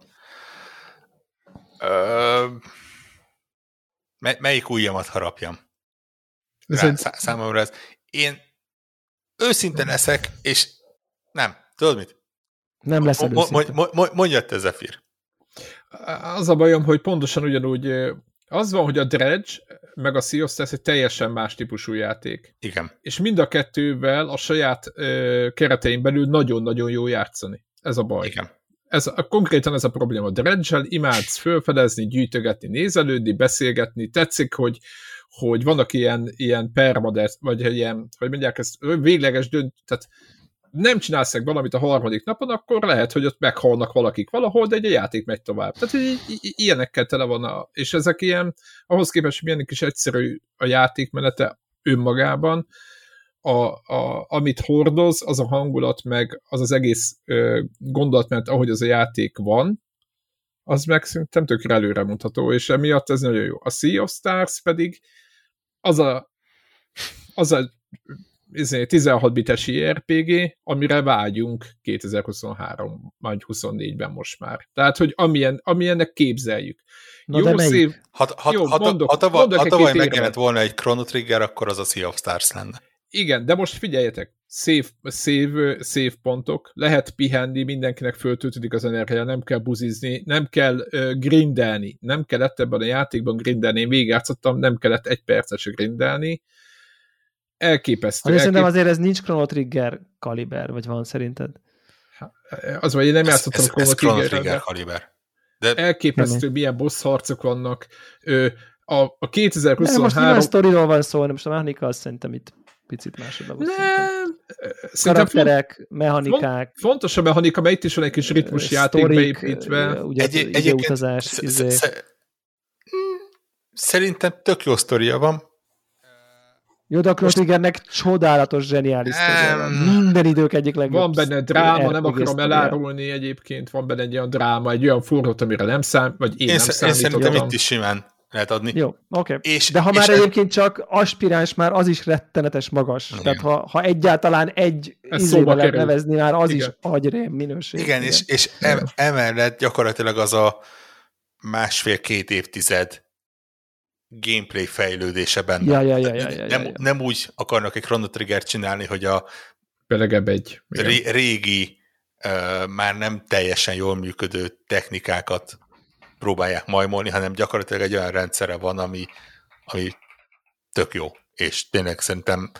Melyik ujjamat harapjam? Számomra ez. Én őszinte leszek, és nem. Tudod mit? Nem lesz őszinte. Mondjad te, Zephyr. Az a bajom, hogy pontosan ugyanúgy az van, hogy a Dredge meg a Sea of Stars egy teljesen más típusú játék. Igen. És mind a kettővel a saját keretein belül nagyon-nagyon jó játszani. Ez a baj. Igen. Konkrétan ez a probléma. A Dredge-el imádsz felfedezni, gyűjtögetni, nézelődni, beszélgetni. Tetszik, hogy vannak ilyen permadeath, vagy ilyen, hogy mondják ezt, végleges tehát nem csinálsz meg valamit a harmadik napon, akkor lehet, hogy ott meghalnak valakik valahol, de egy játék megy tovább. Tehát ilyenekkel tele van, és ezek ilyen, ahhoz képest, hogy milyen kis egyszerű a játékmenete önmagában, amit hordoz, az a hangulat, meg az egész gondolatmenet, ahogy az a játék van, az meg szerintem tökre előre mondható, és emiatt ez nagyon jó. A Sea of Stars pedig az a 16 bites RPG, amire vágyunk 2023, majd 24-ben most már. Tehát, hogy amilyennek képzeljük. Na jó szív. Ha tavaly megjelent volna egy Chrono Trigger, akkor az a Sea of Stars lenne. Igen, de most figyeljetek, save pontok, lehet pihenni, mindenkinek föltöltődik az energia, nem kell buzizni, nem kell grindelni, nem kellett ebben a játékban grindelni, én végigjátszottam, nem kellett 1 percet se grindelni. Elképesztő. Szerintem azért ez nincs Chrono Trigger kaliber, vagy van szerinted? Az vagy, én nem játszottam Chrono Trigger kaliber. De elképesztő, milyen boss harcok vannak. A 2023... De most nyilván sztoriról van szó, most a mechanika az szerintem itt picit másodban volt. Karakterek, mechanikák. Fontos a mechanika, mert itt is van egy kis ritmus játék beépítve. Időutazás. Szerintem tök jó sztoria van. Jó, de a Chrono Triggernek csodálatos, zseniális sztoria. Minden idők egyik legjobb. Van benne dráma, nem akarom elárulni egyébként, van benne egy olyan dráma, egy olyan forró, amire nem vagy én nem számítottam. Én szerintem itt is simán lehet adni. Jó, oké. De ha már egyébként csak aspiráns, már az is rettenetes magas. Igen. Tehát ha egyáltalán egy izébe lehet nevezni, már az is agyrém minőség. Igen, és emellett gyakorlatilag az a 1,5-2 évtized gameplay fejlődése benne. Nem úgy akarnak egy Chrono Trigger csinálni, hogy a régi, már nem teljesen jól működő technikákat próbálják majmolni, hanem gyakorlatilag egy olyan rendszere van, ami tök jó. És tényleg szerintem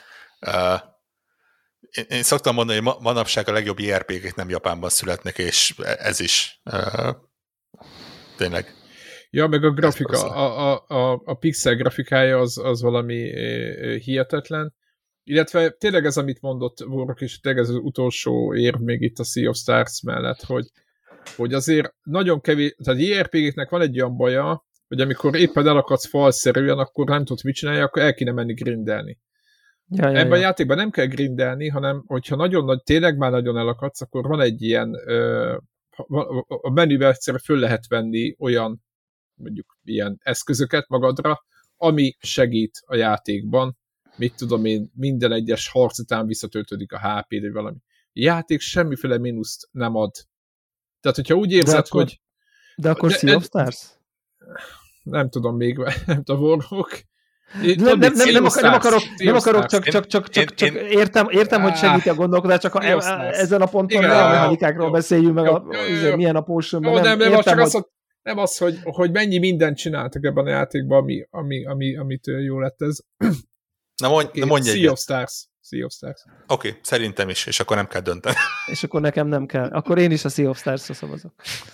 én szoktam mondani, hogy manapság a legjobb JRPG-k nem Japánban születnek, és ez is tényleg. Ja, meg a grafika, a pixel grafikája az valami hihetetlen. Illetve tényleg ez, amit mondott Vorok, és tényleg ez az utolsó érv még itt a Sea of Stars mellett, hogy azért nagyon kevés, tehát JRPG-knek van egy olyan baja, hogy amikor éppen elakadsz falszerűen, akkor nem tudsz mit csinálni, akkor el kéne menni grindelni. Ebben a játékban nem kell grindelni, hanem hogyha nagyon nagy, tényleg már nagyon elakadsz, akkor van egy ilyen a menüben egyszerűen föl lehet venni olyan mondjuk ilyen eszközöket magadra, ami segít a játékban. Mit tudom én, minden egyes harc után visszatöltődik a HP-d, vagy valami. A játék semmiféle mínuszt nem ad. Tehát, hogyha úgy érzed, hogy... De akkor Sea of Stars? Nem tudom még, nem tudom, Warhawk. Nem akarok, csak értem, hogy segíti a gondolkodás, csak ezen a ponton nem a mechanikákról beszéljünk, meg milyen a potion. Nem az, hogy mennyi mindent csináltak ebben a játékban, amit jó lett ez. Na mondj Sea of Stars. Oké, szerintem is, és akkor nem kell dönteni. És akkor nekem nem kell. Akkor én is a Sea of Stars-ra szavazok.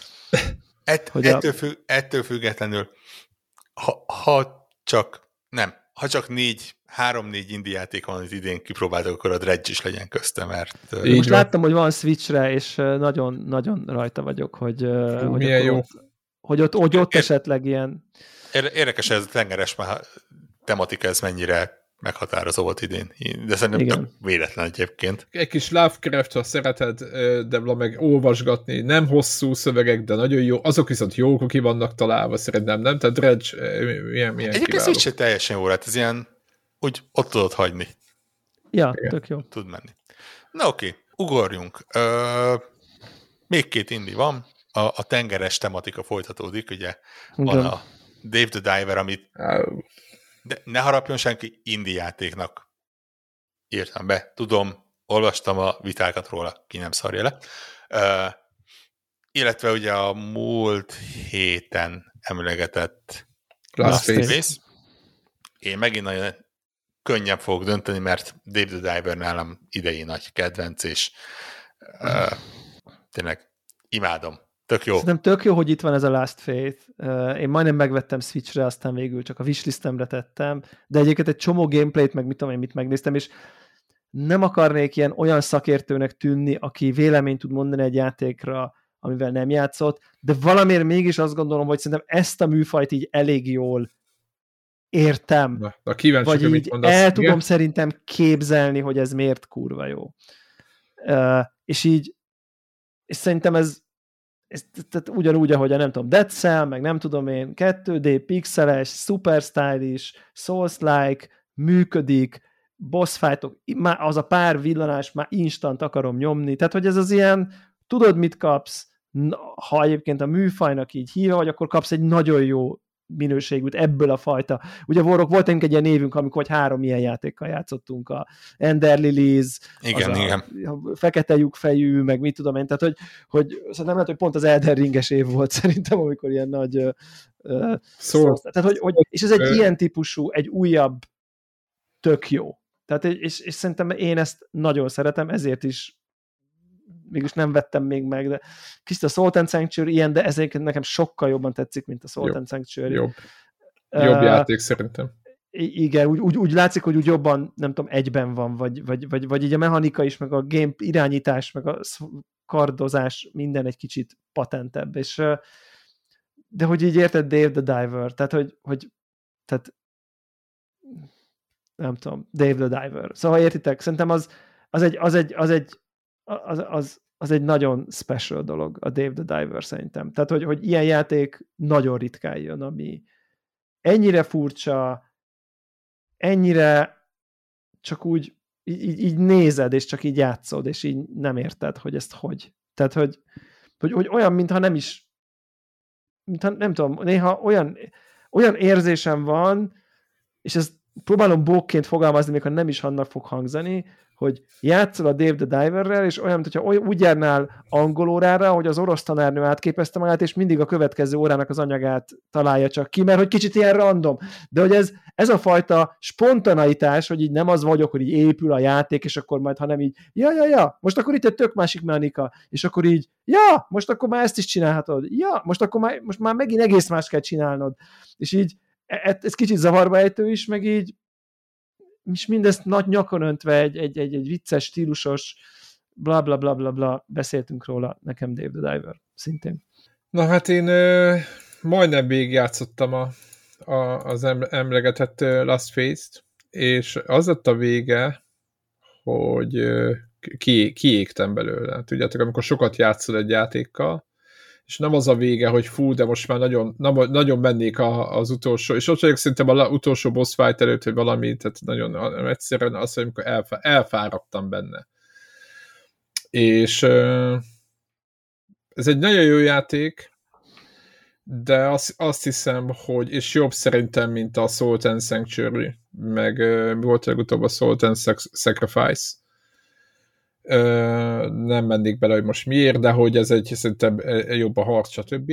Ettől függetlenül, ha csak 3-4 indie játék van, amit idén kipróbáltak, akkor a Dredge is legyen közte, mert... Most láttam, hogy van Switchre, és nagyon rajta vagyok, hogy ott esetleg ilyen... Érdekes ez a tengeres tematika, ez mennyire meghatározó volt idén. De szerintem tök véletlen egyébként. Egy kis Lovecraft, ha szereted, Debla, meg olvasgatni, nem hosszú szövegek, de nagyon jó. Azok viszont jók, ki vannak találva, szerintem, nem? Tehát Dredge milyen egyébként ez így se teljesen jó, hát ez ilyen, úgy ott tudod hagyni. Ja, igen. Tök jó. Tud menni. Na oké, ugorjunk. Még 2 indie van. A tengeres tematika folytatódik, ugye van a Dave the Diver, amit de ne harapjon senki, indie játéknak írtam be. Tudom, olvastam a vitákat róla, ki nem szarja le. Illetve ugye a múlt héten emlegetett Last Face. Én megint nagyon könnyen fogok dönteni, mert Dave the Diver nálam idei nagy kedvenc, és tényleg imádom. Tök jó. Szerintem tök jó, hogy itt van ez a Last Faith. Én majdnem megvettem Switchre, aztán végül csak a wishlistemre tettem, de egyébként egy csomó gameplayt, meg mit tudom én, mit megnéztem, és nem akarnék ilyen olyan szakértőnek tűnni, aki véleményt tud mondani egy játékra, amivel nem játszott, de valamiért mégis azt gondolom, hogy szerintem ezt a műfajt így elég jól értem. Na kíváncsi, vagy így el tudom szerintem képzelni, hogy ez miért kurva jó. És szerintem ez tehát ugyanúgy, ahogy a nem tudom, Dead Cell, meg nem tudom én, 2D, pixeles, super stylish, Souls-like, működik, boss fightok, az a pár villanás már instant akarom nyomni, tehát hogy ez az ilyen, tudod mit kapsz, ha egyébként a műfajnak így híve vagy, akkor kapsz egy nagyon jó minőségűt ebből a fajta. Ugye volt egy ilyen évünk, amikor 3 ilyen játékkal játszottunk, a Ender Lilies, igen. A fekete lyukfejű, meg mit tudom én, tehát hogy szerintem lehet, hogy pont az Elden Ringes év volt szerintem, amikor ilyen nagy tehát, és ez egy ilyen típusú, egy újabb tök jó. Tehát, és szerintem én ezt nagyon szeretem, ezért is mégis nem vettem még meg, de kicsit a Salt and Sanctuary ilyen, de ezért nekem sokkal jobban tetszik, mint a Salt and Sanctuary. Jobb játék szerintem. Igen, úgy látszik, hogy úgy jobban, nem tudom, egyben van, vagy így a mechanika is, meg a game irányítás, meg a kardozás, minden egy kicsit patentebb, és de hogy így érted Dave the Diver, tehát nem tudom, Dave the Diver. Szóval értitek, szerintem az egy nagyon special dolog, a Dave the Diver szerintem. Tehát, hogy ilyen játék nagyon ritkán jön, ami ennyire furcsa, ennyire csak úgy így nézed, és csak így játszod, és így nem érted, hogy ezt hogy. Tehát, hogy olyan, mintha nem is, mintha, nem tudom, néha olyan érzésem van, és ezt próbálom bókként fogalmazni, még ha nem is annak fog hangzani, hogy játszol a Dave the Diverrel, és olyan, mintha úgy járnál angol órára, hogy az orosz tanárnő átképezte magát, és mindig a következő órának az anyagát találja csak ki, mert hogy kicsit ilyen random. De hogy ez a fajta spontaneitás, hogy így nem az vagyok, hogy így épül a játék, és akkor majd, hanem így, ja, most akkor itt egy tök másik mechanika, és akkor így, ja, most akkor már ezt is csinálhatod, ja, most már megint egész más kell csinálnod. És így, ez kicsit zavarba ejtő is, meg így, és mindezt nagy nyakon öntve egy vicces, stílusos bla bla bla bla bla, beszéltünk róla, nekem Dave the Diver, szintén. Na hát én majdnem végigjátszottam az emlegetett Last Face-t, és az lett a vége, hogy kiégtem belőle. Tudjátok, amikor sokat játszol egy játékkal, és nem az a vége, hogy fú, de most már nagyon mennék az utolsó, és ott vagyok szerintem az utolsó boss fight előtt, hogy valami, tehát nagyon egyszerűen az, hogy amikor elfáradtam benne. És ez egy nagyon jó játék, de azt hiszem, hogy, és jobb szerintem, mint a Salt and Sanctuary, meg mi volt legutóbb a Salt and Sacrifice. Nem mennék bele, hogy most miért, de hogy ez egy szerintem jobb a harc, stb.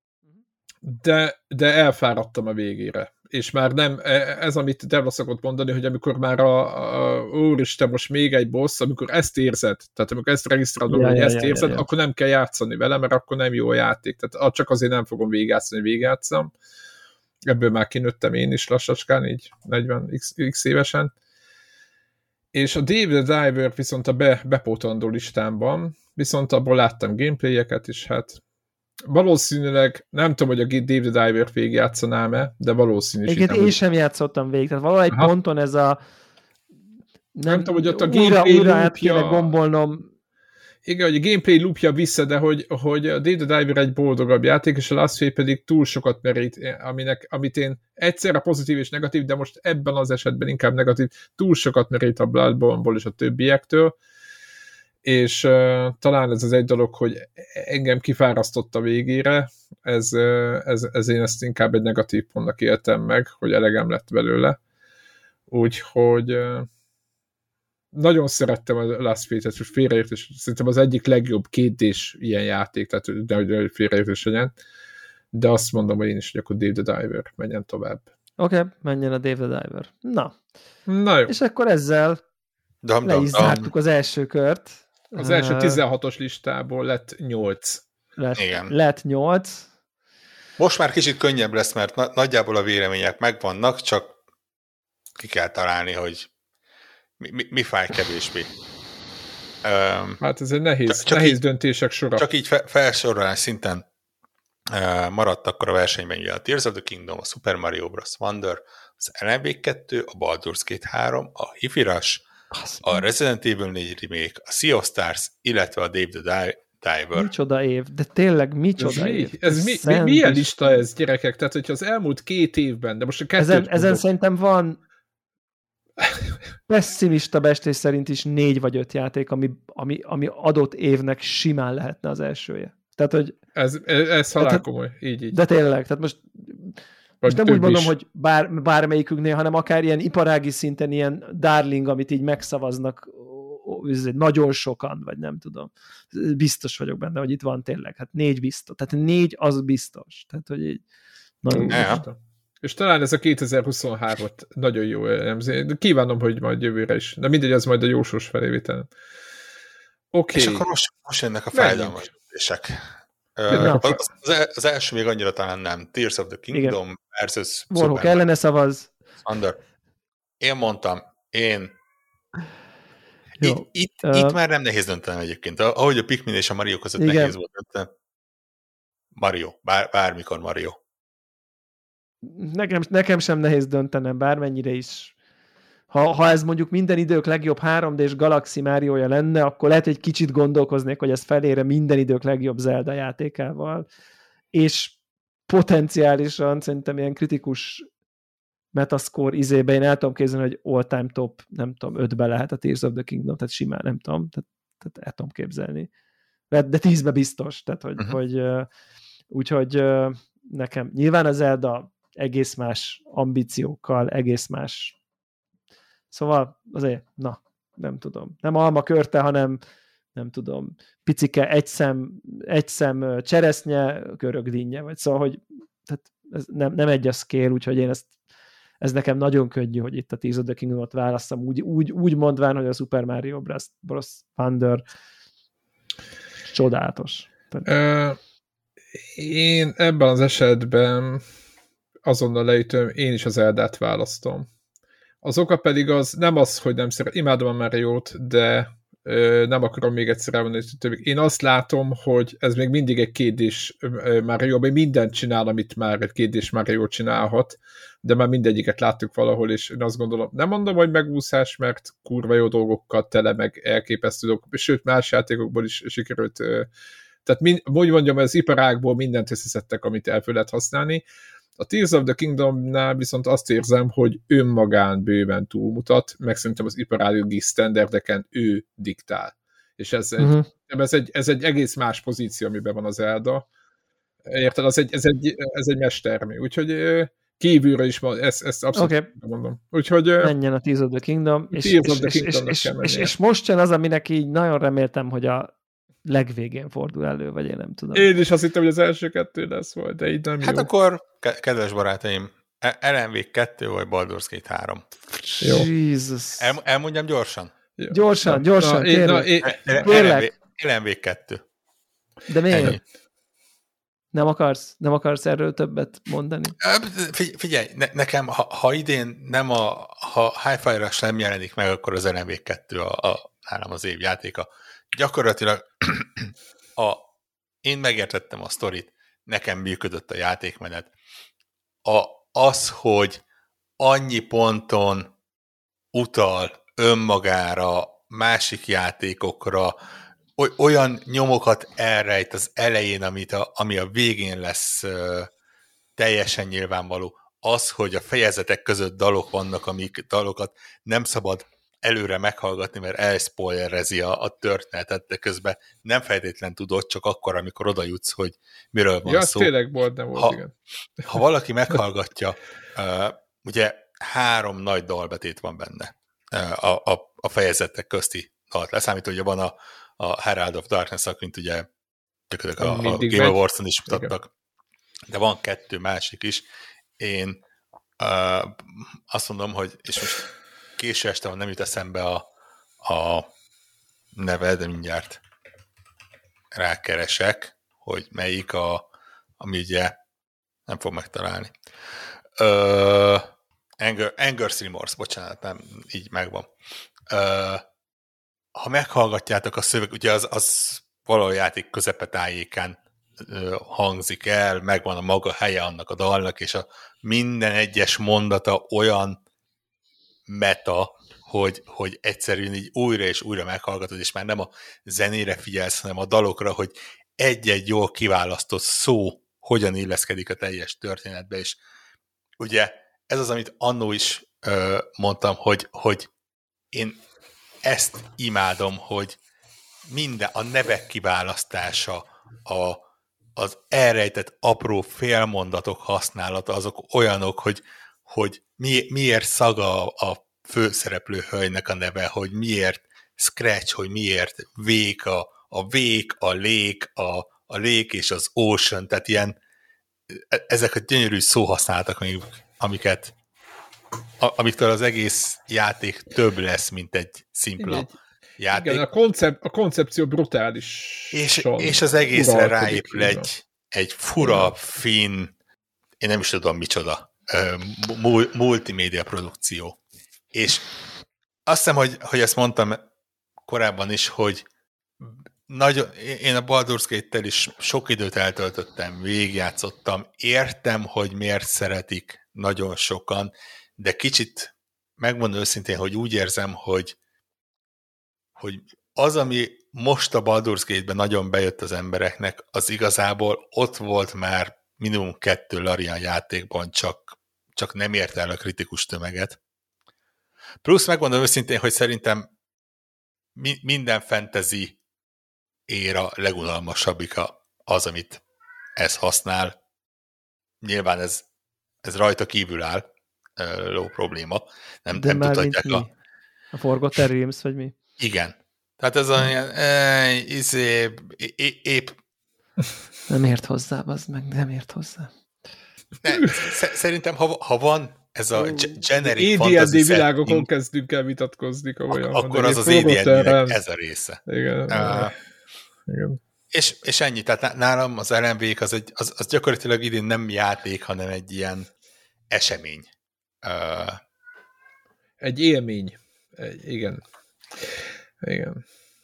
De elfáradtam a végére. És már nem, ez amit Devla szokott mondani, hogy amikor már úristen, most még egy boss, amikor ezt érzed, tehát amikor ezt regisztrálod, hogy ezt érzed, akkor nem kell játszani vele, mert akkor nem jó a játék. Tehát csak azért nem fogom végigjátszani, hogy végigjátszom. Ebből már kinőttem én is lassacskán, így 40x évesen. És a Dave the Diver viszont a bepótolandó listámban, viszont abból láttam gameplayeket, és hát valószínűleg, nem tudom, hogy a Dave the Diver végigjátszanám-e, de valószínűsítem. Én sem játszottam végig, tehát valahogy ponton ez a nem tudom, hogy ott a gameplay újra át kéne gombolnom. Igen, hogy a gameplay loopja vissza, de hogy a Dave the Diver egy boldogabb játék, és a Last Faith pedig túl sokat merít, amit én egyszerre pozitív és negatív, de most ebben az esetben inkább negatív, túl sokat merít a Bloodborne-ból és a többiektől, és talán ez az egy dolog, hogy engem kifárasztott a végére, ez én ezt inkább egy negatív pontnak éltem meg, hogy elegem lett belőle. Úgyhogy nagyon szerettem a Last Faith-et, hogy félreértés, szerintem az egyik legjobb 2D-s ilyen játék, tehát de félreértés legyen, de azt mondom, hogy én is, hogy akkor Dave the Diver menjen tovább. Oké, menjen a Dave the Diver. Na jó. És akkor ezzel le is zártuk az első kört. Az első 16-os listából lett 8. Lett 8. Most már kicsit könnyebb lesz, mert nagyjából a vélemények megvannak, csak ki kell találni, hogy mi fáj kevésbé. Hát ez egy nehéz döntések sora. Csak így felsorolás szinten maradt akkor a versenyben ugye a Tears of the Kingdom, a Super Mario Bros. Wonder, az Alan Wake 2, a Baldur's Gate 3, a Hi-Fi Rush, a Resident Evil 4 remake, a Sea of Stars, illetve a Dave the Diver. Micsoda év, de tényleg micsoda év. Milyen lista ez, gyerekek? Tehát, hogyha az elmúlt 2 évben, de most a ezen szerintem van pessimista bestés szerint is 4 vagy 5 játék, ami adott évnek simán lehetne az elsője. Tehát, hogy ez halál komoly, így. De tényleg, tehát most nem úgy mondom, hogy bármelyikünknél, hanem akár ilyen iparági szinten ilyen darling, amit így megszavaznak nagyon sokan, vagy nem tudom. Biztos vagyok benne, hogy itt van tényleg. Hát 4 biztos. Tehát 4 az biztos. Tehát, hogy így nagyon És talán ez a 2023-at nagyon jó elemzés. Kívánom, hogy majd jövőre is. De mindegy, az majd a jósors felévitelen. Oké. És akkor most jönnek a fájdalmas döntések. Az első még annyira talán nem. Tears of the Kingdom. Igen. Versus Warhawk ellene szavaz. Under. Én mondtam, itt már nem nehéz döntenem egyébként. Ahogy a Pikmin és a Mario között nehéz volt döntenem. Mario. Bármikor Mario. Nekem sem nehéz döntenem, bármennyire is. Ha ez mondjuk minden idők legjobb 3D-s Galaxy Mario-ja lenne, akkor lehet, hogy kicsit gondolkoznék, hogy ez felére minden idők legjobb Zelda játékával. És potenciálisan szerintem ilyen kritikus metascore izébe én el tudom képzelni, hogy all-time top, nem tudom, 5-be lehet a Tears of the Kingdom, tehát simán nem tudom, tehát el tudom képzelni. De 10-be biztos, tehát hogy úgyhogy nekem nyilván a Zelda egész más ambíciókkal, egész más. Szóval azért, nem tudom. Nem alma körte, hanem nem tudom, picike egy szem cseresznye, körögdínnye, vagy szóval, hogy tehát ez nem egy a scale, úgyhogy én ez nekem nagyon könnyű, hogy itt a Tears of the Kingdom-ot válasszam, úgy mondván, hogy a Super Mario Bros. Wonder csodálatos. Én ebben az esetben azonnal leütöm, én is az Zeldát választom. Az oka pedig az nem az, hogy nem imádom a Mario-t, de nem akarom még egyszer elmondani, hogy én azt látom, hogy ez még mindig egy 2D-s Mario, ami mindent csinál, amit már egy 2D-s Mario csinálhat, de már mindegyiket láttuk valahol, és én azt gondolom, nem mondom, hogy megúszás, mert kurva jó dolgokkal tele, meg elképesztő dolgok, sőt, más játékokból is sikerült, tehát hogy mondjam, az iparágból mindent összeszedtek, amit el lehet használni. A Tears of the Kingdomnál viszont azt érzem, hogy önmagán bőven túlmutat, meg szerintem az iparági sztenderdeken ő diktál. És ez egy egész más pozíció, amiben van az Zelda. Érted? Ez egy mestermű. Úgyhogy kívülről is van, ezt abszolút mondom. Úgyhogy menjen a Tears of the Kingdom, és most jön az, aminek így nagyon reméltem, hogy a legvégén fordul elő, vagy én nem tudom. Én is azt hittem, hogy az első 2 lesz volt, de így nem hát jó. akkor, kedves barátaim, Alan Wake 2 vagy Baldur's Gate 3? Jó. Jesus. Elmondjam gyorsan? Jó. Gyorsan, tényleg. Alan Wake 2. De miért? Ennyi. Nem akarsz erről többet mondani? Figyelj, nekem, ha idén ha Hi-Fi Rush nem jelenik meg, akkor az Alan Wake 2 nálam az év játéka. Gyakorlatilag én megértettem a sztorit, nekem működött a játékmenet. Az, hogy annyi ponton utal önmagára, másik játékokra, olyan nyomokat elrejt az elején, ami a végén lesz teljesen nyilvánvaló. Az, hogy a fejezetek között dalok vannak, amik dalokat nem szabad előre meghallgatni, mert elspoilerezi a történetet, de közben nem feltétlen tudod, csak akkor, amikor oda jutsz, hogy miről van szó. Ja, tényleg volt, nem volt, igen. Ha valaki meghallgatja, ugye 3 nagy dalbetét van benne a fejezetek közti dalt. Leszámítva, hogy van a Herald of Darkness, mint ugye a Game of War-on is mutattak. De van 2 másik is. Én azt mondom, hogy és most késő este van, nem jut eszembe a neve, de mindjárt rákeresek, hogy melyik ami ugye nem fog megtalálni. Anger's Remorse, bocsánat, nem, így megvan. Ha meghallgatjátok a szöveg, ugye az valahol játék közepetájékán hangzik el, megvan a maga helye annak a dalnak, és minden egyes mondata olyan meta, hogy egyszerűen így újra és újra meghallgatod, és már nem a zenére figyelsz, hanem a dalokra, hogy egy-egy jól kiválasztott szó hogyan illeszkedik a teljes történetbe, és ugye ez az, amit annó is mondtam, hogy én ezt imádom, hogy minden, a nevek kiválasztása, az elrejtett apró félmondatok használata, azok olyanok, hogy miért Szaga a főszereplő hölgynek a neve, hogy miért Scratch, hogy miért Wake, a Wake, a Lake, a Lake és az Ocean, tehát ilyen ezek a gyönyörű szóhasználatok, amiktől az egész játék több lesz, mint egy szimpla játék. Igen, a koncepció brutális. És az egészre ráépül egy fura, finn, én nem is tudom micsoda, multimédia produkció. És azt hiszem, hogy ezt mondtam korábban is, hogy én a Baldur's Gate-tel is sok időt eltöltöttem, végigjátszottam, értem, hogy miért szeretik nagyon sokan, de kicsit megmondom őszintén, hogy úgy érzem, hogy az, ami most a Baldur's Gate-ben nagyon bejött az embereknek, az igazából ott volt már minimum 2 Larian játékban, csak nem ért el a kritikus tömeget. Plusz megmondom őszintén, hogy szerintem minden fantasy éra legunalmasabbik az, amit ez használ. Nyilván ez rajta kívül áll, ló probléma. Nem tudhatják a Forgotten Realms, vagy mi? Igen. Tehát ez olyan épp nem ért hozzá, az meg nem ért hozzá. Szerintem, ha van ez a generic fantasy AD&D világokon kezdünk el vitatkozni komolyan. Akkor az AD&D-nek ez a része. Igen. Igen. És ennyi, tehát nálam az Alan Wake az gyakorlatilag idén nem játék, hanem egy ilyen esemény. Egy élmény. Igen.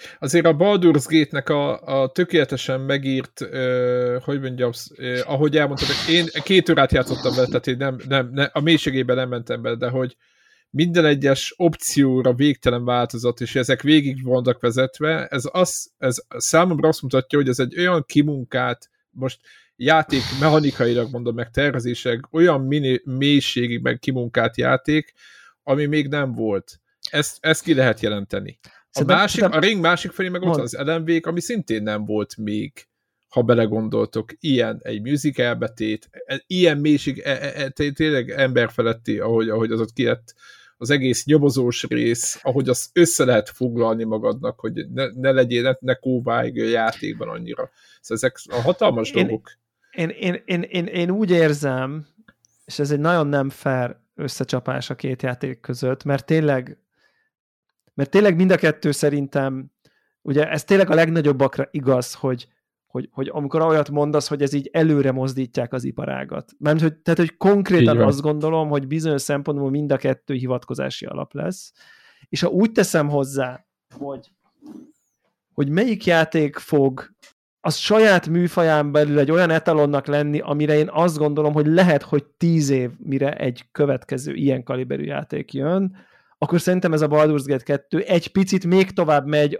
Azért a Baldur's Gate-nek a tökéletesen megírt, hogy mondjam, ahogy elmondtad, én 2 órát játszottam vele, tehát én nem, a mélységében nem mentem bele, de hogy minden egyes opcióra végtelen változat, és ezek végig vannak vezetve, ez számomra azt mutatja, hogy ez egy olyan kimunkált, most játék mechanikailag mondom, meg tervezések, olyan mélységig meg kimunkált játék, ami még nem volt. Ezt ki lehet jelenteni. A ring másik felé meg ott az Alan Wake, ami szintén nem volt még, ha belegondoltok, ilyen egy musical betét, ilyen mélység, tényleg emberfeletti, ahogy az ott kijött, az egész nyomozós rész, ahogy azt össze lehet foglalni magadnak, hogy ne legyél, ne kóváig a játékban annyira. Szóval ezek a hatalmas dolgok. Én úgy érzem, és ez egy nagyon nem fair összecsapás a 2 játék között, mert tényleg mind a 2 szerintem, ugye ez tényleg a legnagyobbakra igaz, hogy amikor olyat mondasz, hogy ez így előre mozdítják az iparágat. Tehát, hogy konkrétan azt gondolom, hogy bizonyos szempontból mind a 2 hivatkozási alap lesz, és ha úgy teszem hozzá, hogy melyik játék fog az saját műfaján belül egy olyan etalonnak lenni, amire én azt gondolom, hogy lehet, hogy 10 év, mire egy következő ilyen kaliberű játék jön, akkor szerintem ez a Baldur's Gate 2 egy picit még tovább megy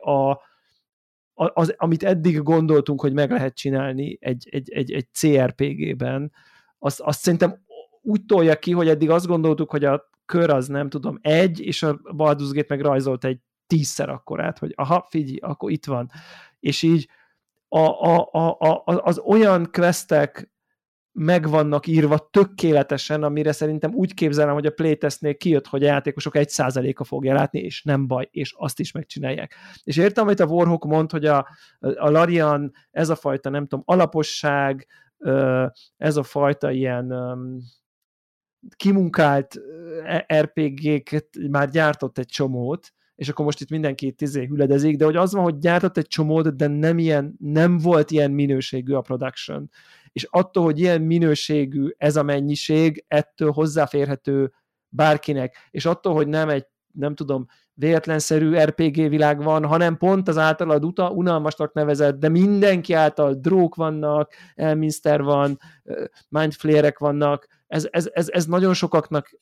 amit eddig gondoltunk, hogy meg lehet csinálni egy CRPG-ben, azt szerintem úgy tolja ki, hogy eddig azt gondoltuk, hogy a kör az nem tudom 1, és a Baldur's Gate meg rajzolt egy 10-szer akkorát, hogy aha, figyelj, akkor itt van. És így az olyan questek meg vannak írva tökéletesen, amire szerintem úgy képzelem, hogy a playtestnél kijött, hogy a játékosok 1%-a fogja látni, és nem baj, és azt is megcsinálják. És értem, amit a Warhawk mond, hogy a Larian, ez a fajta, nem tudom, alaposság, ez a fajta ilyen kimunkált RPG-ket már gyártott egy csomót, és akkor most itt mindenki hüledezik, de hogy az van, hogy gyártott egy csomót, de nem volt ilyen minőségű a production. És attól, hogy ilyen minőségű ez a mennyiség, ettől hozzáférhető bárkinek, és attól, hogy nem egy, nem tudom, véletlenszerű RPG világ van, hanem pont az általad unalmasnak nevezett, de mindenki által drók vannak, Elminster van, Mindflayerek vannak, ez nagyon sokaknak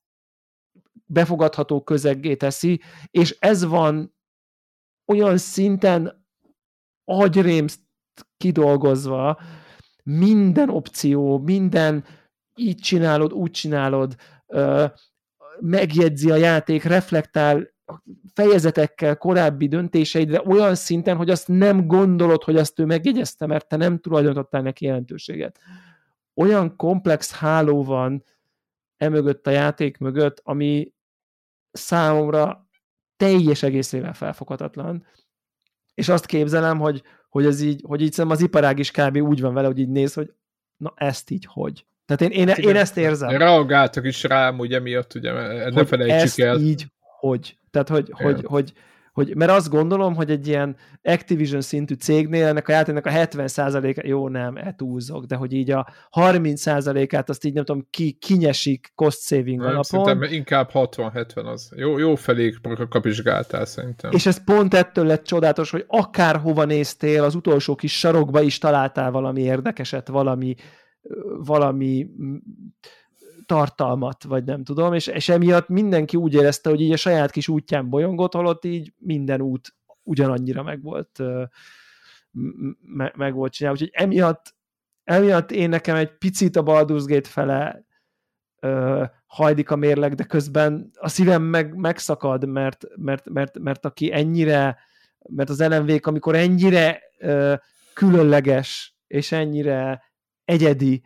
befogadható közeggé teszi, és ez van olyan szinten agyrémzt kidolgozva, minden opció, minden így csinálod, úgy csinálod, megjegyzi a játék, reflektál fejezetekkel korábbi döntéseidre olyan szinten, hogy azt nem gondolod, hogy azt ő megjegyezte, mert te nem tulajdonítottál neki jelentőséget. Olyan komplex háló van emögött a játék mögött, ami számomra teljes egészével felfoghatatlan. És azt képzelem, hogy ez így, hogy így szerintem az iparág is kb. Úgy van vele, hogy így néz, hogy na ezt így hogy. Tehát én ezt érzem. Reagáltak is rám, ugye miatt, ugye, ne felejtsük el. Ezt így hogy. Tehát, hogy mert azt gondolom, hogy egy ilyen Activision szintű cégnél ennek a játéknak a 70%-a, jó nem, túlzok, de hogy így a 30%-át azt így nem tudom, kinyesik cost saving alapon. Szerintem inkább 60-70 az. Jó felé kapizsgáltál szerintem. És ez pont ettől lett csodálatos, hogy akárhova néztél, az utolsó kis sarokba is találtál valami érdekeset, valami tartalmat, vagy nem tudom, és emiatt mindenki úgy érezte, hogy így a saját kis útján bolyongott, holott így minden út ugyanannyira meg volt csinálva. Úgyhogy emiatt én nekem egy picit a Baldur's Gate fele hajlik a mérleg, de közben a szívem megszakad, mert aki ennyire, mert az Alan Wake, amikor ennyire különleges, és ennyire egyedi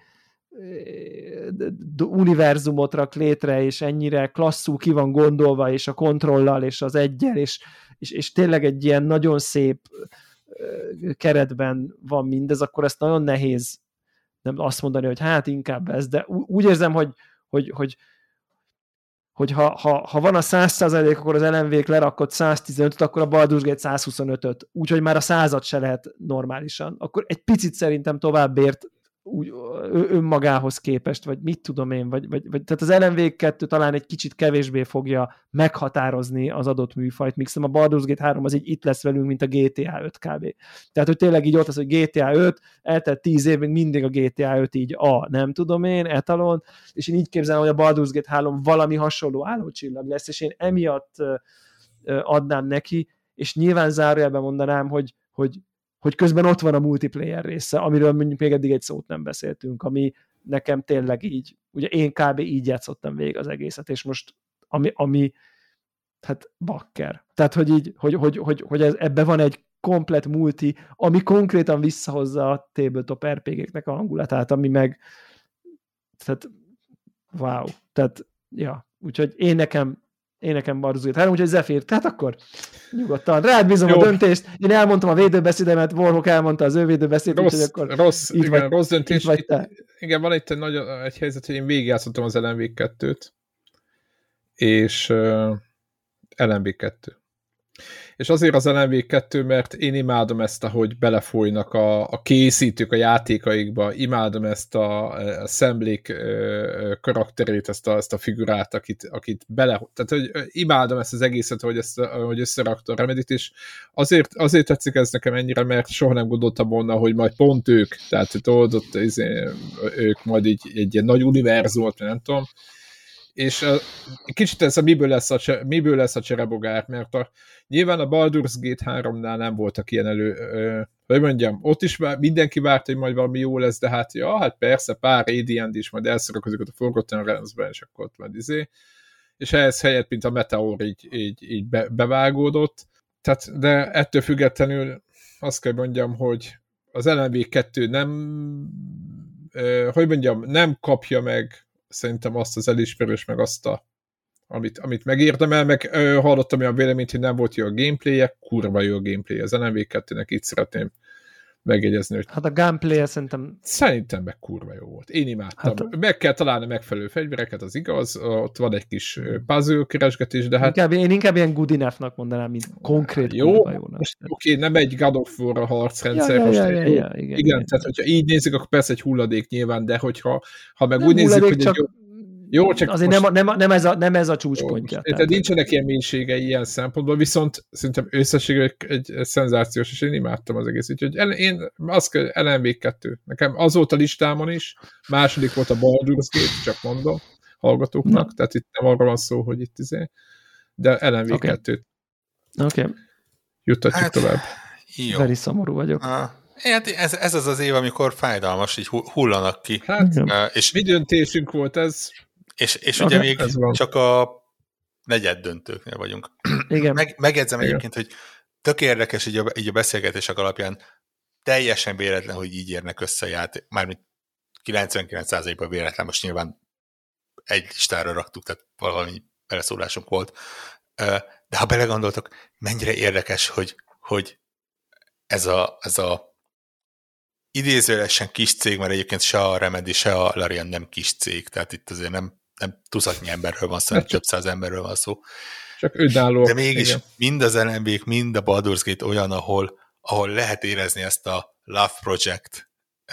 univerzumot rak létre, és ennyire klasszul ki van gondolva, és a kontrollal, és az eggyel, és tényleg egy ilyen nagyon szép keretben van mindez, akkor ezt nagyon nehéz nem azt mondani, hogy hát inkább ez, de úgy érzem, hogy ha van a 100%, akkor az Alan Wake lerakott 115-öt, akkor a Baldur's Gate 125-öt, úgyhogy már a 100-at se lehet normálisan. Akkor egy picit szerintem tovább ért úgy, önmagához képest, vagy mit tudom én, vagy tehát az LMV2 talán egy kicsit kevésbé fogja meghatározni az adott műfajt, míg a Baldur's Gate 3 az így itt lesz velünk, mint a GTA 5 kb. Tehát, hogy tényleg így ott az, hogy GTA 5, eltelt 10 év, még mindig a GTA 5 így nem tudom én, etalon, és én így képzelem, hogy a Baldur's Gate 3 valami hasonló állócsillag lesz, és én emiatt adnám neki, és nyilván zárójelben mondanám, hogy közben ott van a multiplayer része, amiről mondjuk még eddig egy szót nem beszéltünk, ami nekem tényleg így, ugye én kb. Így játszottam végig az egészet, és most ami hát bakker. Tehát, hogy így, hogy ebbe van egy komplet multi, ami konkrétan visszahozza a tabletop RPG-knek a hangulatát, ami meg tehát wow. Tehát, ja, úgyhogy én nekem Baldur's Gate 3, úgyhogy Zephyr, tehát akkor nyugodtan. Rád bízom a döntést, én elmondtam a védőbeszédemet, Warhawk elmondta az ő védőbeszédet, úgyhogy akkor rossz döntés. Igen, van itt egy helyzet, hogy én végigjátszottam az LMV2-t, és LMV2. És azért az LMV2, mert én imádom ezt, ahogy belefolynak a készítők a játékaikba, imádom ezt a szemlék karakterét, ezt a figurát, akit bele... Tehát, hogy imádom ezt az egészet, hogy összerakta a Remedit, és azért tetszik ez nekem ennyire, mert soha nem gondoltam volna, hogy majd pont ők, tehát hogy ők majd így egy ilyen nagy univerzumot, nem tudom, és kicsit ez a miből lesz a cserebogár, mert nyilván a Baldur's Gate 3-nál nem voltak ilyen hogy mondjam, ott is mindenki várt, hogy majd valami jó lesz, de hát persze, pár AD&D is majd elszarakozik ott a Forgotten Realms-ben, és akkor ott majd és ehhez helyett, mint a Meteor így bevágódott. Tehát, de ettől függetlenül azt kell mondjam, hogy az LMV2 nem kapja meg szerintem azt az elismerést, meg azt amit megérdemel, meg hallottam olyan véleményt, hogy nem volt jó a gameplay-je, kurva jó a gameplay, az LMV2-nek így szeretném megjegyezni, hogy hát a gameplay szerintem meg kurva jó volt. Én imádtam. Meg kell találni megfelelő fegyvereket, az igaz, ott van egy kis puzzle keresgetés, de hát... Én inkább ilyen good enough-nak mondanám, mint konkrét jó. Oké, nem egy God of War a harcrendszer. Igen, tehát hogyha így nézzük, akkor persze egy hulladék nyilván, de hogyha meg úgy nézzük, hogy csak... Jó, csak azért most... nem ez a csúcspontja. Tehát nincsenek ilyen mélységei ilyen szempontból, viszont szerintem összességében egy szenzációs, és én imádtam az egész. Úgyhogy én azt kell, LMV2. Nekem az volt a listámon is, második volt a Baldur's Gate, csak mondom hallgatóknak, tehát itt nem arra van szó, hogy itt de LMV2. Oké. Juttatjuk tovább. Jó. Veri szomorú vagyok. Hát ez az év, amikor fájdalmas, így hullanak ki. És mi döntésünk volt ez? És ugye még csak a negyed döntőknél vagyunk. Igen. Megjegyzem egyébként, hogy tök érdekes így a beszélgetések alapján teljesen véletlen, hogy így érnek össze a játék. Mármint 99%-ban véletlen, most nyilván egy listára raktuk, tehát valami beleszólásunk volt. De ha belegondoltok, mennyire érdekes, hogy ez a idézőjelesen kis cég, mert egyébként se a Remedy, se a Larian nem kis cég, tehát itt azért nem tucatnyi emberről van szó, több száz emberről van szó. Csak önálló. De mégis igen. Mind az LMV-k, mind a Baldur's Gate olyan, ahol lehet érezni ezt a Love Project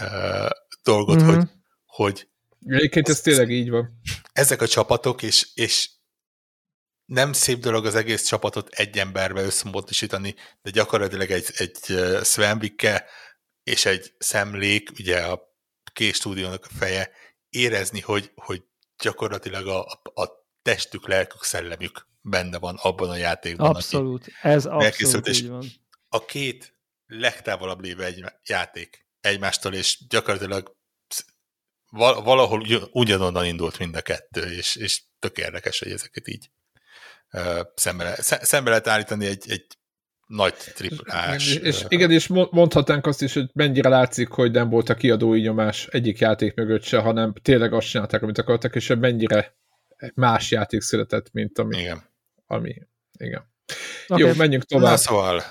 dolgot, hogy egyébként ez tényleg így van. Ezek a csapatok, és nem szép dolog az egész csapatot egy emberbe összpontosítani, de gyakorlatilag egy Sven Wicke és egy Sam Lake, ugye a K-stúdiónak a feje, érezni, hogy gyakorlatilag a testük, lelkük, szellemük benne van abban a játékban. Abszolút, ez abszolút így van. A két legtávolabb lévő játék egymástól, és gyakorlatilag valahol ugyanonnan indult mind a kettő, és tök érdekes, hogy ezeket így szembe lehet állítani egy nagy triplás. És mondhatnánk azt is, hogy mennyire látszik, hogy nem volt a kiadói nyomás egyik játék mögött se, hanem tényleg azt csinálták, amit akartak, és mennyire más játék született, mint ami. Igen. Igen. Okay. Jó, menjünk tovább. Na szóval,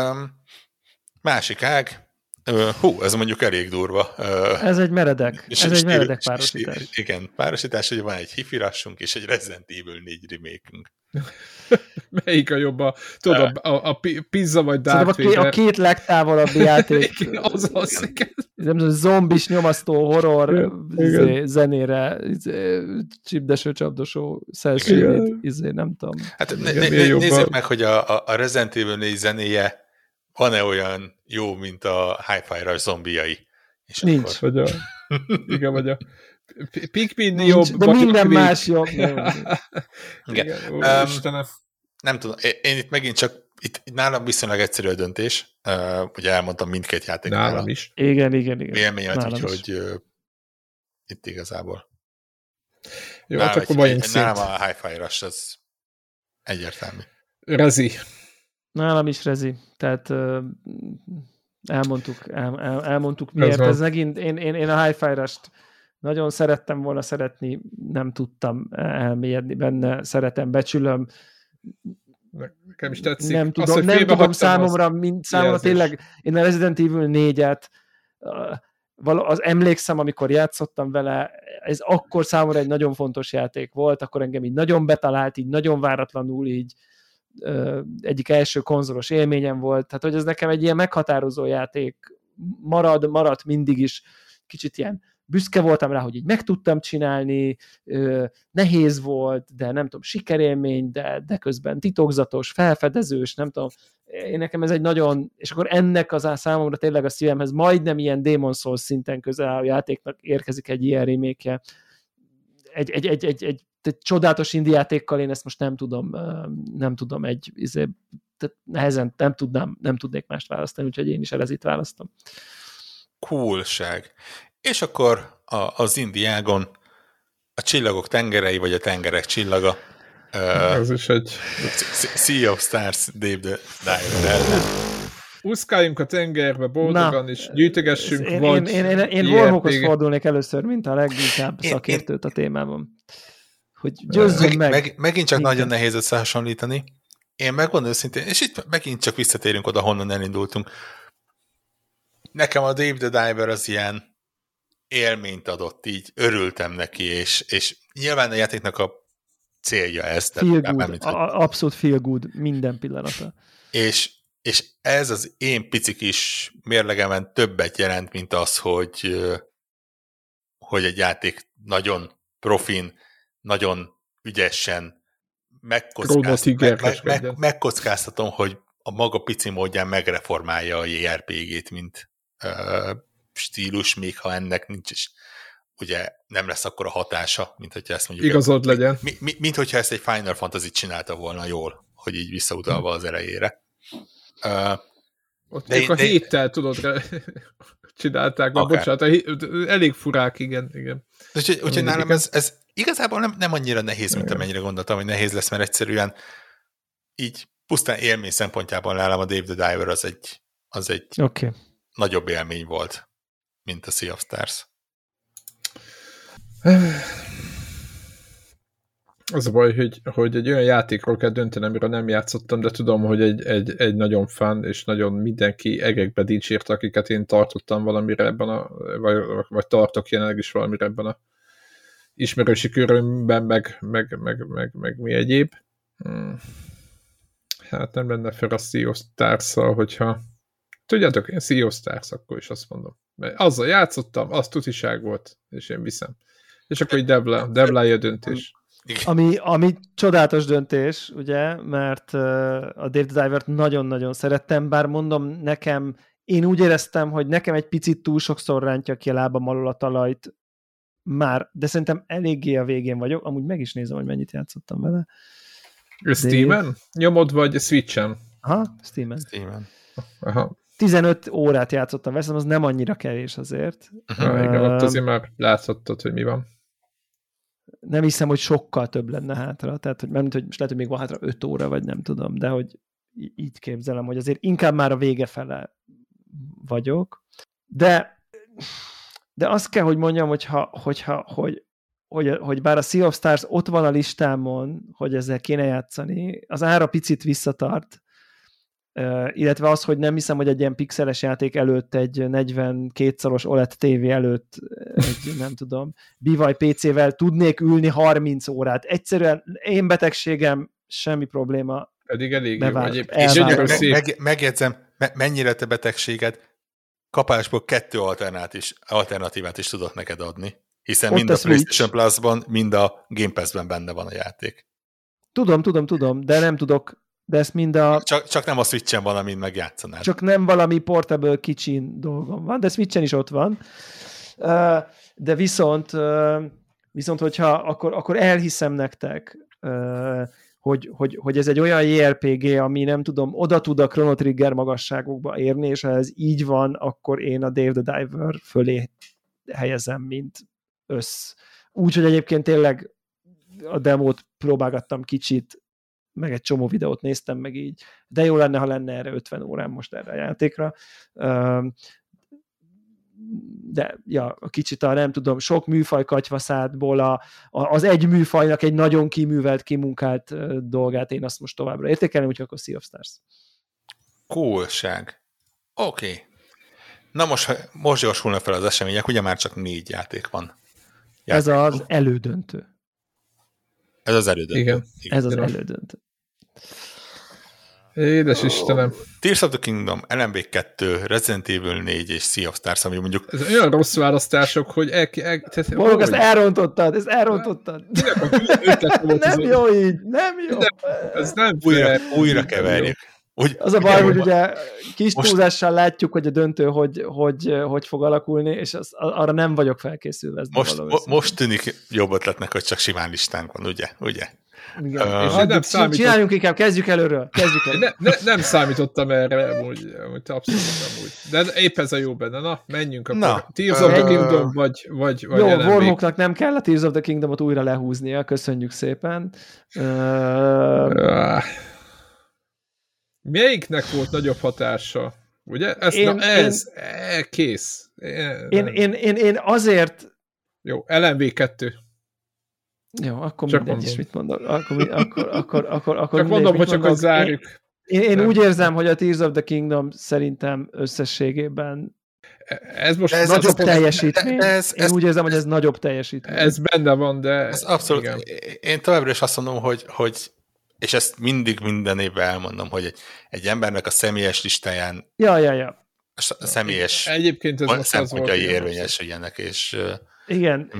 másik ág, ez mondjuk elég durva. Ez egy meredek párosítás. Igen, párosítás, hogy van egy hifirassunk és egy Resident Evil 4 remake-ünk. Melyik a jobb? Tudod, a pizza vagy Darth Vader? A két legtávolabbi játék. Az. Nem tudom, zombis, nyomasztó, horror zenére, csipdeső, csapdosó szelségét, nem tudom. Hát nézzük meg, hogy a Resident Evil 4 zenéje van-e olyan jó, mint a Hi-Fi Rush zombiai? És nincs. Akkor... Igen, vagy a Pikmin jobb. De minden más jobb. Istenem. Nem tudom, én itt megint csak, itt nálam viszonylag egyszerű a döntés. Ugye elmondtam mindkét játéknál. Nálam is. Igen. Élményet, úgyhogy itt igazából. Jó, hát akkor vagyunk szint. Nálam a Hi-Fi Rush, az egyértelmű. Rezi. Nálam is Rezi. Tehát elmondtuk miért. Ez megint, én a Hi-Fi Rush-t nagyon szerettem volna szeretni, nem tudtam elmélyedni benne, szeretem, becsülöm. Nekem is tetszik. Nem tudom számomra tényleg, én a Resident Evil 4-et az emlékszem, amikor játszottam vele, ez akkor számomra egy nagyon fontos játék volt, akkor engem így nagyon betalált, így nagyon váratlanul, így egyik első konzolos élményem volt, tehát hogy ez nekem egy ilyen meghatározó játék maradt mindig is, kicsit ilyen büszke voltam rá, hogy így meg tudtam csinálni, nehéz volt, de nem tudom, sikerélmény, de közben titokzatos, felfedezős, nem tudom. Én nekem ez egy nagyon, és akkor ennek az számomra tényleg a szívemhez majdnem ilyen Demon's Souls szinten közel a játéknak érkezik egy ilyen remake-je. Egy csodálatos indie játékkal én ezt most nem tudom tehát nehezen nem tudnék mást választani, úgyhogy én is Rezit választom. Coolság. És akkor az Indiágon a csillagok tengerei, vagy a tengerek csillaga. Ez is egy... Sea of Stars, Dave the Diver ellen. Úszkáljunk a tengerbe boldogan, és gyűjtögessünk, vagy... Én Warhawkhoz fordulnék először, mint a leginkább szakértőt a témában. Hogy győzzön meg. Megint csak nagyon nehéz összehasonlítani. Én megmondom őszintén, és itt megint csak visszatérünk oda, honnan elindultunk. Nekem a Dave the Diver az ilyen élményt adott, így örültem neki, és nyilván a játéknak a célja ez. Feel good, abszolút feel good, minden pillanata. És ez az én pici kis mérlegemen többet jelent, mint az, hogy egy játék nagyon profin, nagyon ügyesen megkockáztatom, hogy a maga pici módján megreformálja a JRPG-t, mint stílus, még ha ennek nincs is, ugye nem lesz akkor a hatása, mint hogyha ezt mondjuk... Igazod legyen. Mint hogyha ezt egy Final Fantasy csinálta volna jól, hogy így visszautalva az elejére. Ott a héttel, tudod, csinálták, bocsánat, elég furák, igen. Úgyhogy nálam ez igazából nem annyira nehéz, mint amennyire gondoltam, hogy nehéz lesz, mert egyszerűen így pusztán élmény szempontjából nálam a Dave the Diver az egy nagyobb élmény volt, mint a Sea of Stars. Az a baj, hogy egy olyan játékról kell döntenem, amire nem játszottam, de tudom, hogy egy nagyon fun, és nagyon mindenki egekbe dicsért, akiket én tartottam valamire ebben vagy tartok jelenleg is valamire ebben a ismerősi körömben, meg mi egyéb. Hát nem lenne fel a Sea of Stars-szal, hogyha tudjátok, én Sea of Stars, akkor is azt mondom. Mert azzal játszottam, az tutiság volt, és én viszem. És akkor így Devlája döntés. Ami csodálatos döntés, ugye, mert a Dave the Divert nagyon-nagyon szerettem, bár mondom nekem, én úgy éreztem, hogy nekem egy picit túl sokszor rántja ki a lábam alól a talajt már, de szerintem eléggé a végén vagyok, amúgy meg is nézem, hogy mennyit játszottam vele. Steamen? Nyomod, vagy Switchen? Aha, Steamen. Aha. 15 órát játszottam vele, az nem annyira kevés azért. Igen, ott azért már láthattad, hogy mi van. Nem hiszem, hogy sokkal több lenne hátra, tehát hogy most lehet, hogy még van hátra 5 óra, vagy nem tudom, de hogy így képzelem, hogy azért inkább már a vége fele vagyok. De azt kell, hogy mondjam, hogy bár a Sea of Stars ott van a listámon, hogy ezzel kéne játszani, az ára picit visszatart, illetve az, hogy nem hiszem, hogy egy ilyen pixeles játék előtt, egy 42-szoros OLED TV előtt, egy, nem tudom, BY PC-vel tudnék ülni 30 órát. Egyszerűen én betegségem semmi probléma. Pedig elég jó. Megjegyzem, mennyire te betegséged, kapásból 2 alternatívát is tudok neked adni, hiszen mind a PlayStation Plus-ban, mind a Game Pass-ben benne van a játék. Tudom, de nem tudok, de ezt mind a... Csak nem a Switchen van, amin megjátszanád. Csak nem valami portable kicsin dolgom van, de Switchen is ott van. De viszont hogyha akkor elhiszem nektek, hogy ez egy olyan JRPG, ami nem tudom, oda tud a Chrono Trigger magasságokba érni, és ha ez így van, akkor én a Dave the Diver fölé helyezem, mint Úgyhogy egyébként tényleg a demót próbálgattam kicsit, meg egy csomó videót néztem meg így, de jó lenne, ha lenne erre 50 órám most erre a játékra. De ja, kicsit nem tudom, sok műfaj katyvaszádból az egy műfajnak egy nagyon kiművelt, kimunkált dolgát én azt most továbbra értékelem, úgyhogy akkor Sea of Stars. Coolság. Oké. Na most gyorsulnak fel az események, ugye már csak 4 játék van. Ez az elődöntő. Ez az elődöntő. Igen. Ez az elődöntő. Édes Istenem. Tears of the Kingdom, LMB 2, Resident Evil 4 és Sea of Stars, ami mondjuk... Ez olyan rossz választások, hogy... Morog, ezt elrontottad. Nem jó így, nem jó. Ez nem újra keverjük. Az a baj, hogy ugye kis túlzással látjuk, hogy a döntő hogy fog alakulni, és arra nem vagyok felkészülve. Most tűnik jobb ötletnek, hogy csak simán listánk van, ugye? Igen. Csináljunk inkább, kezdjük előről. Nem számítottam erre, amúgy abszolút amúgy. De épp ez a jó benne. Na, menjünk akkor. Tears of the Kingdom, vagy jó, Warhawknak nem kell a Tears of the Kingdomot újra lehúznia, köszönjük szépen. Melyiknek volt nagyobb hatása? Ugye? Kész. Én azért... Jó, LMV 2. Jó, akkor csak mindegy is mit mondok. Akkor csak mondom, hogy csak hogy zárjuk. Én úgy érzem, hogy a Tears of the Kingdom szerintem összességében ez most nagyobb teljesítmény. Én úgy érzem, hogy ez nagyobb teljesítmény. Ez benne van, de... Ez abszolút. Igen. Én továbbra is azt mondom, hogy és ezt mindig minden évben elmondom, hogy egy embernek a személyes listáján a személyes egyébként ez szempontjai érvényesüljenek, és igen,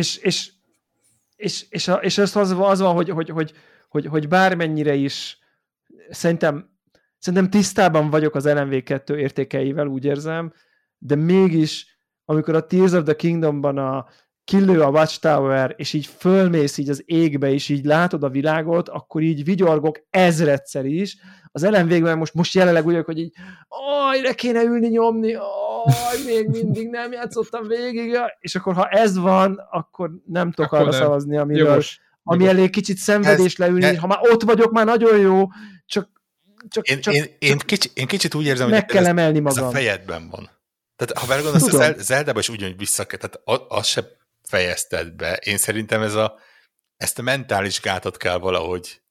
és az van, hogy bármennyire is szerintem tisztában vagyok az LMV2 értékeivel, úgy érzem, de mégis, amikor a Tears of the Kingdomban kilő a Watchtower, és így fölmész így az égbe, és így látod a világot, akkor így vigyorgok ezredszer is. Az LMV-ben most jelenleg úgy, hogy így le kéne ülni nyomni, még mindig nem játszottam végig, és akkor ha ez van, akkor nem tudok arra szavazni, ami elég kicsit szenvedés leülni, ha már ott vagyok, már nagyon jó, én kicsit úgy érzem, meg kell emelni magam. Ez a fejedben van. Tehát ha belegondolsz, a Zelda-ban is ugyanúgy tehát az se fejezted be. Én szerintem ezt a mentális gátat kell valahogy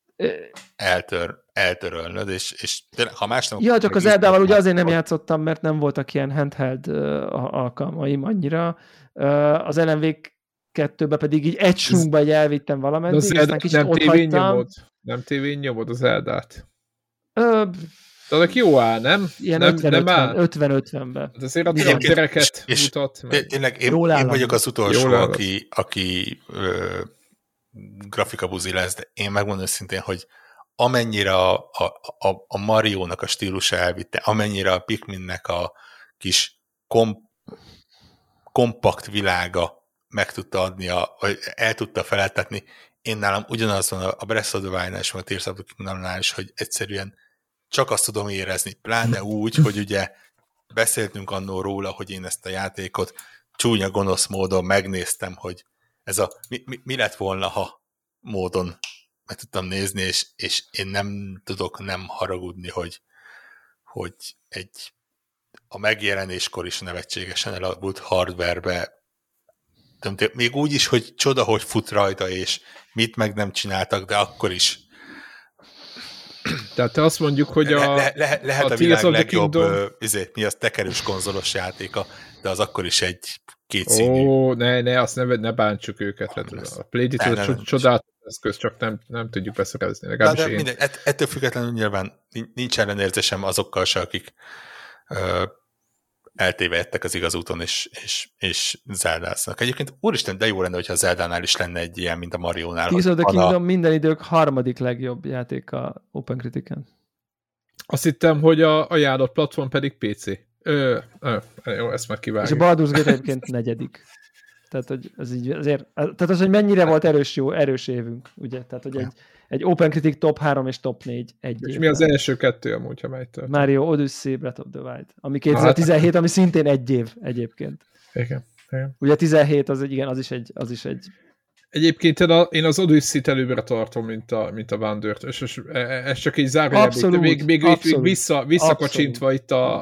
eltörölnöd, és ha más nem... Ja, csak az Zeldával ugye azért nem játszottam, mert nem voltak ilyen handheld alkalmaim annyira. Az LMV2-be pedig így egy srunkba elvittem valameddig, aztán kicsit ott hagytam. Nem tévén nyomod az Zeldát? Azok jó áll, nem? Ilyen 50-50-ben. De azért a tereket mutat. Tényleg én vagyok az utolsó, aki grafikabuzi lesz, de én megmondom őszintén, hogy amennyire a Mario-nak a stílusa elvitte, amennyire a Pikminnek a kis kompakt világa meg tudta adni, vagy el tudta feleltetni, én nálam ugyanaz van a Breath of the Wild-nál és a Tears of the Kingdom-nál is, hogy egyszerűen csak azt tudom érezni, pláne úgy, hogy ugye beszéltünk annól róla, hogy én ezt a játékot csúnya gonosz módon megnéztem, hogy ez mi lett volna, ha módon meg tudtam nézni, és én nem tudok nem haragudni, hogy a megjelenéskor is nevetségesen elavult hardwarebe, még úgy is, hogy csoda, hogy fut rajta, és mit meg nem csináltak, de akkor is. Tehát te azt mondjuk, hogy lehet a világ legjobb mi az tekerős konzolos játéka, de az akkor is egy kétszínű. Ne, azt ne bántsuk őket. A Play-Doh csodálatos eszköz, csak nem tudjuk beszerezni. De mindegy, ettől függetlenül nyilván nincs ellenérzésem azokkal se, akik eltévedtek az igaz úton, és zeldáznak. Egyébként úristen, de jó lenne, hogyha a Zeldánál is lenne egy ilyen, mint a Mario-nál. Tears of the Kingdom minden idők harmadik legjobb játék a Open Critic-en. Azt hittem, hogy a ajánlott platform pedig PC. Jó, ezt már kivágjuk. És a Baldur's Gate egyébként negyedik. Tehát, hogy az így azért, tehát az, hogy mennyire volt erős évünk, ugye? Tehát, hogy egy Open Critic top 3 és top 4 egy és évben. mi az első kettő amúgy, ha melytől? Mario Odyssey, Breath of the Wild, ami 2017, ami szintén egy év egyébként. Igen. Ugye 17, az is egy Egyébként én az Odyssey-t előbbre tartom, mint a Wondert, és ez csak így zárójelben, még visszakacsintva itt a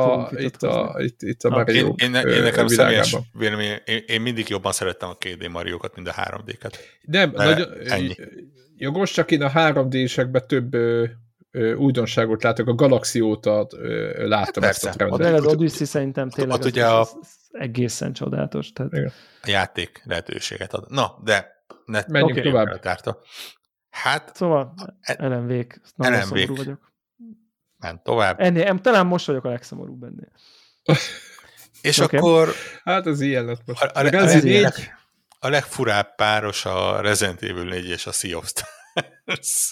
Mario Én nekem személyes vélemény, én mindig jobban szerettem a 2D Mariókat, mint a 3D-ket. Nem, jogos, csak én a 3D-sekben több újdonságot látok, a Galaxy óta láttam ezt a trendet. Az Odyssey szerintem tényleg az egészen csodálatos. Tehát... A játék lehetőséget ad. Na, de menjünk tovább. Hát... Szóval LMV-k. Nagyon szomorú vagyok. Ment tovább. Talán most vagyok a legszomorúbb ennél. És akkor... Hát az ilyen lett most. A legfurább páros a Resident Evil 4 és a Sea of Stars.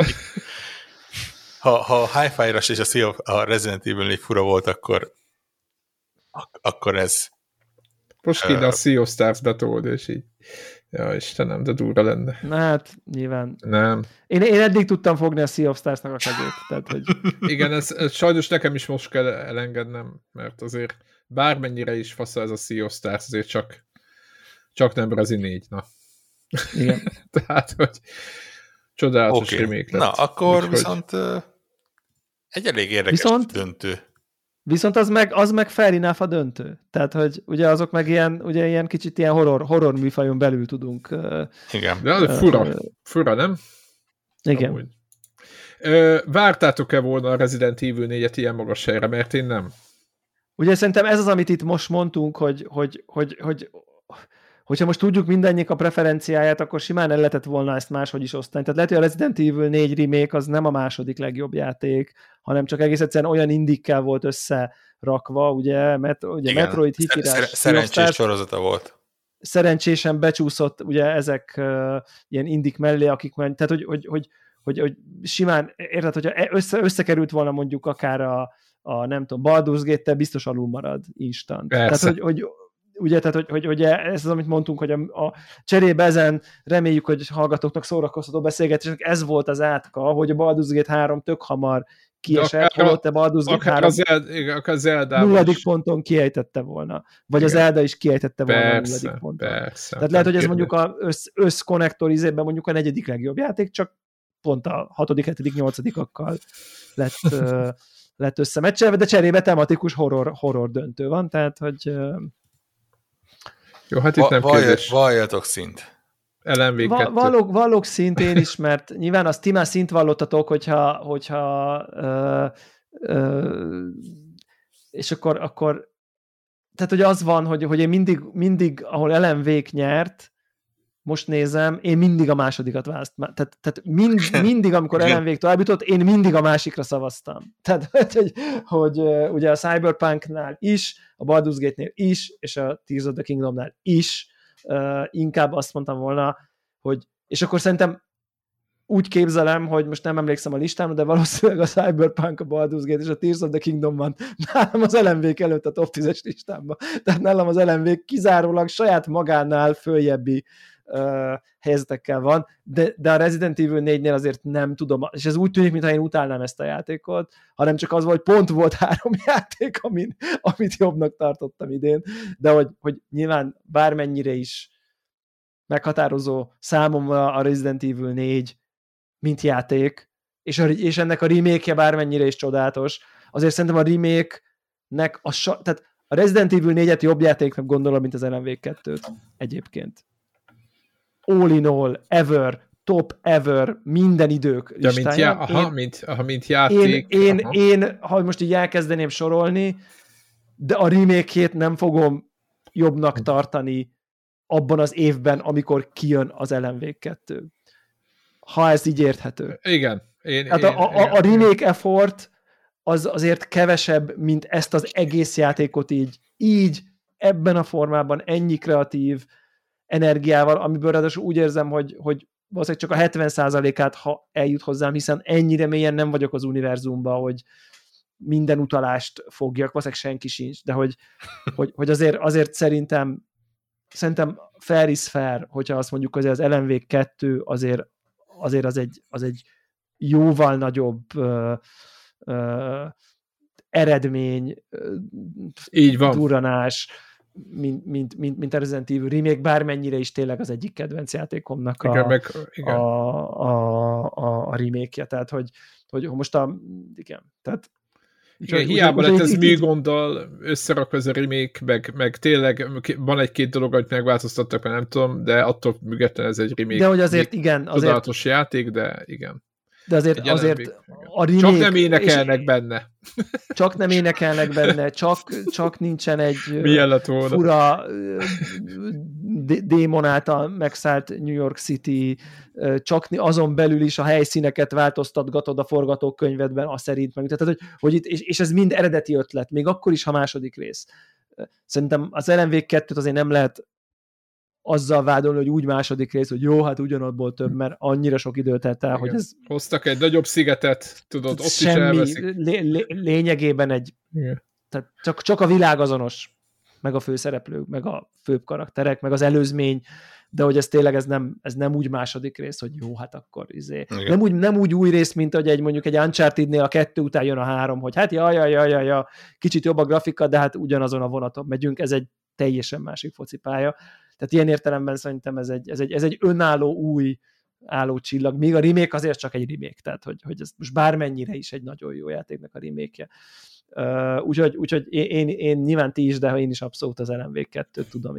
Ha a Hi-Fi-ras és a Resident Evil 4 fura volt, akkor ez... Most kéne a Sea of Stars betold, és így. Ja, Istenem, de durva lenne. Na hát, nyilván. Nem. Én eddig tudtam fogni a Sea of Stars-nak a kezét. Tehát, hogy... Igen, ez sajnos nekem is most kell elengednem, mert azért bármennyire is fasza ez a Sea of Stars, azért csak nem Rezi 4, na. Igen. Tehát, hogy csodálatos remake lett. Na, akkor viszont egy elég érdekes döntő. Viszont az meg fair enough a döntő. Tehát, hogy ugye azok meg ilyen kicsit ilyen horror műfajon belül tudunk. Igen. De az fura, nem? Igen. Vártátok-e volna a Resident Evil 4-et ilyen magas helyre, mert én nem. Ugye szerintem ez az, amit itt most mondtunk, hogyha most tudjuk mindennyiük a preferenciáját, akkor simán el lehetett volna ezt máshogy is osztani. Tehát lehet, hogy a Resident Evil 4 remake az nem a második legjobb játék, hanem csak egész egyszerűen olyan indikkel volt összerakva, ugye Metroid Hikirás. Szerencsés sorozata volt. Szerencsésen becsúszott ugye ezek ilyen indik mellé, akik tehát hogy simán, érted, hogyha összekerült volna mondjuk akár a nem tudom, Baldur's Gate-tel biztos alul marad instant. Persze. Tehát, hogy ez az, amit mondtunk, hogy a cserébe ezen reméljük, hogy hallgatóknak szórakoztató beszélgetésnek ez volt az átka, hogy a Baldur's Gate 3 tök hamar kiesett, holott a Baldur's Gate 3 nulladik ponton kiejtette volna. Vagy az Zelda is kiejtette volna a nulladik ponton. Persze. Tehát lehet, hogy ez mondjuk az összkonnektor izében mondjuk a 4. legjobb játék, csak pont a 6., 7., 8-akkal lett összemecselve, de cserébe tematikus horror döntő van, tehát, hogy jó, hát itt nem kérdés. Valljatok szint. LMV2. Vallok szint én is, mert nyilván azt ti már szint vallottatok, hogyha és akkor tehát, hogy az van, hogy én mindig ahol LMV-k nyert, most nézem, én mindig a másodikat választom. Tehát mindig, amikor LMV-k tovább jutott, én mindig a másikra szavaztam. Tehát, hogy ugye a Cyberpunknál is, a Baldur's Gate-nél is, és a Tears of the Kingdomnál is inkább azt mondtam volna, hogy és akkor szerintem úgy képzelem, hogy most nem emlékszem a listámra, de valószínűleg a Cyberpunk, a Baldur's Gate és a Tears of the Kingdom van nálam az LMV-k előtt a top 10-es listámban. Tehát nálam az LMV kizárólag saját magánál följebbi helyzetekkel van, de a Resident Evil 4-nél azért nem tudom, és ez úgy tűnik, mintha én utálnám ezt a játékot, hanem csak az volt, pont volt 3 játék, amit jobbnak tartottam idén, de hogy nyilván bármennyire is meghatározó számomra a Resident Evil 4 mint játék, és ennek a remake-je bármennyire is csodálatos, azért szerintem a remake-nek tehát a Resident Evil 4-et jobb játéknak gondolom, mint az LMV2-t egyébként. All in all, ever, top ever, minden idők listáján. Mint játék. Én, ha most így elkezdeném sorolni, de a remake-ét nem fogom jobbnak tartani abban az évben, amikor kijön az LMV2. ha ez így érthető. Igen. Hát a remake effort az azért kevesebb, mint ezt az egész játékot így ebben a formában, ennyi kreatív energiával, amiből ráadásul úgy érzem, hogy valószínűleg csak a 70%-át, ha eljut hozzám, hiszen ennyire mélyen nem vagyok az univerzumban, hogy minden utalást fogjak, valószínűleg senki sincs, de hogy azért szerintem fair is fair, hogyha azt mondjuk, hogy az LMV 2 azért az egy jóval nagyobb eredmény, így van. durranás, mint a Resident Evil remake, bármennyire is tényleg az egyik kedvenc játékomnak igen. A remake-je. Tehát, hogy most igen, tehát igen, hiába lett ez műgonddal összerakva ez a remake, meg tényleg van egy-két dolog, amit megváltoztattak, mert nem tudom, de attól függetlenül ez egy remake. De hogy azért igen. Csodálatos játék, de igen. De azért a remake... Csak nem énekelnek benne. Csak nem énekelnek benne, csak nincsen egy fura démon által megszállt New York City, csak azon belül is a helyszíneket változtatgatod a forgatókönyvedben, azt szerint meg. Tehát, hogy itt, és ez mind eredeti ötlet, még akkor is, ha második rész. Szerintem az LMV 2-t azért nem lehet azzal vádolni, hogy úgy második rész, hogy jó, hát ugyanabból több, mert annyira sok időt telt el, hogy ez... Hoztak egy nagyobb szigetet, tudod, ott is elveszik. Lényegében egy... Igen. Tehát csak a világ azonos, meg a főszereplők, meg a főbb karakterek, meg az előzmény, de hogy ez tényleg ez nem úgy második rész, hogy jó, hát akkor nem úgy új rész, mint hogy mondjuk egy Uncharted-nél a 2 után jön a 3, hogy hát ja, kicsit jobb a grafika, de hát ugyanazon a vonaton megyünk, ez egy teljesen másik focipálya. Tehát ilyen értelemben szerintem ez egy önálló új álló csillag, míg a remake azért csak egy remake, tehát hogy ez most bármennyire is egy nagyon jó játéknak a remake-je. Úgyhogy én nyilván ti is, de én is abszolút az LMV 2-t tudom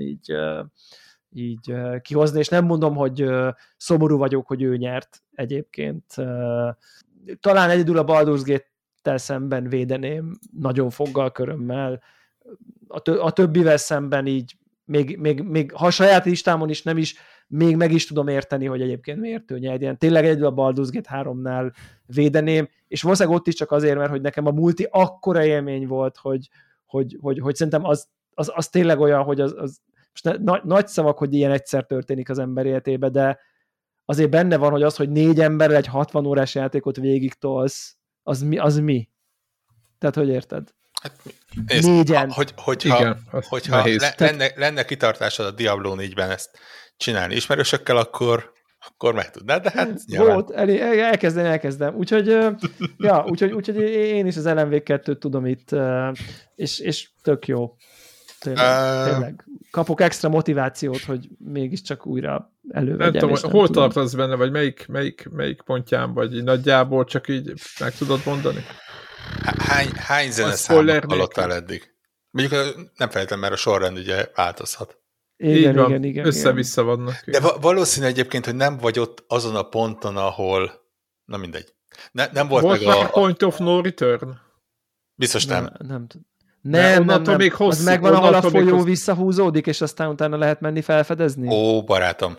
így kihozni, és nem mondom, hogy szomorú vagyok, hogy ő nyert egyébként. Talán egyedül a Baldur's Gate-tel szemben védeném nagyon foggal, körömmel. A többivel szemben így még ha a saját listámon is nem is, még meg is tudom érteni, hogy egyébként miért ő nyert. Ilyen tényleg egyedül a Baldur's Gate 3-nál védeném, és valószínűleg ott is csak azért, mert hogy nekem a multi akkora élmény volt, hogy szerintem az tényleg olyan, hogy az nagy szavak, hogy ilyen egyszer történik az ember életébe, de azért benne van, hogy az, hogy 4 emberrel egy 60 órás játékot végig tolsz, az mi? Tehát, hogy érted? Hát, nézd, négyen. Hogyha lenne kitartásod a Diablo 4-ben ezt csinálni ismerősökkel, akkor meg tudnád, de hát volt, elkezdem. Úgyhogy én is az LMV 2-t tudom itt, és tök jó. Tényleg. Kapok extra motivációt, hogy mégiscsak újra elővegyem. Nem tudom, hol tartasz benne, vagy melyik pontján, vagy nagyjából csak így meg tudod mondani? Hány zeneszámot hallottál eddig? Mondjuk nem felejtem, mert a sorrend ugye változhat. Igen. Össze-vissza vannak. De valószínű egyébként, hogy nem vagy ott azon a ponton, ahol... Na mindegy. Nem volt meg a point of no return? Biztos nem. Nem. Az megvan, ahol a folyó visszahúzódik, és aztán utána lehet menni felfedezni? Ó, barátom.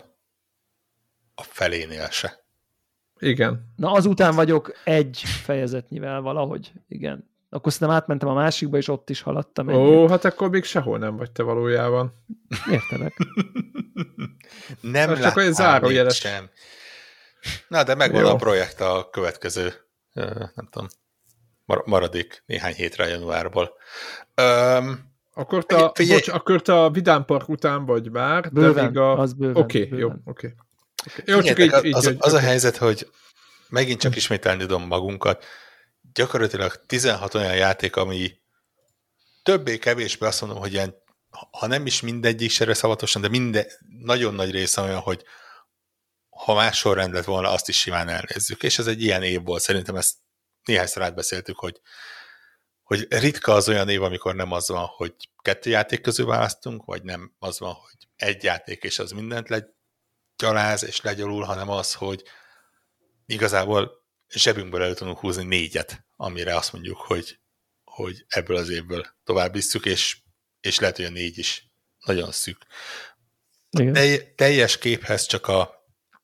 A felénél se. Igen. Na, azután vagyok egy fejezetnyivel valahogy. Igen. Akkor szerintem átmentem a másikba, és ott is haladtam. Ó, hát akkor még sehol nem vagy te valójában. Értelek. Nem láttam még sem. Na, de megvan a projekt a következő, nem tudom, maradék néhány hétre januárból. Akkor te a Vidám Park után vagy már? Bőven, Oké. Jó, csak így, az a helyzet, hogy megint csak ismételni tudom magunkat. Gyakorlatilag 16 olyan játék, ami többé-kevésbé azt mondom, hogy ilyen, ha nem is mindegyik se szavatosan, de nagyon nagy része olyan, hogy ha más sorrend lett volna, azt is simán elnézzük. És ez egy ilyen év volt. Szerintem ezt néhányszor átbeszéltük, hogy ritka az olyan év, amikor nem az van, hogy 2 játék közül választunk, vagy nem az van, hogy egy játék, és az mindent legyaláz és legyalul, hanem az, hogy igazából zsebünkből el tudunk húzni 4-et, amire azt mondjuk, hogy ebből az évből tovább visszük, és lehet, hogy a 4 is nagyon szűk. Teljes képhez csak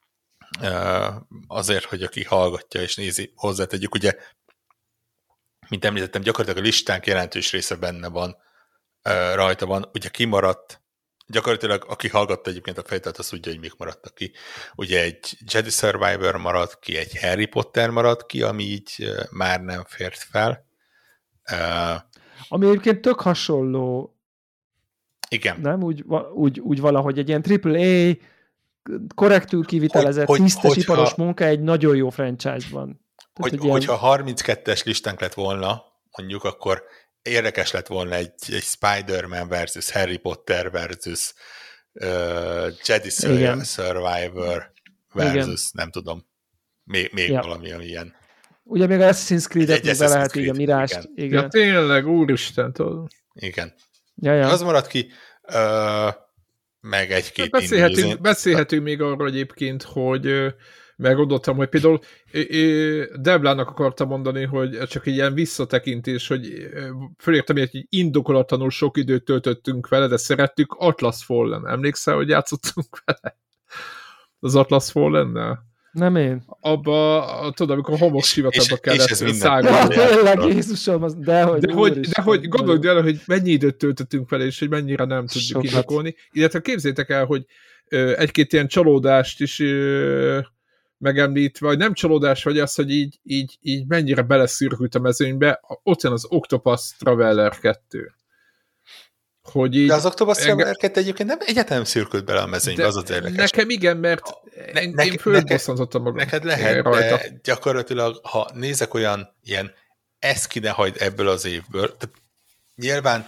azért, hogy aki hallgatja és nézi, hozzátegyük, ugye, mint említettem, gyakorlatilag a listánk jelentős része benne van, rajta van, ugye kimaradt, gyakorlatilag aki hallgatta egyébként a fejtelt, az tudja, hogy mik maradtak ki. Ugye egy Jedi Survivor maradt ki, egy Harry Potter maradt ki, ami így már nem fért fel. Ami egyébként tök hasonló. Igen. Nem? Úgy valahogy egy ilyen AAA korrektül kivitelezett, tisztes iparos munka egy nagyon jó franchise-ban. Hogyha 32-es listánk lett volna, mondjuk, akkor érdekes lett volna egy Spider-Man versus Harry Potter versus Jedi Survivor versus, nem tudom, még valami, ami ilyen. Ugye még Assassin's Creed-et még be lehet, igen, Mirást. Igen. Ja, tényleg, úristen, tudod. Igen. Ja. Az maradt ki, meg egy-két beszélhetünk még arról egyébként, hogy megoldottam, hogy például Deblának akartam mondani, hogy csak egy ilyen visszatekintés, hogy fölértem, hogy indokolatlanul sok időt töltöttünk vele, de szerettük Atlas Fallen. Emlékszel, hogy játszottunk vele? Az Atlas Fallen-nel? Nem én. Abba, tudod, amikor homoksivatagba kellett szágolni. Tényleg, Jézusom, de hogy gondolj el, hogy mennyi időt töltöttünk vele, és hogy mennyire nem tudjuk indokolni. Illetve képzétek el, hogy egy-két ilyen csalódást is megemlítve, vagy nem csalódás, vagy az, hogy így mennyire beleszürkült a mezőnybe, ott jön az Octopus Traveler 2. Hogy így, de az Octopus Traveler 2 egyébként nem egyáltalán nem szürkült bele a mezőnybe, az az érdekes. Nekem igen, mert én fölbosszantottam magam. Neked lehet, rajta. De gyakorlatilag, ha nézek olyan ilyen ezt ki ne hagyd ebből az évből, tehát nyilván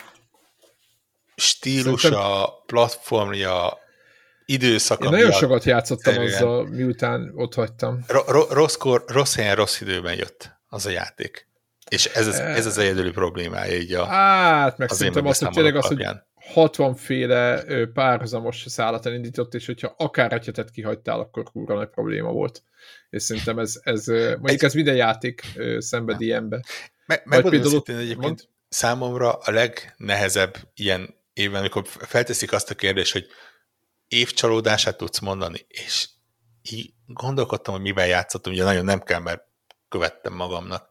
stílusa, platformja, időszaka. Én nagyon sokat játszottam azzal, miután ott hagytam. Rossz helyen, rossz időben jött az a játék. És ez az egyedüli problémája így hát, meg szerintem azt, hogy tényleg az, hogy 60 féle párhuzamos szállat elindított, és hogyha akár egyetet kihagytál, akkor kurva nagy probléma volt. És szerintem ez mondjuk ez minden játék szenved ilyenbe. Megmondom szintén egyébként számomra a legnehezebb ilyen évben, amikor felteszik azt a kérdést, hogy évcsalódását tudsz mondani, és így gondolkodtam, hogy mivel játszottam, ugye nagyon nem kell, mert követtem magamnak,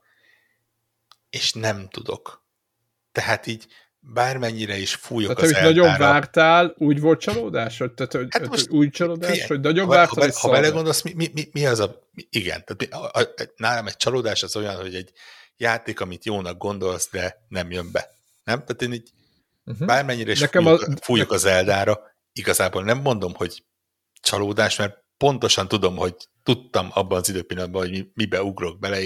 és nem tudok. Tehát így bármennyire is fújok tehát, az eldára. Nagyon vártál, úgy volt csalódás? Tehát, hát most, úgy csalódás, hogy nagyon vártál, ha belegondolsz, mi az a... Igen, tehát nálam egy csalódás az olyan, hogy egy játék, amit jónak gondolsz, de nem jön be. Nem? Tehát én így bármennyire is fújok az eldára, igazából nem mondom, hogy csalódás, mert pontosan tudom, hogy tudtam abban az időpillanatban, hogy mibe ugrok bele,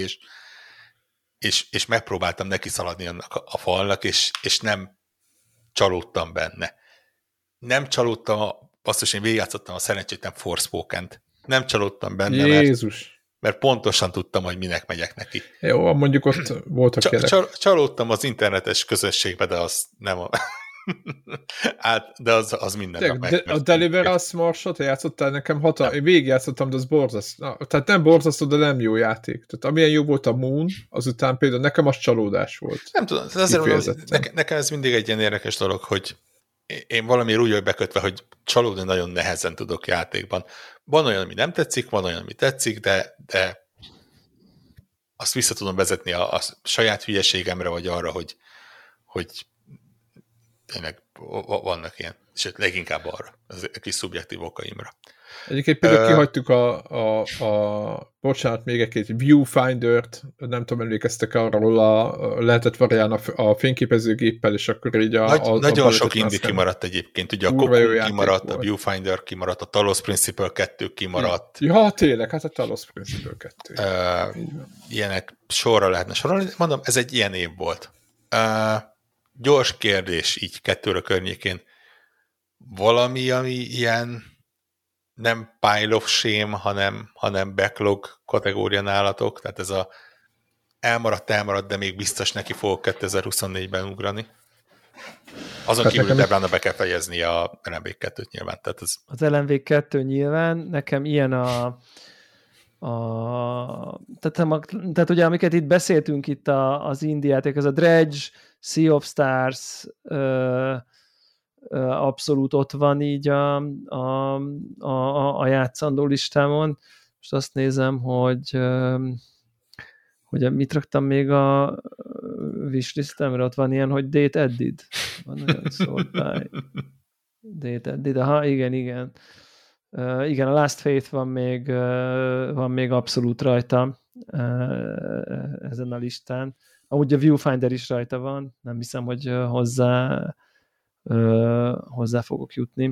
és megpróbáltam neki szaladni annak a falnak, és nem csalódtam benne. Nem csalódtam, azt én végigjátszottam a szerencsétlen Forspoken-t. Nem csalódtam benne, mert pontosan tudtam, hogy minek megyek neki. Jó, mondjuk ott voltak jelek. Csalódtam az internetes közösségbe, de az nem a... de az minden nap meg. A Deliverance Marsot játszottál nekem én végigjátszottam, de az borzasztó. Tehát nem borzasztó, de nem jó játék. Tehát amilyen jó volt a Moon, azután például nekem az csalódás volt. Nem tudom, azért mondom, nekem ez mindig egy ilyen érdekes dolog, hogy én valamiért úgy vagyok bekötve, hogy csalódni nagyon nehezen tudok játékban. Van olyan, ami nem tetszik, van olyan, ami tetszik, de azt vissza tudom vezetni a saját hülyeségemre, vagy arra, hogy tényleg vannak ilyen, és leginkább arra, az kis szubjektív okaimra. Egyébként például kihagytuk bocsánat, még egy Viewfinder-t, nem tudom, emlékeztek arról, lehetett variálni a fényképezőgéppel, és akkor így nagyon sok indi kimaradt egyébként, ugye a Cocoon kimaradt, a Viewfinder kimaradt, a Talos Principle 2 kimaradt. Ja, tényleg, hát a Talos Principle 2. Ilyenek sorra lehetne sorolni, mondom, ez egy ilyen év volt. Gyors kérdés így 2 környékén. Valami, ami ilyen nem pile of shame, hanem backlog kategória nálatok, tehát ez a elmaradt, de még biztos neki fogok 2024-ben ugrani. Azon hát kívül Deblának be kell fejezni a LMV2-t nyilván. Tehát ez... Az LMV2 nyilván, nekem ilyen tehát ugye amiket itt beszéltünk itt az indie játék, ez a Dredge, Sea of Stars, abszolút ott van így a játszandó listámon. most azt nézem, hogy mit raktam még a wishlistemre, ott van ilyen, hogy date added. Van olyan sort by date added. Aha, igen. Igen, a Last Faith van még abszolút rajta ezen a listán. Amúgy a Viewfinder is rajta van, nem hiszem, hogy hozzá fogok jutni.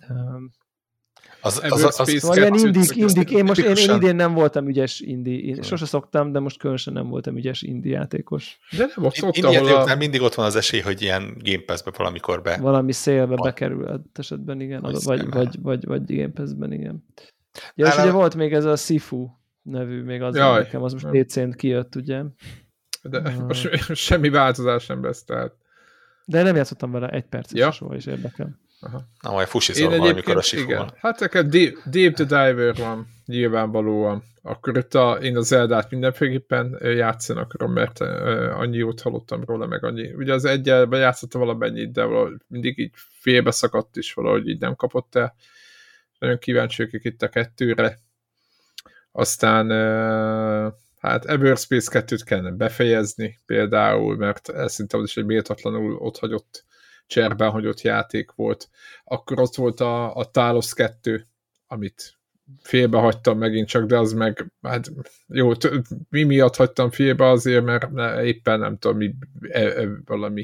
Ilyen indik. Én idén nem voltam ügyes indie. Sose szoktam, de most különösen nem voltam ügyes indie játékos. De nem ott ahol mindig ott van az esély, hogy ilyen Game Pass-be valamikor valami szélbe bekerül esetben, igen. Vagy Game Pass-ben, igen. Ja, és ugye volt még ez a Sifu nevű, még az nekem, az most PC-n kijött, ugye? De most semmi változás nem lesz, tehát. De nem játszottam vele, 1 perces soha is érdekel. Na, majd fusizol valamikor a Sifu-val. Hát nekem Deep the Diver van, nyilvánvalóan. Akkor itt én a Zeldát mindenféleképpen játszani akarom, mert annyi jót hallottam róla, meg annyi. Ugye az egyelben játszottam valamennyit, de mindig így félbe szakadt is, valahogy így nem kapott el. Nagyon kíváncsi vagyok itt a 2-re. Aztán hát Everspace 2-t kellene befejezni például, mert ez szerintem az is egy méltatlanul otthagyott, cserben hagyott játék volt. Akkor ott volt a Talos 2, amit félbehagytam megint csak, de az meg, hát jó, mi miatt hagytam félbe azért, mert éppen nem tudom, valami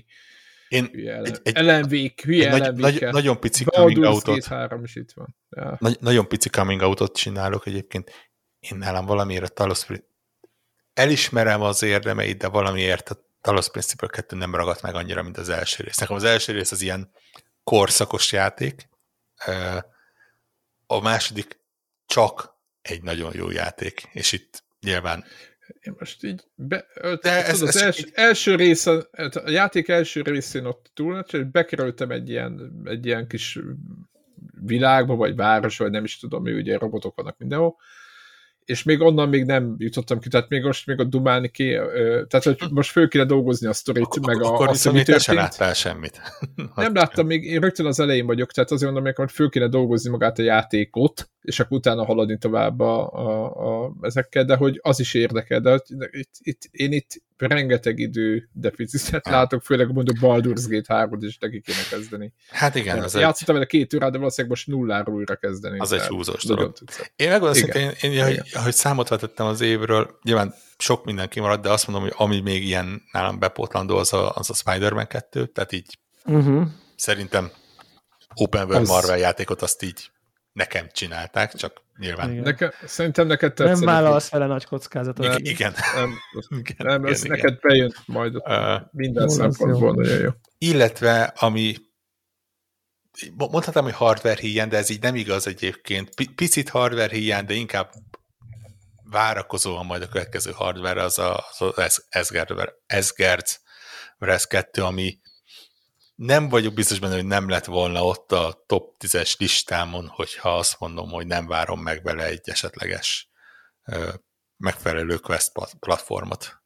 nagyon pici coming outot. 3 is itt van. Ja. Nagyon pici coming outot csinálok egyébként. Én nálam valamiért a Talos elismerem az érdemeit, de valamiért a Talos Principle 2 nem ragadt meg annyira, mint az első rész. Nekem az első rész az ilyen korszakos játék, a második csak egy nagyon jó játék, és itt nyilván én most így első rész, a játék első részén ott túl, és bekerültem egy ilyen kis világba, vagy város, vagy nem is tudom, mi ugye robotok vannak mindenhol, és még onnan még nem jutottam ki, tehát még a dumálni ki, tehát hogy most föl kéne dolgozni a sztorit, meg akkor azt, mi történt. Akkor láttál semmit. Nem láttam, még én rögtön az elején vagyok, tehát azért mondom, hogy föl kéne dolgozni magát a játékot, és akkor utána haladni tovább ezekkel, de hogy az is érdekel, de én itt rengeteg idő deficitet látok, főleg mondjuk Baldur's Gate 3-ot is neki kéne kezdeni. Hát igen. Játszottam vele 2 órát, de valószínűleg most nulláról újra kezdeni. Az egy húzós dolog. Én megmondom szintén, hogy számot vetettem az évről, nyilván sok minden kimaradt, de azt mondom, hogy ami még ilyen nálam bepótlandó, az a Spider-Man 2, tehát így szerintem Open World Marvel játékot azt így nekem csinálták, csak nyilván. Szerintem neked tetszett. Nem vállalsz vele nagy kockázatot. Igen. Nem, ez neked bejön majd minden szempontból nagyon jó. Illetve, ami mondhatom, hogy hardware hiány, de ez így nem igaz egyébként. Picit hardware hiány, de inkább várakozóan majd a következő hardware az Asgard's Wrath 2, ami nem vagyok biztos benne, hogy nem lett volna ott a top 10-es listámon, hogyha azt mondom, hogy nem várom meg vele egy esetleges megfelelő Quest platformot.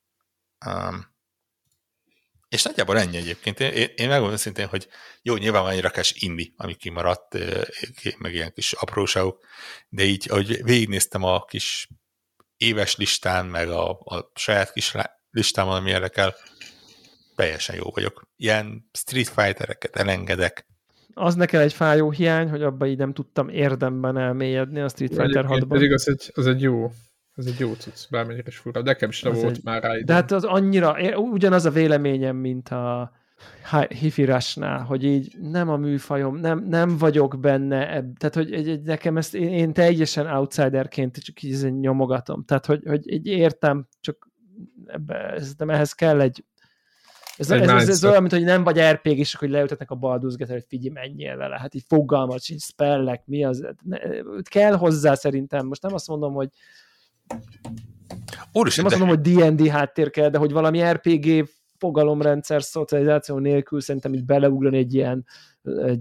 És nagyjából ennyi egyébként. Én megmondom szintén, hogy jó, nyilván van egy rakás indie, ami kimaradt, meg ilyen kis apróságok, de így, ahogy végignéztem a kis éves listán, meg a saját kis listámon, ami érdekel, teljesen jó vagyok. Ilyen Street Fightereket elengedek. Az nekem egy fájó hiány, hogy abban így nem tudtam érdemben elmélyedni a Street Fighter 6-ban. Pedig az egy jó cucc, bármennyire is fura. Nekem is volt már rá idő. De hát az annyira, ugyanaz a véleményem, mint a Hi-Fi Rush-nál, hogy így nem a műfajom, nem vagyok benne, tehát hogy nekem ezt én teljesen outsiderként csak így nyomogatom. Tehát, hogy így értem, csak ehhez kell egy ez olyan, mint hogy nem vagy RPG-sek, hogy leültetnek a Baldur's Gate-re, hogy figyelj, menjél vele. Hát így fogalmat sincs, spellek, mi az. Kell hozzá szerintem. Most nem azt mondom, hogy nem azt mondom, hogy D&D háttér kell, de hogy valami RPG fogalomrendszer, szocializáció nélkül szerintem így beleugrani egy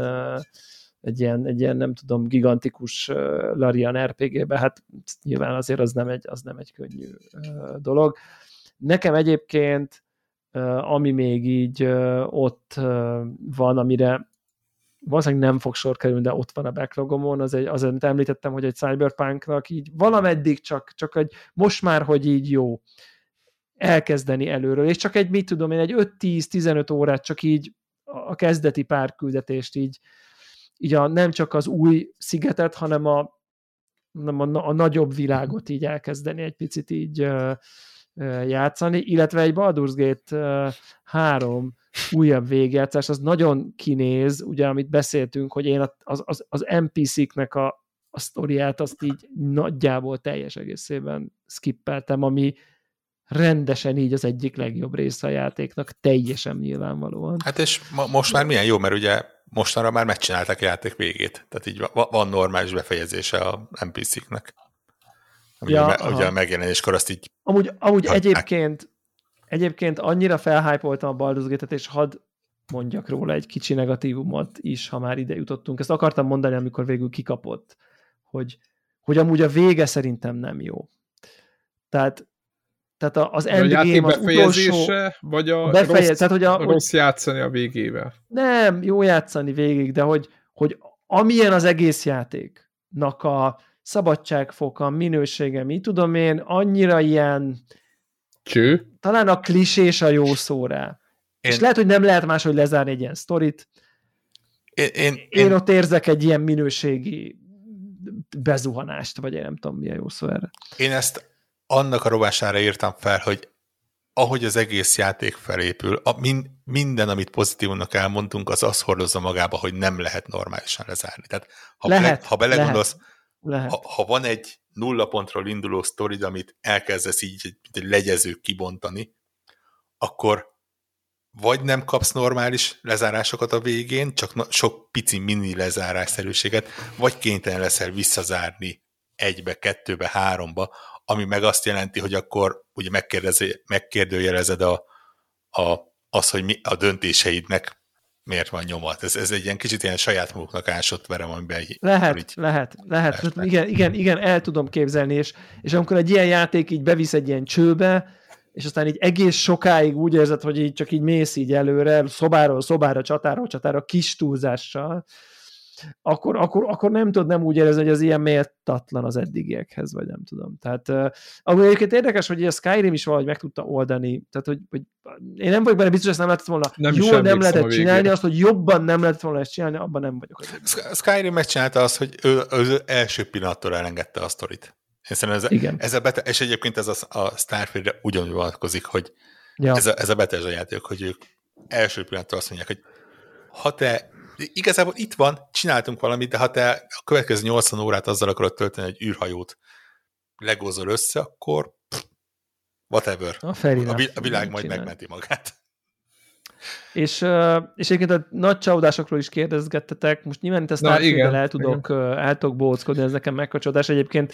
ilyen nem tudom, gigantikus Larian RPG-be, hát nyilván azért az nem egy könnyű dolog. Nekem egyébként ami még így ott van, amire valószínűleg nem fog sor kerülni, de ott van a backlogomon, az, amit említettem, hogy egy Cyberpunknak így valameddig csak egy, most már, hogy így jó elkezdeni előről, és csak egy, mit tudom én, egy 5-10-15 órát csak így a kezdeti pár küldetést így nem csak az új szigetet, hanem a nagyobb világot így elkezdeni egy picit így játszani, illetve egy Baldur's Gate 3 újabb végjátszás, az nagyon kinéz, ugye, amit beszéltünk, hogy én az NPC-knek a sztoriát azt így nagyjából teljes egészében skippeltem, ami rendesen így az egyik legjobb része a játéknak, teljesen nyilvánvalóan. Hát és most már milyen jó, mert ugye mostanra már megcsinálták a játék végét. Tehát így van normális befejezése a NPC-knek. Ugye a megjelenéskor azt így... Amúgy egyébként annyira felhypoltam a Baldur's Gate-et, és hadd mondjak róla egy kicsi negatívumot is, ha már ide jutottunk. Ezt akartam mondani, amikor végül kikapott, hogy amúgy a vége szerintem nem jó. Tehát az endgame az utolsó... vagy a rossz játszani a végével? Nem, jó játszani végig, de hogy amilyen az egész játéknak a szabadságfoka, minősége, mi tudom én, annyira ilyen... Cső? Talán a klisés a jó szó rá. És lehet, hogy nem lehet máshogy lezárni egy ilyen sztorit. Én ott érzek egy ilyen minőségi bezuhanást, vagy én nem tudom, mi a jó szó erre. Én ezt annak a rovására írtam fel, hogy ahogy az egész játék felépül, minden, amit pozitívnak elmondtunk, az azt hordozza magába, hogy nem lehet normálisan lezárni. Tehát ha belegondolsz, ha van egy 0 pontról induló sztorid, amit elkezdesz így egy legyező kibontani, akkor vagy nem kapsz normális lezárásokat a végén, csak sok pici mini lezárásszerűséget, vagy kénytelen leszel visszazárni 1-be, 2-be, 3-ba, ami meg azt jelenti, hogy akkor ugye megkérdőjelezed az, hogy a döntéseidnek miért van nyomat. Ez egy ilyen kicsit ilyen saját maguknak ásott verem, amiben... Lehet. Igen, el tudom képzelni, és amikor egy ilyen játék így bevisz egy ilyen csőbe, és aztán így egész sokáig úgy érzed, hogy így csak így mész így előre, szobáról szobára, csatáról csatára, kis túlzással, akkor nem tudod nem úgy érezni, hogy az ilyen méltatlan az eddigiekhez, vagy nem tudom. Tehát akkor egyébként érdekes, hogy a Skyrim is valahogy meg tudta oldani, tehát hogy én nem vagyok benne biztos, hogy ezt nem lehetett volna jól nem lehetett csinálni, azt, hogy jobban nem lehetett volna ezt csinálni, abban nem vagyok. Skyrim megcsinálta azt, hogy ő az első pillanattól elengedte a sztorit. És egyébként ez a Starfieldre ugyanúgy vonatkozik, hogy ez a Bethesda játék, hogy ők első pillanattól azt mondják, hogy ha te igazából itt van, csináltunk valamit, de ha te a következő 80 órát azzal akarod tölteni, hogy űrhajót legózol össze, akkor whatever. A világ majd megmenti magát. És egyébként a nagy csalódásokról is kérdezgettetek, most nyilván itt a Starfield-el el tudok bóckodni, ez nekem mekkora csodás. Egyébként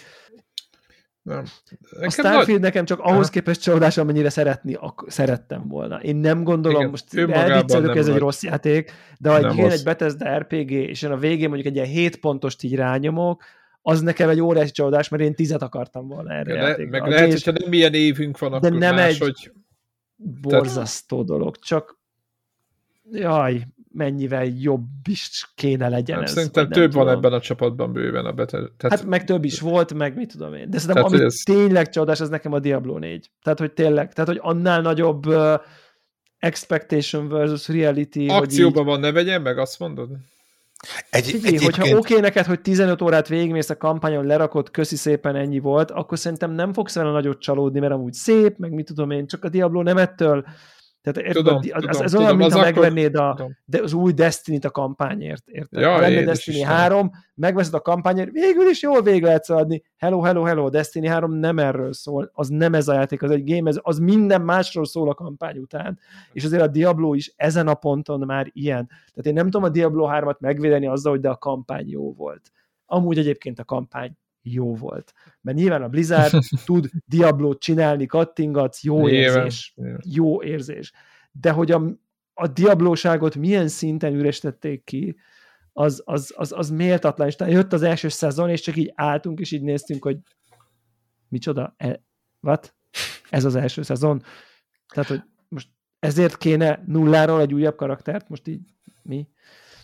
a Starfield nekem csak ahhoz képest csalódás, amennyire szerettem volna. Én nem gondolom, most elviccelök, ez egy rossz játék, de ha egy Bethesda RPG, és én a végén mondjuk egy ilyen 7 pontost így rányomok, az nekem egy óriási csalódás, mert én 10-et akartam volna erre játékra. Meg lehet, hogyha nem milyen évünk van, akkor nem máshogy... borzasztó dolog, csak jaj, mennyivel jobb is kéne legyen ez. Szerintem több van ebben a csapatban bőven a Bethesda. Hát meg több is volt, meg mit tudom én. De szerintem ami tényleg csodás, ez nekem a Diablo 4. Tehát, hogy tényleg, hogy annál nagyobb expectation versus reality. Akcióban van, ne vegyen meg, azt mondod? Figyelj, hogyha oké neked, hogy 15 órát végigmész a kampányon, lerakod, köszi szépen, ennyi volt, akkor szerintem nem fogsz vele nagyot csalódni, mert amúgy szép, meg mit tudom én, csak a Diablo nem ettől. Tehát ez olyan, mintha megvennéd az új Destiny-t a kampányért. Ha lenne Destiny 3, megveszed a kampányért, végül is jól végig lehetsz adni. Hello, Destiny 3 nem erről szól, az nem ez a játék, az egy game, az minden másról szól a kampány után. És azért a Diablo is ezen a ponton már ilyen. Tehát én nem tudom a Diablo 3-at megvédeni azzal, hogy de a kampány jó volt. Amúgy egyébként a kampány jó volt. Mert nyilván a Blizzard tud Diablót csinálni, kattingatsz, jó érzés. De hogy a Diablóságot milyen szinten üresítették ki, az méltatlan. És jött az első szezon, és csak így álltunk, és így néztünk, hogy micsoda? What? Ez az első szezon? Tehát, hogy most ezért kéne nulláról egy újabb karaktert? Most így mi?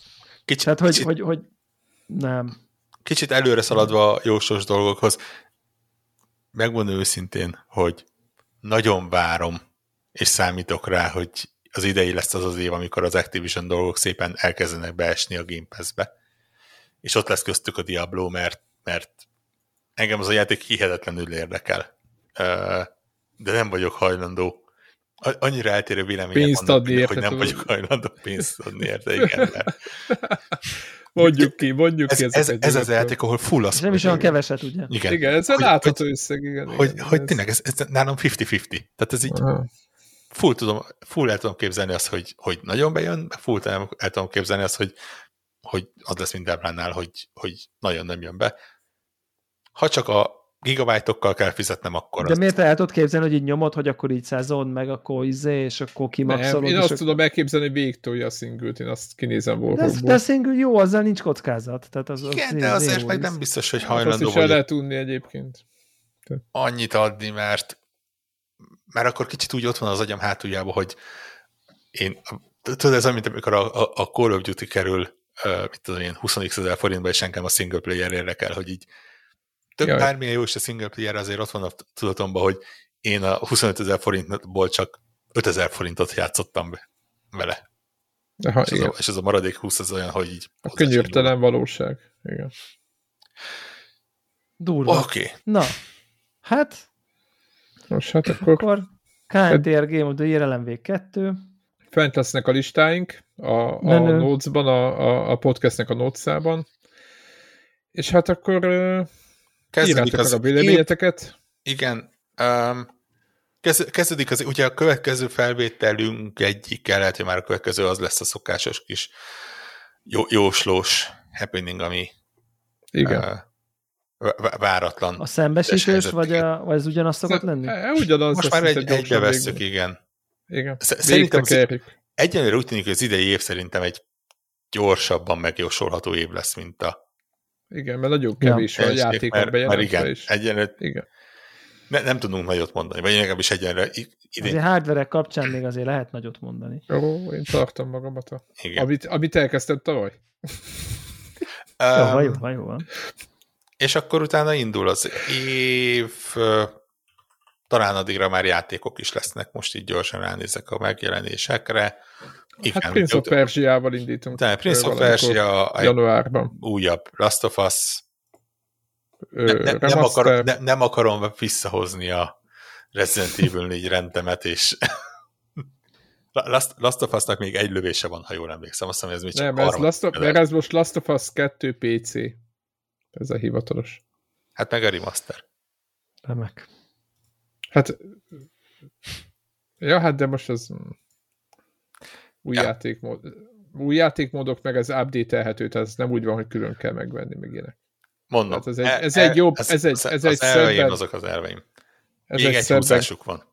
Tehát, hogy nem. Kicsit előre szaladva a jósos dolgokhoz, megmondom őszintén, hogy nagyon várom, és számítok rá, hogy az idei lesz az év, amikor az Activision dolgok szépen elkezdenek beesni a Game Pass-be. És ott lesz köztük a Diablo, mert engem az a játék hihetetlenül érdekel. De nem vagyok hajlandó. Annyira eltérő vélemények vannak, hogy nem vagyok hajlandó pénzt adni érte, igen. Mondjuk ki ez az játék, ahol full az. Nem is olyan keveset, ugye? Igen, ez a látható összeg, igen. Hogy tényleg, ez nálam 50-50. Tehát ez így full el tudom képzelni azt, hogy nagyon bejön, full el tudom képzelni azt, hogy az lesz minden plánál, hogy nagyon nem jön be. Ha csak a gigabájtokkal kell fizetnem, akkor... De miért el tudod képzelni, hogy így nyomod, hogy akkor így szezon, meg akkor és akkor kimaxolod? Én azt tudom elképzelni, hogy végigtolja a szingült, én azt kinézem Warhawkból. De a single jó, azzal nincs kockázat. Tehát igen, de azért meg nem biztos, hogy hajlandó vagyok. Azt is el lehet tudni egyébként. Annyit adni, mert akkor kicsit úgy ott van az agyam hátuljában, hogy én... Tudod, ez amit amikor a Call of Duty kerül, mit tudom én, 20 000 forintba, és engem a single player érdekel, hogy így bármilyen jó is a single player, azért ott van a tudatomban, hogy én a 25 000 forintból csak 5 000 forintot játszottam vele. Aha, és ez a maradék 20 az olyan, hogy így... A könyörtelen valóság. Igen. Durva. Oké. Na, hát... Most hát akkor KNTR Game of the Year LMV2. Fent lesznek a listáink a Notes-ban, a podcastnek a Notes-ában. És hát akkor írjátok meg a véleményeteket. Igen. Kezdődik ugye a következő felvételünk egyik, lehet, hogy már a következő az lesz a szokásos kis jóslós happening, ami igen. Váratlan. A szembesítős, vagy ez ugyanaz szokott lenni? Ugyanaz. Most már egybe vesszük, igen. Igen. Szerintem egyenlőre úgy tűnik, hogy az idei év szerintem egy gyorsabban megjósolható év lesz, mint a... Igen, mert nagyon kevés a játékok bejelentve is. Egyenlőre nem tudunk nagyot mondani, vagy legalábbis egyenlőre idén. Azért hardware kapcsán még azért lehet nagyot mondani. Ó, én tartom magamat. Amit elkezdtem tavaly. Jó van. És akkor utána indul az év... Talán addigra már játékok is lesznek, most így gyorsan ránézek a megjelenésekre. Igen, hát Prince of Persia-val indítunk. De Prince of Persia januárban. Újabb Last of Us. Nem akarom visszahozni a Resident Evil 4 rendemet, és Last of Us-nak még egy lövése van, ha jól emlékszem. Azt hiszem, ez még csak mert ez most Last of Us 2 PC. Ez a hivatalos. Hát meg a remaster. Remek. Hát, de most az új játékmódok, meg ez update-elhető, tehát ez nem úgy van, hogy külön kell megvenni, meg ilyenek. Mondom. Ez egy jobb, ez egy elveim, azok az elveim. Még egy húzásuk van.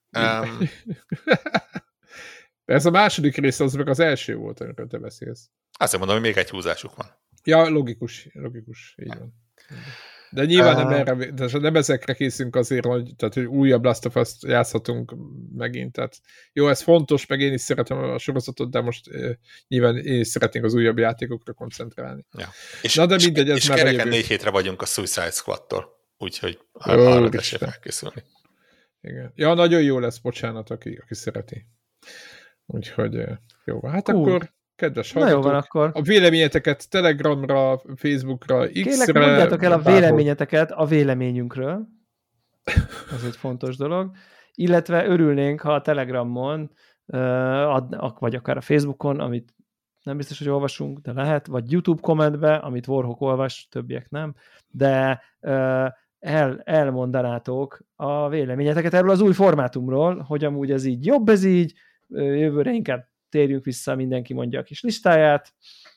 Ez a második rész, az meg az első volt, amikor te beszélsz. Azt mondom, hogy még egy húzásuk van. Ja, logikus, így van. De nyilván nem ezekre készünk azért, hogy újabb Last of Us-t játszhatunk megint. Tehát jó, ez fontos, meg én is szeretem a sorozatot, de most nyilván én is szeretnénk az újabb játékokra koncentrálni. Ja. De mindegy, ez és már kereken 4 hétre vagyunk a Suicide Squad-tól, úgyhogy arra tessék felkészülni. Igen. Ja, nagyon jó lesz, bocsánat, aki szereti. Úgyhogy jó, hát akkor kedves hallgatók, jó van, akkor. A véleményeteket Telegramra, Facebookra, X-re... Kérlek, mondjátok el a véleményeteket a véleményünkről. Ez egy fontos dolog. Illetve örülnénk, ha a Telegramon, vagy akár a Facebookon, amit nem biztos, hogy olvasunk, de lehet, vagy YouTube kommentbe, amit Warhawk olvas, többiek nem, de elmondanátok a véleményeteket erről az új formátumról, hogy amúgy ez így jobb, ez így, jövőre inkább térjünk vissza, mindenki mondja a kis listáját,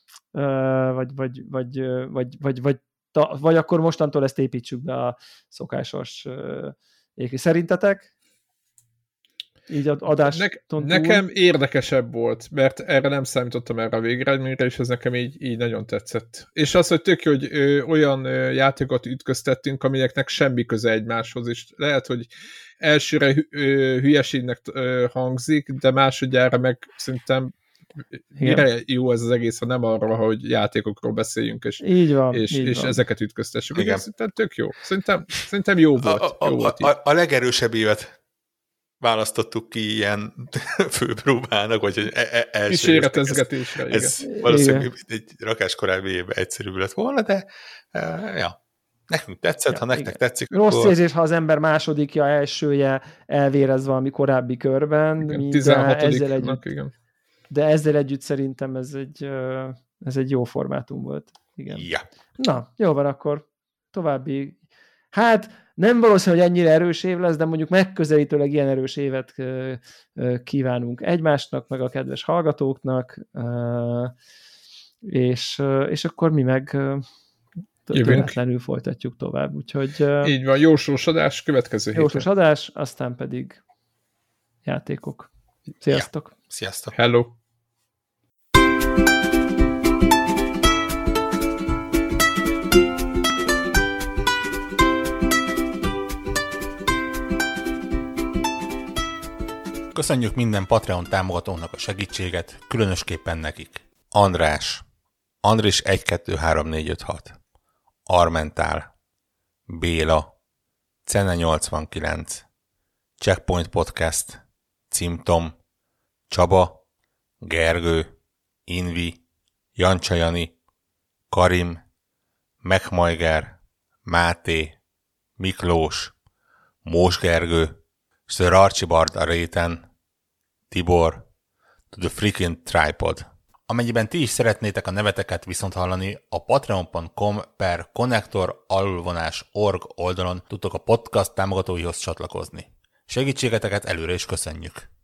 vagy akkor mostantól ezt építsük be a szokásos szerintetek? Így adás. Nekem érdekesebb volt, mert erre nem számítottam erre a végeredményre, és ez nekem így nagyon tetszett. És az, hogy tök jó, hogy olyan játékot ütköztettünk, amineknek semmi köze egymáshoz, és lehet, hogy elsőre hülyeségnek hangzik, de másodjára meg szerintem mire jó ez az egész, ha nem arra, hogy játékokról beszéljünk, és, így van, és ezeket ütköztessük. Igen. Szerintem tök jó. Szerintem jó volt. A legerősebb évet választottuk ki ilyen főpróbának, vagy első. Kíséretezgetésre, igen. Ez valószínűleg egy rakás korábbi évben egyszerűbb lett volna, de ja, nekünk tetszett, ha nektek tetszik. Rossz akkor... érzés, ha az ember másodikja, elsője elvérez valami korábbi körben. Igen, 16-nak, igen. De ezzel együtt szerintem ez egy jó formátum volt. Igen. Ja. Na, jó van, akkor további. Hát nem valószínű, hogy ennyire erős év lesz, de mondjuk megközelítőleg ilyen erős évet kívánunk egymásnak, meg a kedves hallgatóknak, és akkor mi meg töretlenül folytatjuk tovább. Úgyhogy, így van, jósós adás következő héten. Jósós adás, aztán pedig játékok. Sziasztok! Ja. Sziasztok! Hello! Köszönjük minden Patreon támogatónak a segítséget, különösképpen nekik. András, Andris 123456, Armentál, Béla, Cene 89, Checkpoint Podcast, Cimtom, Csaba, Gergő, Invi, Jancsajani, Karim, Megmajger, Máté, Miklós, Mós Gergő, Sir Archibald a réten, Tibor, To the Freaking Tripod. Amennyiben ti is szeretnétek a neveteket viszont hallani, a patreon.com/connector_org oldalon tudtok a podcast támogatóihoz csatlakozni. Segítségeteket előre is köszönjük!